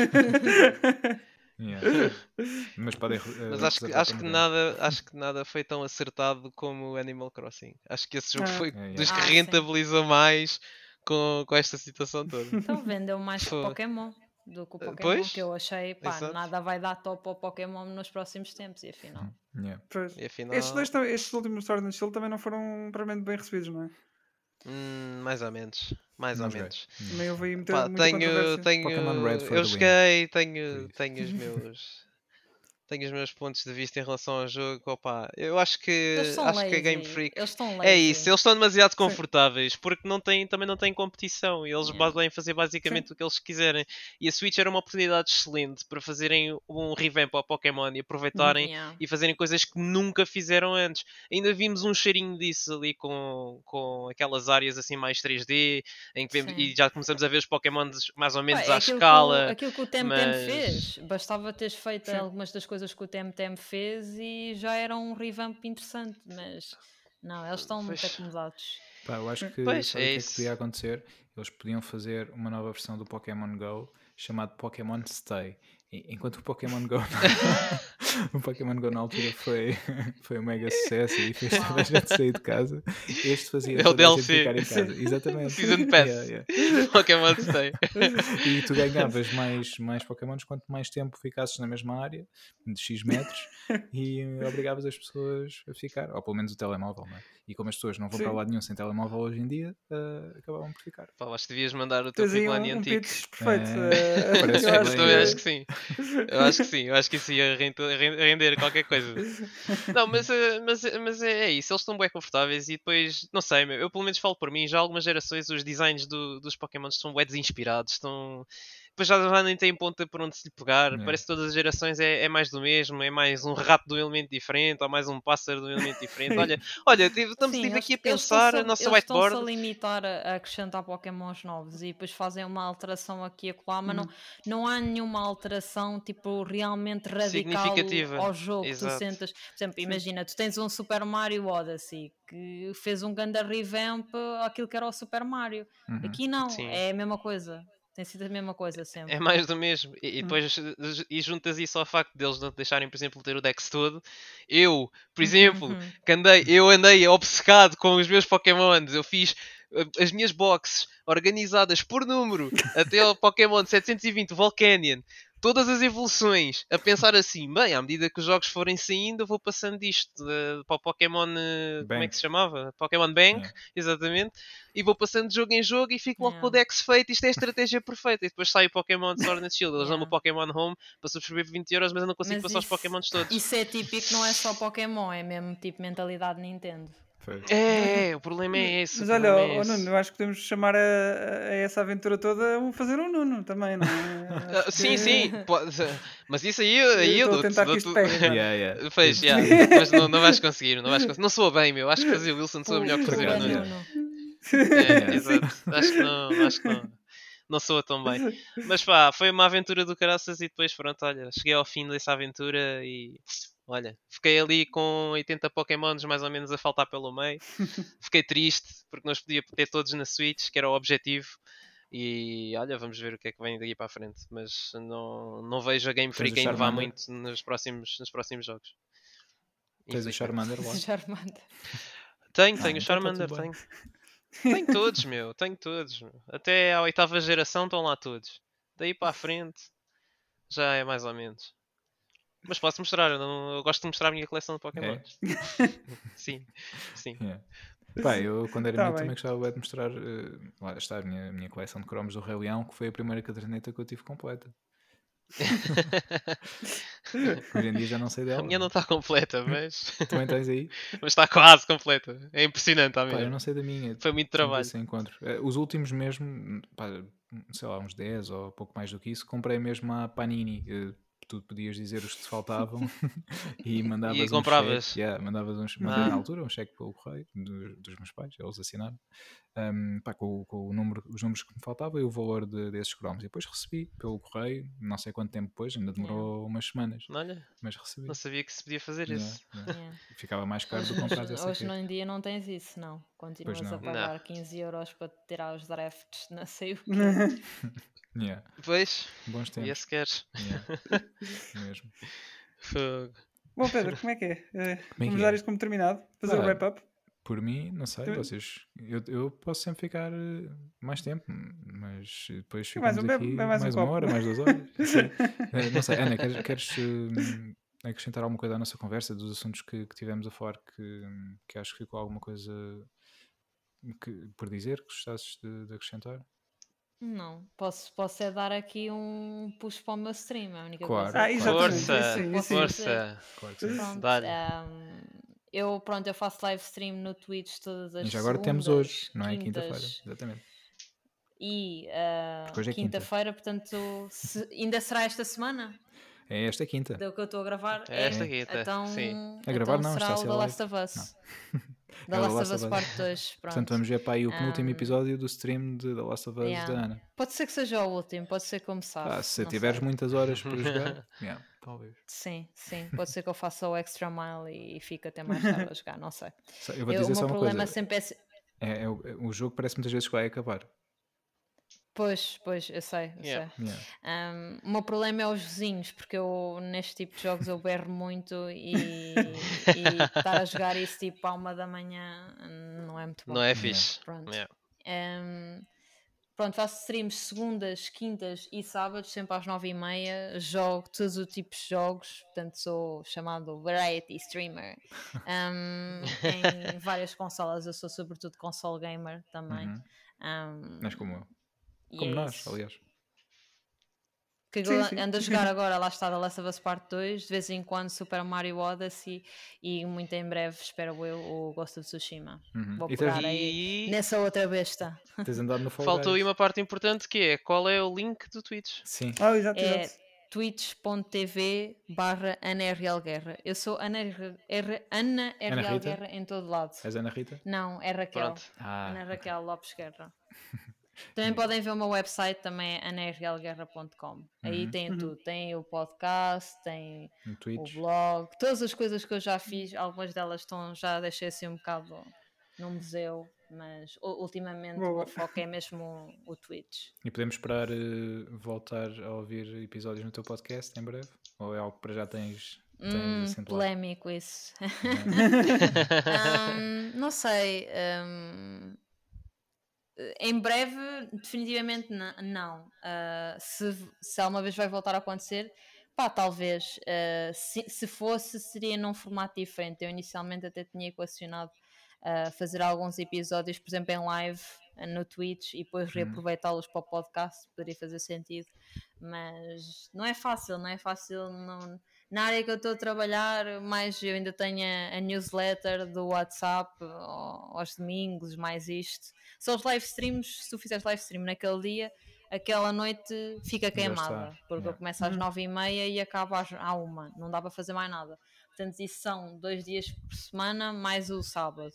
Yeah. Mas podem Mas reservar acho para que novembro. nada foi tão acertado como o Animal Crossing. Acho que esse jogo Ah. foi Yeah, dos yeah. que Sim. rentabilizou mais com esta situação toda. Então vendeu mais que Foi. Pokémon do que o Pokémon, Pois, que eu achei, pá, exato. nada vai dar top ao Pokémon nos próximos tempos, e afinal. Yeah. Pois. E Estes últimos Sword and Shield também não foram propriamente bem recebidos, não é? mais ou menos. Mais Não ou joguei. menos. Também houve aí Pá, muita controvérsia. Pokémon Red for eu the win. joguei, Por tenho os meus. Tenho os meus pontos de vista em relação ao jogo. Opa, eu Eles estão acho que a Game lazy. Freak Eles estão é lazy. isso, eles estão demasiado Sim. confortáveis porque também não têm competição e eles Yeah. podem fazer basicamente o que eles quiserem. E a Switch era uma oportunidade excelente para fazerem um revamp ao Pokémon e aproveitarem Yeah. e fazerem coisas que nunca fizeram antes. Ainda vimos um cheirinho disso ali com aquelas áreas assim mais 3D em que vemos, Sim. e já começamos a ver os Pokémons mais ou Pá, menos é à escala. aquilo que o Temtem mas- fez. Bastava teres feito Sim. algumas das coisas que o Temtem fez e já era um revamp interessante, mas não, eles estão muito Pois. acomodados. Pá, eu acho que Pois, sabe o é que é que isso. podia acontecer? Eles podiam fazer uma nova versão do Pokémon Go chamado Pokémon Stay. Enquanto o Pokémon Go o Pokémon Go na altura foi um mega sucesso e fez toda a gente sair de casa, este fazia É o toda a gente DLC. ficar em casa. Sim. Exatamente. Season Pass. Yeah. Pokémon Stay. E tu ganhavas mais Pokémons quanto mais tempo ficasses na mesma área, de X metros, e obrigavas as pessoas a ficar, ou pelo menos o telemóvel, não é? E como as pessoas não vão Sim. para lado nenhum sem telemóvel hoje em dia, acabavam por ficar. Pá, acho que devias mandar o teu Tens aí Pigman um antigo. pitch perfeito. Parece Eu bem. acho Eu também acho que. que sim. Eu acho que sim. Eu acho que isso ia render qualquer coisa. Não, mas é isso. Eles estão bem confortáveis e depois, não sei, eu pelo menos falo por mim, já há algumas gerações os designs dos Pokémon estão bem desinspirados, estão. Depois já nem tem ponta por onde se lhe pegar. Yeah. Parece que todas as gerações é mais do mesmo, é mais um rato de um elemento diferente, ou mais um pássaro de um elemento diferente. Olha, estamos Sim, aqui a eles pensar, estão-se a nossa eles estão-se a whiteboard. limitar a acrescentar Pokémons novos e depois fazem uma alteração aqui e acolá, mas Uhum. não há nenhuma alteração tipo realmente radical Significativa. ao jogo. Tu Exato. sentas, por exemplo, Sim. imagina, tu tens um Super Mario Odyssey que fez um grande revamp àquilo que era o Super Mario. Uhum. Aqui não, Sim. é a mesma coisa. Tem sido a mesma coisa sempre. É mais do mesmo. E depois e juntas isso ao facto deles não te deixarem, por exemplo, ter o Dex todo. Eu, por exemplo, eu andei obcecado com os meus Pokémons. Eu fiz as minhas boxes organizadas por número até ao Pokémon 720 Volcanion. Todas as evoluções, a pensar assim, bem, à medida que os jogos forem saindo, eu vou passando disto para o Pokémon, como é que se chamava? Pokémon Bank, Yeah. exatamente, e vou passando de jogo em jogo e fico logo com o Yeah. Dex feito. Isto é a estratégia perfeita. E depois sai o Pokémon Sword and Shield, eles dão-me o Yeah. Pokémon Home para subscrever por 20€, mas eu não consigo Mas passar os Pokémons todos. isso é típico, não é só Pokémon, é mesmo tipo mentalidade Nintendo. Foi. O problema é esse. Mas o olha, problema é oh, esse. Nuno, eu acho que podemos chamar a essa aventura toda fazer um Nuno também, não é? Acho Sim, que- sim, mas isso aí Eu eu estou a dou-te. tentar que isto pegue. pá. Yeah. Fez, já. Mas não vais conseguir, não vais conseguir. Não soa bem, meu. Acho que fazer o Wilson soa melhor que Por fazer o acaso, Nuno. yeah. É, Yeah. exato. Acho que não. Não soa tão bem. Mas pá, foi uma aventura do caraças e depois, pronto, olha, cheguei ao fim dessa aventura e olha, fiquei ali com 80 Pokémons mais ou menos a faltar pelo meio. Fiquei triste porque nós podíamos ter todos na Switch, que era o objetivo. E olha, vamos ver o que é que vem daqui para a frente. Mas não vejo a Game Tens o Freak a inovar Charmander? muito nos próximos jogos. Tens o Infelizmente. Charmander lá? Charmander. Tenho então o tá Charmander, tudo bem. tenho todos, meu. Tenho todos. Meu. Até à 8ª geração estão lá todos. Daí para a frente já é mais ou menos. Mas posso mostrar, eu gosto de mostrar a minha coleção de Pokémon. Sim. Yeah. Pá, eu quando era Tá miúdo bem. também gostava bué de mostrar lá está a minha coleção de cromos do Rei Leão, que foi a primeira caderneta que eu tive completa. Hoje em dia já não sei A dela. minha não está completa, mas Também tens aí? mas está quase completa. É impressionante a Pá, eu minha. não sei da minha. Foi muito Sempre trabalho. esse encontro. Os últimos mesmo, pá, sei lá, uns 10 ou pouco mais do que isso, comprei mesmo a Panini. tu podias dizer os que te faltavam e mandavas E compravas. cheque, mandei na altura um cheque pelo correio dos meus pais, eles assinaram, com os números que me faltavam e o valor desses cromos. E depois recebi pelo correio, não sei quanto tempo depois, ainda demorou umas semanas, Olha, mas recebi. não sabia que se podia fazer isso. Ficava mais caro do que comprar essa Hoje em dia não tens isso, não. Continuas a pagar 15 euros para tirar os drafts, não sei o quê. Pois, bons tempos. e esse queres. Mesmo. Fogo. Bom, Pedro, como é que é? Vamos dar isto como terminado? Fazer o wrap-up? Por mim, não sei, vocês. Eu posso sempre ficar mais tempo, mas depois ficamos aqui mais uma hora, mais 2 horas. Não sei, Ana, queres acrescentar alguma coisa à nossa conversa, dos assuntos que tivemos a falar, que acho que ficou alguma coisa por dizer que gostasses de acrescentar? Não, posso é dar aqui um push para o meu stream, é a única Claro, coisa. Exatamente. Força. Claro que sim. Pronto, eu faço live stream no Twitch todas as E já agora temos hoje, não é? Quinta-feira, exatamente. E hoje é quinta-feira, portanto, ainda será esta semana? É esta quinta. Do que eu estou a gravar? É esta quinta, então, sim. A gravar não, será está a ser o The live. Last of Us. É The Last of Us Part 2, pronto. Portanto, vamos ver para aí o penúltimo episódio do stream de The Last of Us da Ana. Pode ser que seja o último, pode ser como sabe. Se tiveres muitas horas para jogar, talvez. Sim, pode ser que eu faça o extra mile e fique até mais tarde a jogar, não sei. Eu vou dizer só uma coisa. Sempre o jogo parece muitas vezes que vai acabar. Pois, eu sei. O meu problema é os vizinhos, porque eu neste tipo de jogos eu berro muito e estar a jogar isso tipo à 1 da manhã não é muito bom. Não é fixe. Pronto. Pronto, faço streams segundas, quintas e sábados, sempre às 9h30. Jogo todos os tipos de jogos, portanto sou chamado Variety Streamer. Em várias consolas, eu sou sobretudo console gamer também. Mas como eu. Como nós, aliás. Que ando a jogar agora, lá está, The Last of Us Part 2, de vez em quando Super Mario Odyssey e muito em breve, espero eu, o Ghost of Tsushima. Vou pegar aí nessa outra besta. Tens andado no Fall Faltou Guys. aí uma parte importante que é, qual é o link do Twitch? Sim. Exato. twitch.tv/Ana RL Guerra. Eu sou Ana RL Guerra em todo lado. És Ana Rita? Não, é Raquel. Ana Raquel Lopes Guerra. Também podem ver o meu website, também é anarrealguerra.com. Aí tem tudo. Tem o podcast, tem o blog, todas as coisas que eu já fiz. Algumas delas já deixei assim um bocado no museu, mas ultimamente o foco é mesmo o Twitch. E podemos esperar voltar a ouvir episódios no teu podcast em breve? Ou é algo que para já tens acentuado? Polémico isso. Não sei. Em breve, definitivamente não. Se alguma vez vai voltar a acontecer, talvez. Se fosse, seria num formato diferente. Eu inicialmente até tinha equacionado fazer alguns episódios, por exemplo, em live no Twitch e depois reaproveitá-los para o podcast, poderia fazer sentido. Mas não é fácil. Não. Na área que eu estou a trabalhar, mais eu ainda tenho a newsletter do WhatsApp aos domingos, mais isto. São os live streams, se tu fizeres live stream naquele dia, aquela noite fica queimada, porque eu começo às 9h30 e acabo à 1h, não dá para fazer mais nada. Portanto, isso são 2 dias por semana, mais o sábado.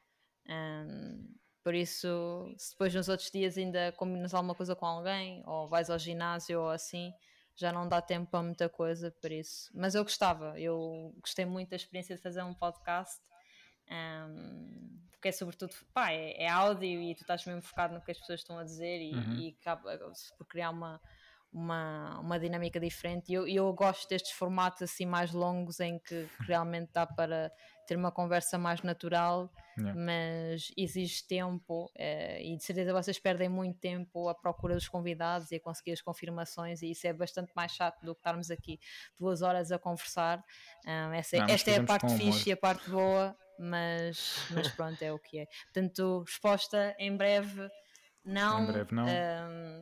Por isso, se depois nos outros dias ainda combinas alguma coisa com alguém, ou vais ao ginásio ou assim, já não dá tempo para muita coisa, por isso. Mas eu gostei muito da experiência de fazer um podcast, porque é sobretudo, é áudio e tu estás mesmo focado no que as pessoas estão a dizer e acaba por criar uma dinâmica diferente. E eu gosto destes formatos assim mais longos em que realmente dá para ter uma conversa mais natural, mas exige tempo e de certeza vocês perdem muito tempo à procura dos convidados e a conseguir as confirmações, e isso é bastante mais chato do que estarmos aqui 2 horas a conversar. Esta é a parte fixe e a parte boa, mas pronto, é o que é. Portanto, resposta em breve não.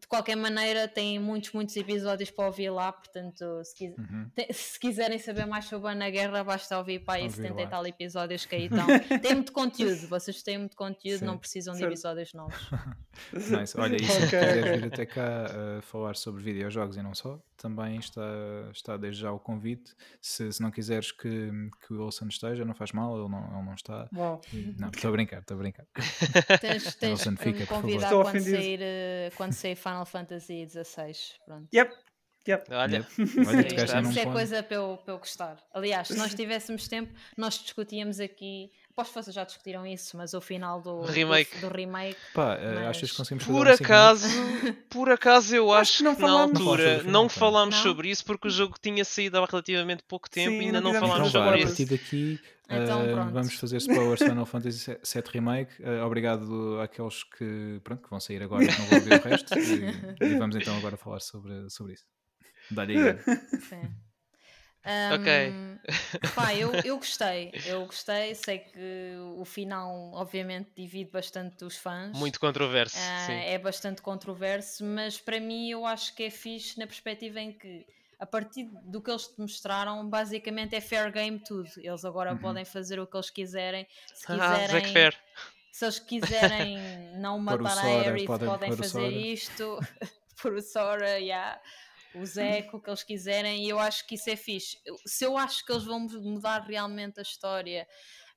de qualquer maneira tem muitos esses para ouvir lá, portanto se quiserem saber mais sobre a Ana Guerra basta ouvir para aí 70 e tal episódios que aí estão. Tem muito conteúdo, vocês têm muito conteúdo, não precisam de episódios novos. Nice. Olha, e se quiseres vir até cá falar sobre videojogos e não só, também está desde já o convite. Se não quiseres que o Wilson esteja, não faz mal, ele não está. Uau. Não, estou a brincar. Tens Wilson, que me convidar quando sair Final Fantasy XVI. Pronto. Yep. Olha, isso é coisa para eu gostar. Aliás, se nós tivéssemos tempo, nós discutíamos aqui. Aposto que vocês já discutiram isso, mas o final do remake. Pá, achas que conseguimos fazer por acaso eu acho que na altura não falámos Não? sobre isso porque o jogo tinha saído há relativamente pouco tempo e ainda não fizemos falámos Então sobre a isso. partir daqui Então, vamos fazer spoilers Final Fantasy VII Remake. Obrigado àqueles que vão sair agora e não vão ouvir o resto. E vamos então agora falar sobre isso. Dá-lhe aí. Sim. Ok. Pá, eu gostei, sei que o final obviamente divide bastante os fãs. Muito controverso, sim. É bastante controverso, mas para mim eu acho que é fixe na perspectiva em que a partir do que eles te mostraram, basicamente é fair game tudo. Eles agora podem fazer o que eles quiserem. Se eles quiserem não matar a Aerith, podem fazer isto. Por o Sora, o Zeco, o que eles quiserem, e eu acho que isso é fixe. Se eu acho que eles vão mudar realmente a história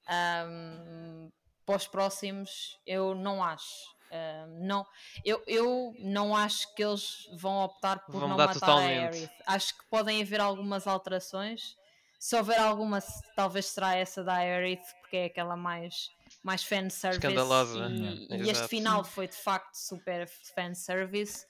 para os próximos, eu não acho. Eu não acho que eles vão optar por não matar totalmente a Aerith. Acho que podem haver algumas alterações. Se houver alguma, talvez será essa da Aerith, porque é aquela mais fanservice. Escandalosa. E este final foi de facto super fanservice.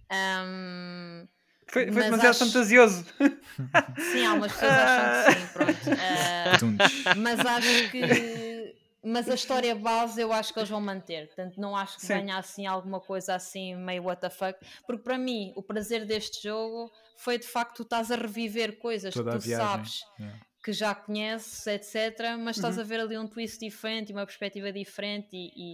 Foi demasiado fantasioso. Sim, algumas pessoas acham que sim, pronto. Mas acho que a história base eu acho que eles vão manter. Portanto, não acho que venha assim alguma coisa assim meio what the fuck. Porque para mim, o prazer deste jogo foi de facto tu estás a reviver coisas toda que tu sabes que já conheces, etc. Mas estás a ver ali um twist diferente e uma perspectiva diferente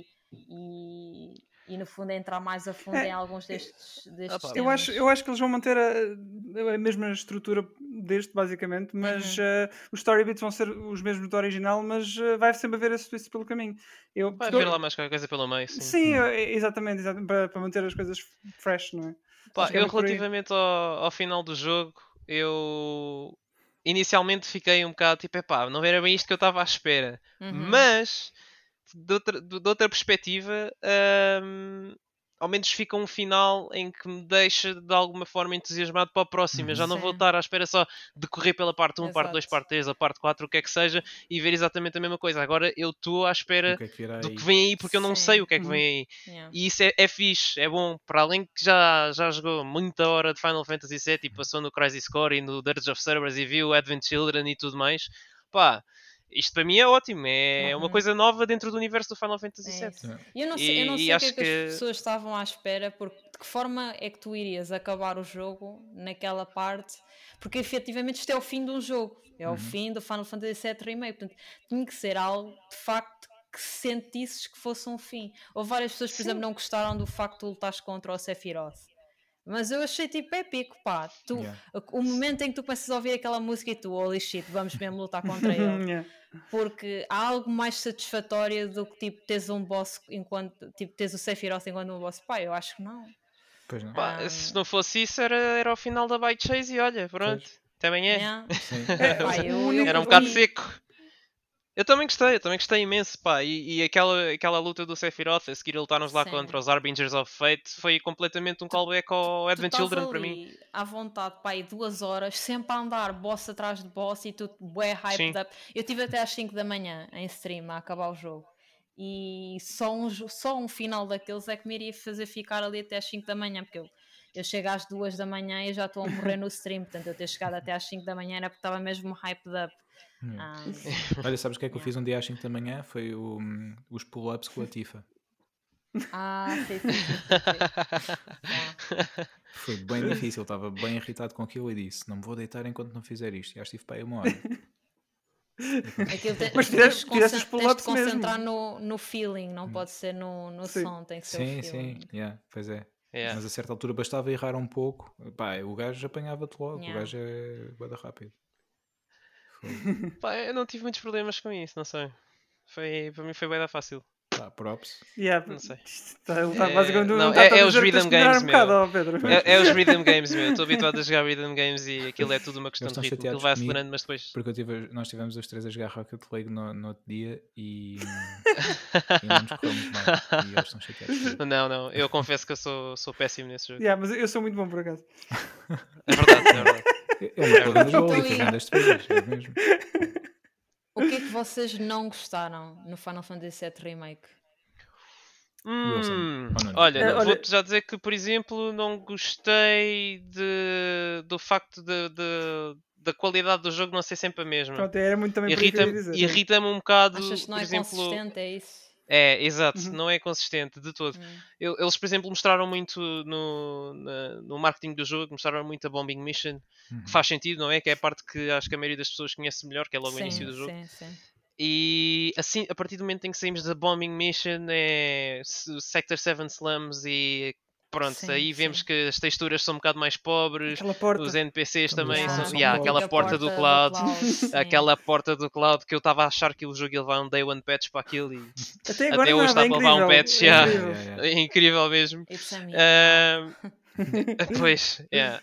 e no fundo entrar mais a fundo em alguns destes temas. Eu acho que eles vão manter a mesma estrutura deste, basicamente, mas os story bits vão ser os mesmos do original, mas vai sempre haver esse twist pelo caminho. Vai haver lá mais qualquer coisa pelo meio, sim. Sim, exatamente para manter as coisas fresh, não é? Eu relativamente ao final do jogo, eu inicialmente fiquei um bocado tipo, não era bem isto que eu estava à espera, mas de outra perspectiva, ao menos fica um final em que me deixa de alguma forma entusiasmado para a próxima. Eu já não vou estar à espera só de correr pela parte 1, parte 2, parte 3 ou parte 4, o que é que seja, e ver exatamente a mesma coisa. Agora eu estou à espera do que vem aí, porque eu não sei o que é que vem aí. E isso é fixe, é bom. Para além que já jogou muita hora de Final Fantasy VII e passou no Crisis Core e no Dirge of Cerberus e viu Advent Children e tudo mais, isto para mim é ótimo, é uma coisa nova dentro do universo do Final Fantasy VII. Eu não sei o que é que as pessoas estavam à espera, porque de que forma é que tu irias acabar o jogo naquela parte, porque efetivamente isto é o fim de um jogo, é o fim do Final Fantasy VII Remake, portanto tinha que ser algo de facto que sentisses que fosse um fim. Houve várias pessoas, por exemplo, não gostaram do facto de tu lutares contra o Sephiroth. Mas eu achei tipo épico, o momento em que tu começas a ouvir aquela música e tu, holy shit, vamos mesmo lutar contra ele. Porque há algo mais satisfatório do que tipo teres um boss enquanto, tipo teres o Sephiroth enquanto um boss. Eu acho que não. Pois não. Se não fosse isso era o final da Bite Chase e olha, pronto, até amanhã. Era um bocado seco. Eu também gostei imenso, e aquela luta do Sephiroth, a seguir lutaram-nos lá contra os Harbingers of Fate, foi completamente um callback ao Advent Children para mim. À vontade, 2 horas, sempre a andar, boss atrás de boss e tudo bué hyped up. Eu estive até às 5 da manhã em stream a acabar o jogo. E só um final daqueles é que me iria fazer ficar ali até às 5 da manhã, porque eu chego às 2 da manhã e já estou a morrer no stream, portanto eu ter chegado até às 5 da manhã era porque estava mesmo hyped up. Olha, sabes o que é que eu fiz um dia às 5 da manhã? Foi os pull-ups com a Tifa. Sim. Foi bem difícil, estava bem irritado com aquilo e disse: não me vou deitar enquanto não fizer isto. E acho que tive para aí 1 hora. Mas fizeste os pull-ups mesmo. Concentrar no feeling, não pode ser no som, tem que ser o feeling. Sim, pois é. Yeah. Mas a certa altura bastava errar um pouco. Pá, o gajo apanhava-te logo. Yeah. O gajo é bué da rápido. Pá, eu não tive muitos problemas com isso, não sei. Para mim foi bem da fácil. Pá, props. Não sei. Ele tá basicamente não, não está a os dizer que tens rhythm que melhorar games, um bocado, meu. ó, Pedro. É os rhythm games, meu. Estou habituado a jogar rhythm games e aquilo é tudo uma questão Eles de estão ritmo. Aquilo chateados vai comigo acelerando, mas depois. porque nós tivemos os três a jogar Rocket League no outro dia e não nos correu muito mal. E eles estão chateados comigo. Não, eu confesso que eu sou péssimo nesse jogo. Yeah, mas eu sou muito bom por acaso. É verdade, é verdade. Ele marcou grandes Então, gols e fez grandes defesas, é mesmo. O que é que vocês não gostaram no Final Fantasy VII Remake? Wilson, ou Nuno? Olha, Olha- vou-te já dizer que, por exemplo, não gostei do facto da qualidade do jogo não ser sempre a mesma. Pronto, era muito também por isso que eu ia dizer. Irrita-me um bocado, Achas que não por é exemplo. consistente, é isso? É, exato, Uhum. não é consistente de todo. Hum. Eles, por exemplo, mostraram muito no marketing do jogo, mostraram muito a Bombing Mission, que faz sentido, não é? Que é a parte que acho que a maioria das pessoas conhece melhor, que é logo o início do jogo. Sim. E assim, a partir do momento em que saímos da Bombing Mission, é Sector 7 Slums e pronto, Sim, aí vemos sim. que as texturas são um bocado mais pobres, Aquela porta. os NPCs Todas também as são. portas são Yeah, pobres. aquela porta do Cloud. sim. Aquela porta do Cloud que eu estava a achar que o jogo ia levar um day one patch para aquilo e Até agora até hoje está nada, é para levar um incrível. patch. É Yeah. incrível. É incrível mesmo. It's a me. Ah, pois, yeah.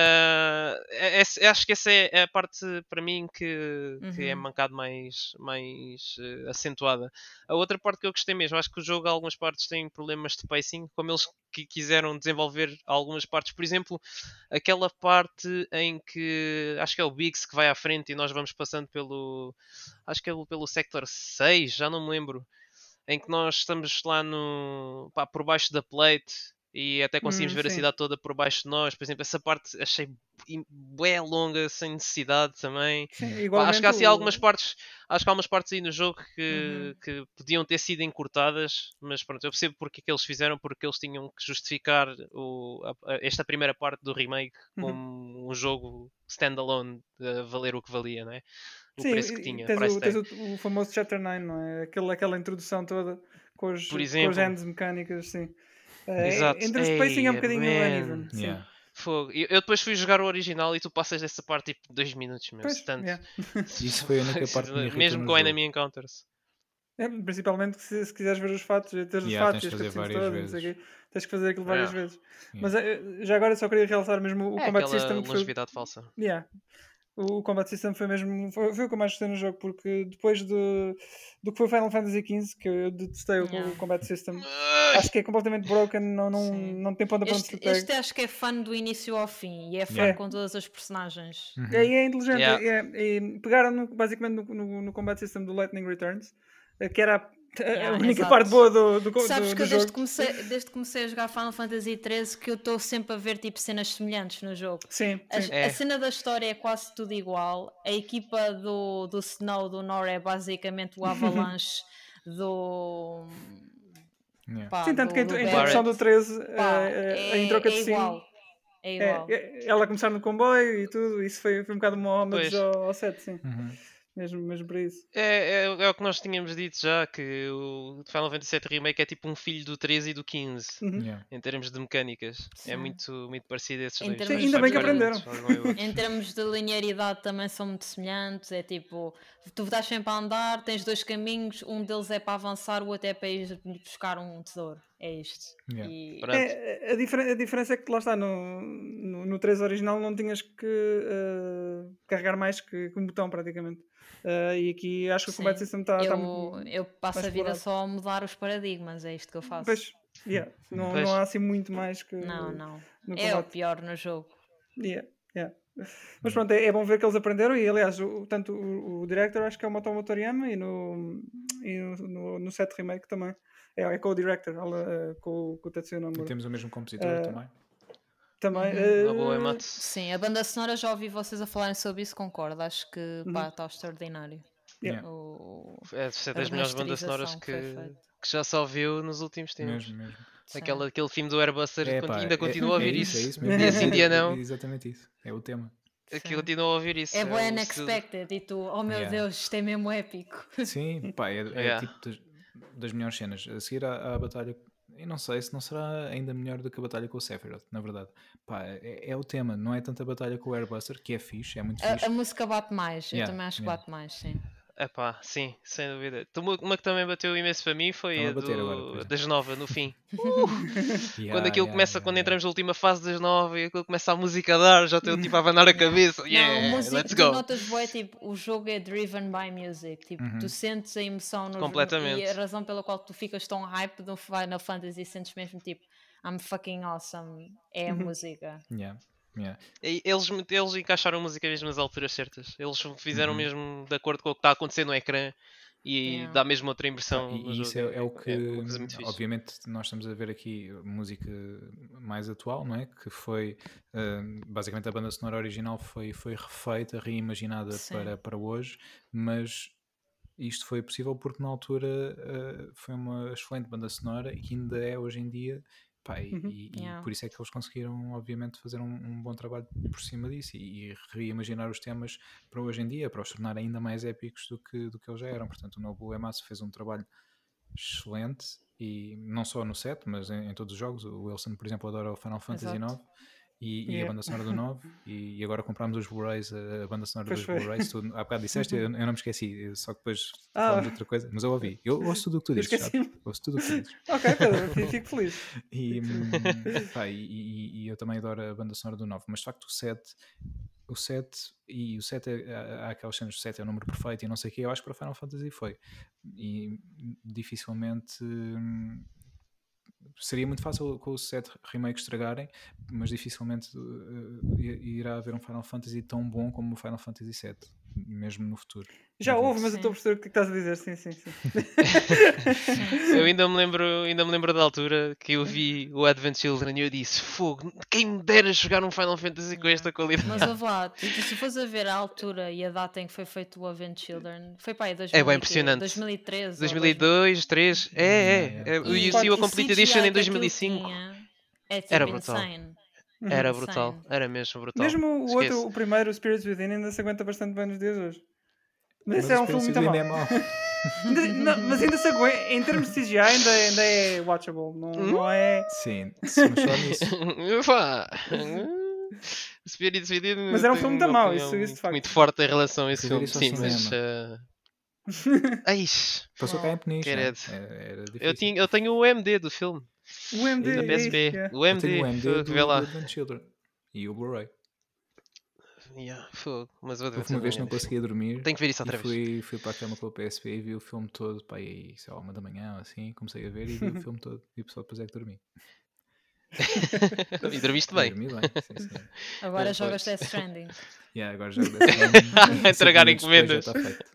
Acho que essa é a parte para mim que é Uhum. mancado mais acentuada. A outra parte que eu gostei mesmo, acho que o jogo, algumas partes têm problemas de pacing, como eles quiseram desenvolver algumas partes. Por exemplo, aquela parte em que acho que é o Biggs que vai à frente e nós vamos passando acho que é pelo Sector 6, já não me lembro, em que nós estamos lá por baixo da plate e até conseguimos ver a Sim. cidade toda por baixo de nós. Por exemplo, essa parte achei bem longa, sem necessidade também. Sim, Pá, igualmente acho que há assim, algumas partes, acho que há umas partes aí no jogo Uhum. que podiam ter sido encurtadas, mas pronto, eu percebo porque é que eles fizeram, porque eles tinham que justificar esta primeira parte do remake como um jogo standalone a valer o que valia, não é? O Sim, preço que tinha, tens, price tag. o famoso Chapter 9, não é? Aquela introdução toda com as Por exemplo. hands mecânicas, sim. Exato. Em termos de pacing é um Ei, bocadinho man. uneven. Sim. Yeah. Fogo. Eu depois fui jogar o original e tu passas dessa parte tipo 2 minutos, meu. Pois, Tanto. yeah. Isso foi a única parte que me irritou Mesmo no com jogo. enemy encounters. É, principalmente se quiseres ver os fatos, teres os Yeah, fatos e tens as de fazer cutscenes várias todas, não sei o vezes. quê. Tens que fazer aquilo várias Yeah. vezes. Mas já agora só queria realçar mesmo o É combat aquela system que foi. longevidade falsa. Yeah. O combat system foi mesmo foi o que eu mais gostei no jogo, porque depois do que foi Final Fantasy XV, que eu detestei Yeah. o combat system, acho que é completamente broken, Sim. não tem ponta para onde se lhe pegue. Este acho que é fã do início ao fim e é fã Yeah. com todas as personagens. É inteligente. Yeah. Pegaram basicamente no combat system do Lightning Returns, que era a Yeah, única exato. parte boa do Sabes que do eu desde jogo. que comecei a jogar Final Fantasy XIII que eu estou sempre a ver tipo cenas semelhantes no jogo. Sim, sim. A cena da história é quase tudo igual. A equipa do Snow, do Nora, é basicamente o Avalanche do... Yeah. Pá, Sim, tanto que a do introdução do Barrett. 13, Pá, a intro é cutscene, igual. É igual. ela começar no comboio e tudo, isso foi um bocado uma homage Pois. ao set, sim. Uhum. Mesmo para isso. É o que nós tínhamos dito já, que o Final Fantasy VII Remake é tipo um filho do 13 e do 15. Uhum. Yeah. Em termos de mecânicas. Sim. É muito parecido esses Em dois. termos Ainda bem que Agora, aprenderam. Em termos de linearidade também são muito semelhantes. É tipo, tu estás sempre a andar, tens dois caminhos, um deles é para avançar, o outro é para ir buscar um tesouro. É isto. Yeah. E... Pronto. A diferença é que lá está, no 3 original não tinhas que carregar mais que um botão praticamente. E aqui acho que o combat Sim. system está muito. Eu passo mais a vida explorado. só a mudar os paradigmas, é isto que eu faço. Pois, yeah, não Pois. há assim muito mais que. Não. no É o combate. pior no jogo. Yeah. Mas pronto, é bom ver que eles aprenderam e aliás, tanto o director acho que é o Motomo Toriyama e no set remake também. É com o director, com o Tetsuya E Nomura. temos o mesmo compositor também. Também. Uma boa Ematsu. Sim, a banda sonora já ouvi vocês a falarem sobre isso, concordo. Acho que pá, está extraordinário. Yeah. É das A melhores bandas sonoras remasterização que foi feita. que já só viu nos últimos tempos. Mesmo. Sim. Aquele filme do Airbuster, É, pá, ainda continuo a ouvir isso. É isso. isso mesmo. E assim dia não. É exatamente isso. É o tema. Aqui continuo a ouvir isso. É bem o unexpected e tu, oh meu Yeah. Deus, isto é mesmo épico. Sim, pá, é Yeah. tipo das melhores cenas. A seguir à batalha eu não sei se não será ainda melhor do que a batalha com o Sephiroth, na verdade. Pá, é o tema, não é tanto a batalha com o Airbuster, que é fixe, é muito fixe. A música bate mais, eu Yeah, também acho que yeah. bate mais, sim. Epá, sim, sem dúvida. Uma que também bateu imenso para mim foi Está-me a a bater agora, por exemplo. das Nova, no fim. Yeah, Quando yeah, quando entramos na última fase das Nova e aquilo começa a música a dar, já estou tipo a abanar a cabeça. Não, Yeah, música, let's tu go. notas bué, tipo, o jogo é driven by music, tipo, tu sentes a emoção no jogo e Completamente. a razão pela qual tu ficas tão hype no Final Fantasy sentes mesmo tipo, I'm fucking awesome, é a música. Yeah, yeah. E eles encaixaram a música mesmo nas alturas certas. Eles fizeram Uhum. mesmo de acordo com o que está a acontecer no ecrã e Yeah. dá mesmo outra Pá, impressão no e jogo. isso é o que, uma coisa muito fixe. obviamente, nós estamos a ver aqui música mais atual, não é? Que foi, basicamente, a banda sonora original foi refeita, reimaginada Sim. para hoje, mas isto foi possível porque na altura foi uma excelente banda sonora e que ainda é hoje em dia. Pá, e Yeah. por isso é que eles conseguiram, obviamente, fazer um bom trabalho por cima disso e reimaginar os temas para hoje em dia, para os tornar ainda mais épicos do que eles já eram. Portanto, o Nobuo Uematsu fez um trabalho excelente, e não só no 7, mas em todos os jogos. O Wilson, por exemplo, adora o Final Fantasy Exato. 9 e a Yeah. banda sonora do 9, e agora comprámos os Blu-rays, a banda sonora Pois dos foi. Blu-rays. Tu há bocado disseste, eu não me esqueci, só que depois Ah. falamos de outra coisa, mas eu ouvi. Eu ouço tudo o que tu Eu dizes, esqueci-me. sabes? Ouço tudo o que tu dizes. Ok, Pedro, fico feliz. E, pá, e eu também adoro a banda sonora do 9, mas de facto o 7 há aquelas cenas do 7 é o número perfeito e não sei o que, eu acho que para Final Fantasy foi, e dificilmente seria muito fácil com o 7 remake estragarem, mas dificilmente irá haver um Final Fantasy tão bom como o Final Fantasy 7, mesmo no futuro. Já Duvido. houve, mas eu estou a perceber o que estás a dizer. Sim. Eu ainda me lembro da altura que eu vi o Advent Children e eu disse: fogo, quem me dera jogar um Final Fantasy com esta qualidade. Mas ouve lá, se fores a ver a altura e a data em que foi feito o Advent Children, foi para aí É bem impressionante. 2013 ou 2002, 2003, Yeah. E saiu a o Complete CGI Edition em que aquilo 2005. tinha é tipo Era brutal. insane. Era Insane. brutal, era mesmo brutal. Mesmo o Esquece. outro, o primeiro, o Spirits Within, ainda se aguenta bastante bem nos dias de hoje. Mas esse o era um filme muito Spirits mau. Within é mau. Mas ainda se aguenta, em termos de CGI, ainda é watchable. Não é. Sim, mas só nisso. Pá. Spirits Within Mas era um tem filme muito uma mau, opinião isso de facto. muito forte em relação a esse Fui ver filme. isso ao Sim, mas. cinema. Eish, Passou cá em Peniche, né? querido. Era difícil. Eu tenho o MD do filme. O MD Da é PSP. isso, yeah. O Eu tenho MD. o MD Vê lá. do Advent Children e o Blu-ray. Yeah, fogo. Mas o Advent Houve uma vez que Children não é conseguia dormir. Tenho que ver isso outra E vez. fui para a cama com a PSP e vi o filme todo, pá, aí, sei lá, 1 da manhã ou assim, comecei a ver e vi o filme todo, e só depois é que dormi. E dormiste E bem. dormi bem, sim, senhor. Agora É, jogas pois. Death Stranding. Yeah, agora já desse Entregar encomendas. Já está feito.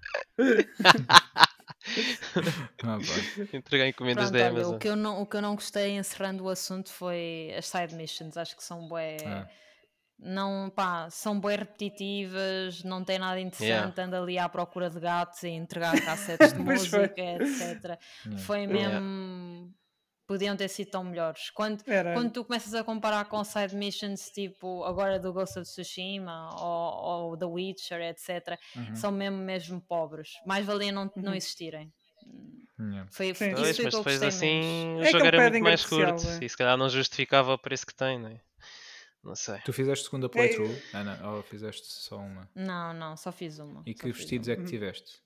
Pá. Entregar encomendas Pronto, da olha, Amazon. o que eu não gostei encerrando o assunto foi as side missions. Acho que são bué. Não, pá, são bué repetitivas, não tem nada interessante, anda ali à procura de gatos e entregar cassetes de Pois foi. música, etc. Foi mesmo. Podiam ter sido tão melhores. Quando tu começas a comparar com side missions tipo agora do Ghost of Tsushima ou The Witcher, etc., são mesmo pobres. Mais valia não existirem. Foi isso Pois, foi o mas que eu depois gostei assim menos. o É jogo aquele era padding muito mais artificial, curto é. e se calhar não justificava o preço que tem, né? Não sei. Tu fizeste segunda playthrough, Ana, ou fizeste só uma? Não, só fiz uma. E que vestidos é que tiveste?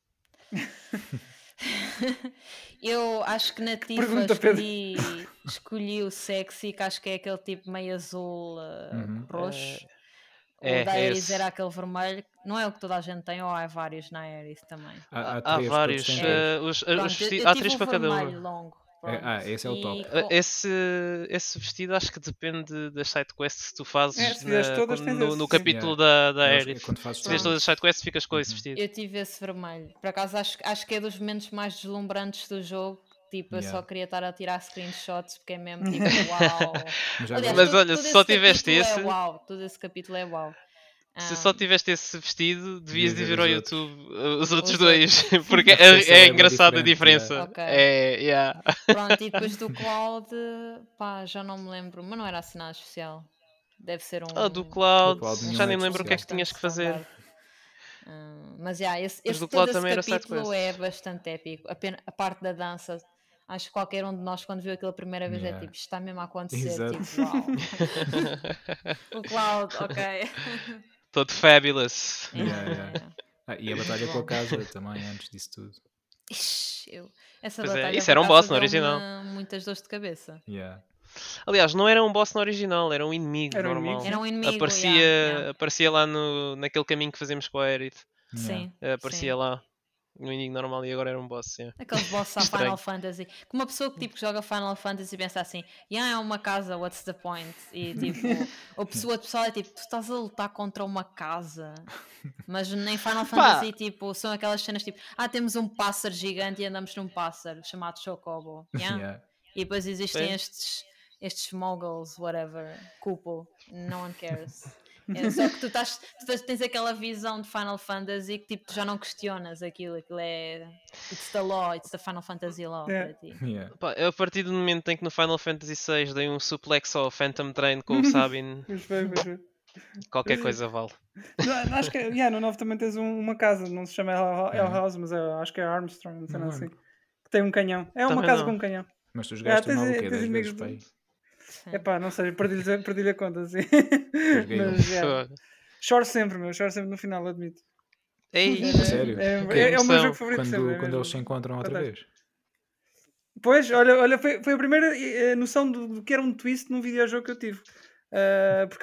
Eu acho que na Tifa Pergunta, Pedro. escolhi o sexy, que acho que é aquele tipo meio azul roxo. O da É Ares esse. era aquele vermelho. Não é o que toda a gente tem, ou há vários na Ares também. Há Há três, vários. todos têm três. Pronto, Há eu tive três o para cada vermelho uma. longo. Pronto. Esse é o top. Esse vestido acho que depende das sidequests que tu fazes Se fizeres todas, tens esse, no sim. capítulo Yeah. da Aerith. Quando fazes Se fizeres todas. todas as sidequests, ficas com esse vestido. Eu tive esse vermelho. Por acaso acho que é dos momentos mais deslumbrantes do jogo. Tipo, eu só queria estar a tirar screenshots porque é mesmo tipo, uau. Mas olha, se só tiveste esse. esse. É uau. Todo esse capítulo é uau. Se só tiveste esse vestido, devias de ver ao YouTube os outros Os dois, porque Essa é é engraçada a diferente, diferença. Ok. Yeah. Pronto, e depois do Cloud, pá, já não me lembro, mas não era assim nada especial. Deve ser Do Cloud, nenhum já nem é me lembro o que é que especial. tinhas que fazer. Mas Mas do todo Cloud esse também era capítulo sidequest. é bastante épico. A parte da dança, Acho que qualquer um de nós, quando viu aquilo a primeira vez, é tipo, isto está mesmo a acontecer. Exato. Tipo, uau. O Cloud, ok. Todo fabulous. Yeah. E a batalha com a casa também, antes disso tudo. Ixi, essa Pois é, batalha isso era um por acaso, boss no original. deu-me muitas dores de cabeça. Yeah. Aliás, não era um boss no original, era um inimigo Era um normal. inimigo, Era um inimigo, Aparecia, aparecia lá naquele caminho que fazemos com a Aerith. Sim, Aparecia lá um inimigo normal e agora era um boss. Aqueles bosses a Estranho. Final Fantasy. Que uma pessoa que tipo, joga Final Fantasy pensa assim, é uma casa, what's the point? E tipo, o pessoal é tipo, tu estás a lutar contra uma casa. Mas nem Final Fantasy, tipo, são aquelas cenas tipo, temos um pássaro gigante e andamos num pássaro chamado Chocobo. Yeah. E depois existem Pois. estes moguls, whatever, cupo, no one cares. Só que tu tens aquela visão de Final Fantasy que tipo, tu já não questionas aquilo é it's the law, it's the Final Fantasy law para ti. Yeah. Pá, a partir do momento em que no Final Fantasy VI dei um suplex ao Phantom Train com o Sabin, Pois foi. qualquer coisa vale. Não, acho que no 9 também tens uma casa, não se chama El House, mas acho que é Armstrong, não sei Não assim. lembro. Que tem um canhão. É uma Também casa não. com um canhão. Mas tu jogaste o tens- 9 o quê? tens 10 vezes inimigos para aí? Sim. Epá, não sei, perdi-lhe a conta, assim. Joguei um. Mas, choro sempre no final, admito. Ei, A sério? É Ok. o meu emoção. jogo favorito sempre. Quando eles se encontram outra fantástico. vez. Pois, olha foi a primeira noção do que era um twist num videojogo que eu tive. Porque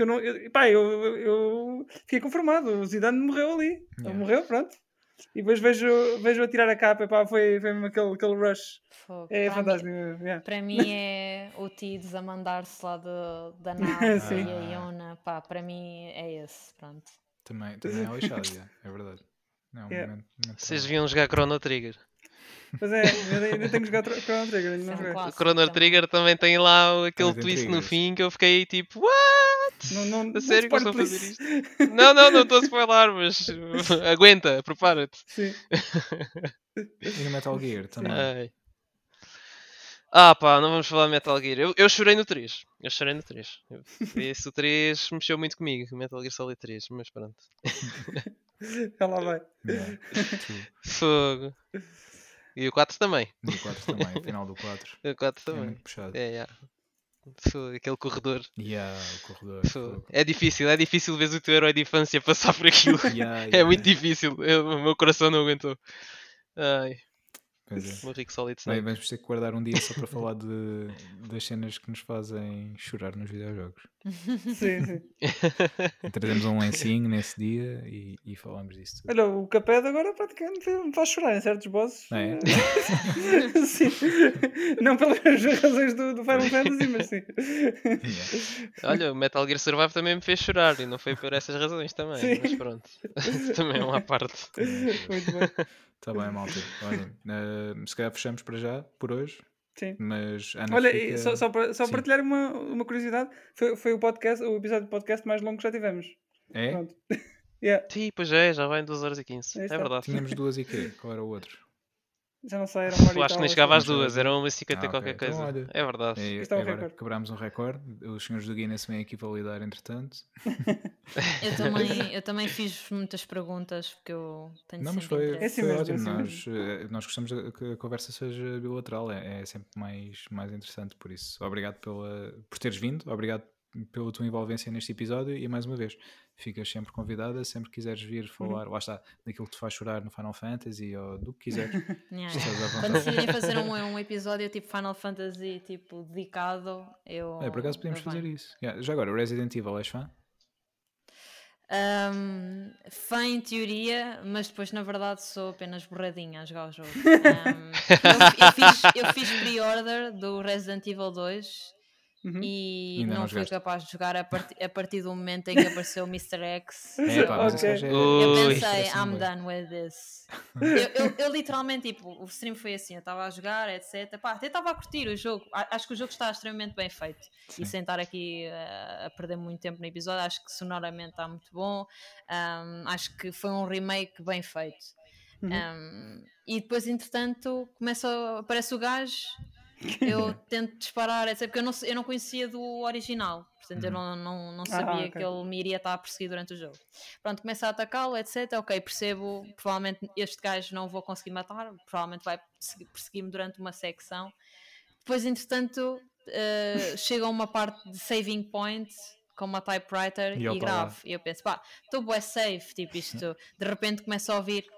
eu fiquei conformado, o Zidane morreu ali. Ele Yeah. morreu, pronto. E depois vejo a tirar a capa, foi mesmo aquele rush. Fogo. É Para fantástico. mim, Yeah. para mim é o Tidus a mandar-se lá da nave Sim. e a Iona, pá, para mim é esse, pronto. Também é lixado, yeah, é verdade. É um Yeah. momento Vocês bom. deviam jogar Chrono Trigger. Mas ainda tenho que jogar Chrono Trigger, ainda Isso não é um joguei. O clássico Chrono também. Trigger também tem lá aquele tem twist no triggers. fim que eu fiquei tipo, what? Não A sério que eles spoil, estão a fazer please. isto? Não estou a spoiler, mas aguenta, prepara-te. Sim. E no Metal Gear também. Ai. Pá, não vamos falar de Metal Gear. Eu chorei no 3. Esse o 3 mexeu muito comigo. Metal Gear Solid 3, mas pronto. Já lá vai. Yeah. True. Fogo. E o 4 também. E o 4 também, o final do 4. O 4 É também. muito puxado. Fogo, aquele corredor. Yeah, o corredor. Fogo. Fogo. É difícil ver o teu herói de infância passar por aquilo. Yeah. É muito difícil. O meu coração não aguentou. Ai, Pois é. morri com Solid Bem, Snake. vamos ter que guardar um dia só para falar das cenas que nos fazem chorar nos videojogos. Sim. E trazemos um lencinho nesse dia e falamos disso tudo. Olha, o Cuphead agora praticamente me faz chorar em certos bosses. Ah, é? Sim. Não pelas razões do Final Fantasy, mas sim. Yeah. Olha, o Metal Gear Survive também me fez chorar e não foi por essas razões também. Sim. Mas pronto. Também é uma parte. Muito bem. Tá bem, malta. Olha, se calhar fechamos para já, por hoje. Sim. Mas Ana Olha, fica... e só para Sim. partilhar uma curiosidade, foi o episódio de podcast mais longo que já tivemos. É? Pronto. Yeah. Sim, pois é, já vai em 2 horas e 15. Aí É está. verdade. Tínhamos 2 e quê? Qual era o outro? Já não sei, era uma hora e Acho que tal, nem chegava às Não chegava 2, às era duas. 1h50 Ok, qualquer então coisa. olha. É verdade. Isto é um Agora recorde. quebrámos um recorde. Os senhores do Guinness vêm aqui validar entretanto. Eu também fiz muitas perguntas porque eu tenho Não, mas sempre foi, interesse. assim foi mesmo, ótimo. assim Nós gostamos que a conversa seja bilateral. É sempre mais interessante. Por isso, obrigado por teres vindo. Obrigado pela tua envolvência neste episódio. E mais uma vez, ficas sempre convidada. Sempre que quiseres vir falar, lá está, daquilo que te faz chorar no Final Fantasy ou do que quiseres. Yeah. Estás à vontade. Quando decidirem fazer um episódio tipo Final Fantasy tipo dedicado, eu. Por acaso podemos eu fazer venho. isso. Yeah. Já agora, Resident Evil, és fã? Fã em teoria, mas depois na verdade sou apenas borradinha a jogar o jogo. Eu fiz pre-order do Resident Evil 2 e Ainda não não fui jogaste. capaz de jogar a partir do momento em que apareceu o Mr. X. Mas esse Ok. gajo Eu Ui. pensei, parece-me I'm bem. done with this. Eu literalmente, tipo, o stream foi assim, eu estava a jogar, etc. Pá, até estava a curtir o jogo. Acho que o jogo está extremamente bem feito. Sim. E sem estar aqui a perder muito tempo no episódio, acho que sonoramente está muito bom. Acho que foi um remake bem feito. E depois, entretanto, aparece o gajo. Eu tento disparar, etc. Porque eu não conhecia do original, portanto eu não sabia ok. que ele me iria estar a perseguir durante o jogo. Pronto, começa a atacá-lo, etc. Ok, percebo, provavelmente este gajo não vou conseguir matar, provavelmente vai perseguir-me durante uma secção. depois, entretanto, chega a uma parte de saving point com uma typewriter E ele e tá lá. gravo. E eu penso, pá, estou bué safe, tipo isto. De repente começo a ouvir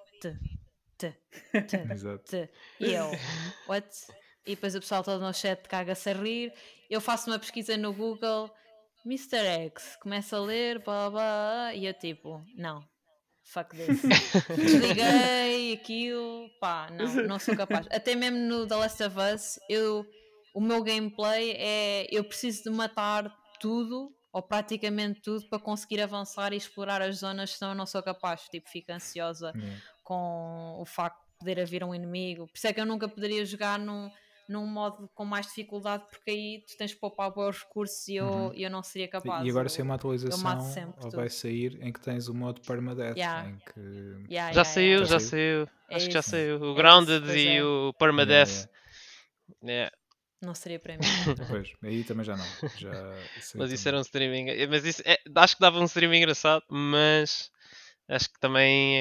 Exato. e eu, what? E depois o pessoal todo no chat caga-se a rir. Eu faço uma pesquisa no Google, Mr. X, começo a ler, blá blá, e eu tipo, não, fuck this. Desliguei aquilo, pá, não sou capaz. Até mesmo no The Last of Us, o meu gameplay é, eu preciso de matar tudo, ou praticamente tudo, para conseguir avançar e explorar as zonas, senão eu não sou capaz, tipo, fico ansiosa com o facto de poder haver um inimigo. Por isso é que eu nunca poderia jogar num modo com mais dificuldade, porque aí tu tens que poupar bons recursos e eu não seria capaz. E agora se é uma eu mato atualização, sempre ou tudo. vai sair em que tens o modo permadeath, em que... Já saiu. Já Acho que já isso. saiu. O É Grounded isso, pois e é. o Permadeath. Yeah. Yeah. Não seria para mim. Pois, aí também já não. Já Mas saiu isso também. era um streaming. Mas isso acho que dava um streaming engraçado, mas acho que também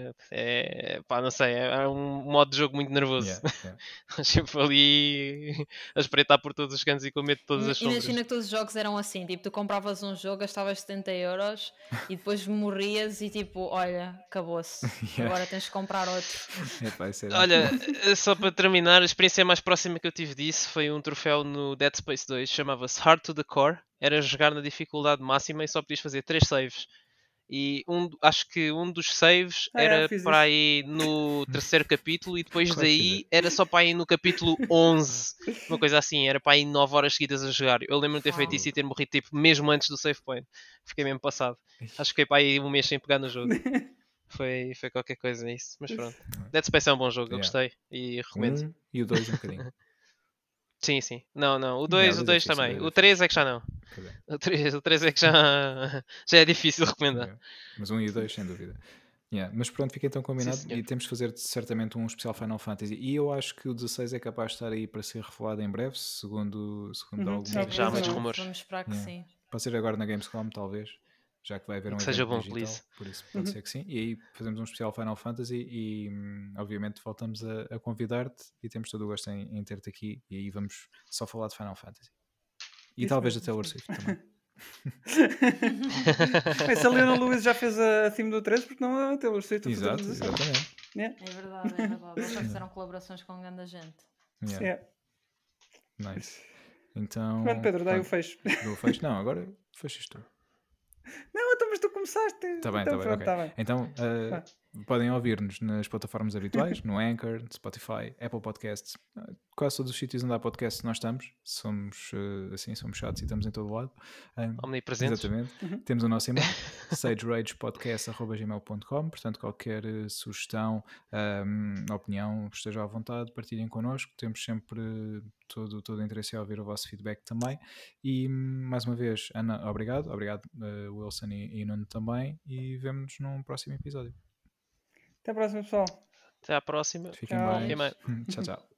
pá, não sei, é um modo de jogo muito nervoso. Yeah. Sempre ali a espreitar por todos os cantos e com medo de todas as sombras. Imagina que todos os jogos eram assim, tipo, tu compravas um jogo, gastavas 70€ e depois morrias e tipo, olha, acabou-se. Agora tens de comprar outro. Olha, só para terminar, a experiência mais próxima que eu tive disso foi um troféu no Dead Space 2, chamava-se Hard to the Core, era jogar na dificuldade máxima e só podias fazer 3 saves. E acho que um dos saves era para aí no terceiro capítulo e depois Claro daí era só para aí no capítulo 11. Uma coisa assim, era para aí 9 horas seguidas a jogar. Eu lembro-me de ter feito isso e ter morrido tipo, mesmo antes do save point. Fiquei mesmo passado. Acho que fiquei para aí um mês sem pegar no jogo. Foi qualquer coisa isso. Mas pronto. Dead Space é um bom jogo, eu gostei e recomendo. E o 2 um bocadinho. Sim. Não. O 2 também. O 3 é que já não. O 3 é que já é difícil de recomendar. Mas 1 e o 2 sem dúvida. Mas pronto, fica então combinado. E temos de fazer certamente um especial Final Fantasy. E eu acho que o 16 é capaz de estar aí para ser revelado em breve, segundo alguns já há muitos rumores. Vamos esperar que sim. Pode ser agora na Gamescom, talvez. Já que vai haver um seja evento bom, digital, please. por isso pode ser que sim. E aí fazemos um especial Final Fantasy e obviamente voltamos a convidar-te e temos todo o gosto em ter-te aqui e aí vamos só falar de Final Fantasy. E isso talvez até o Taylor Swift também. Se a Leona Lewis já fez a theme do 3, porque não a Taylor Swift? Exatamente. É verdade. Eles já fizeram colaborações com grande gente. Nice. Então... Pronto, Pedro, daí o fecho. Do fecho? Não, agora fechas tu. Não, então, mas tu começaste. Está bem. Então, podem ouvir-nos nas plataformas habituais, no Anchor, Spotify, Apple Podcasts, quase todos os sítios onde há podcasts nós estamos. Somos somos chatos e estamos em todo lado. Omnipresentes. Exatamente. Temos o nosso e-mail, sageragepodcast@gmail.com. Portanto, qualquer sugestão, opinião, estejam à vontade, partilhem connosco. Temos sempre todo o interesse em ouvir o vosso feedback também. E mais uma vez, Ana, obrigado Wilson e Nuno também, e vemo-nos num próximo episódio. Até a próxima, pessoal. Até à próxima. Fiquem bem. Tchau.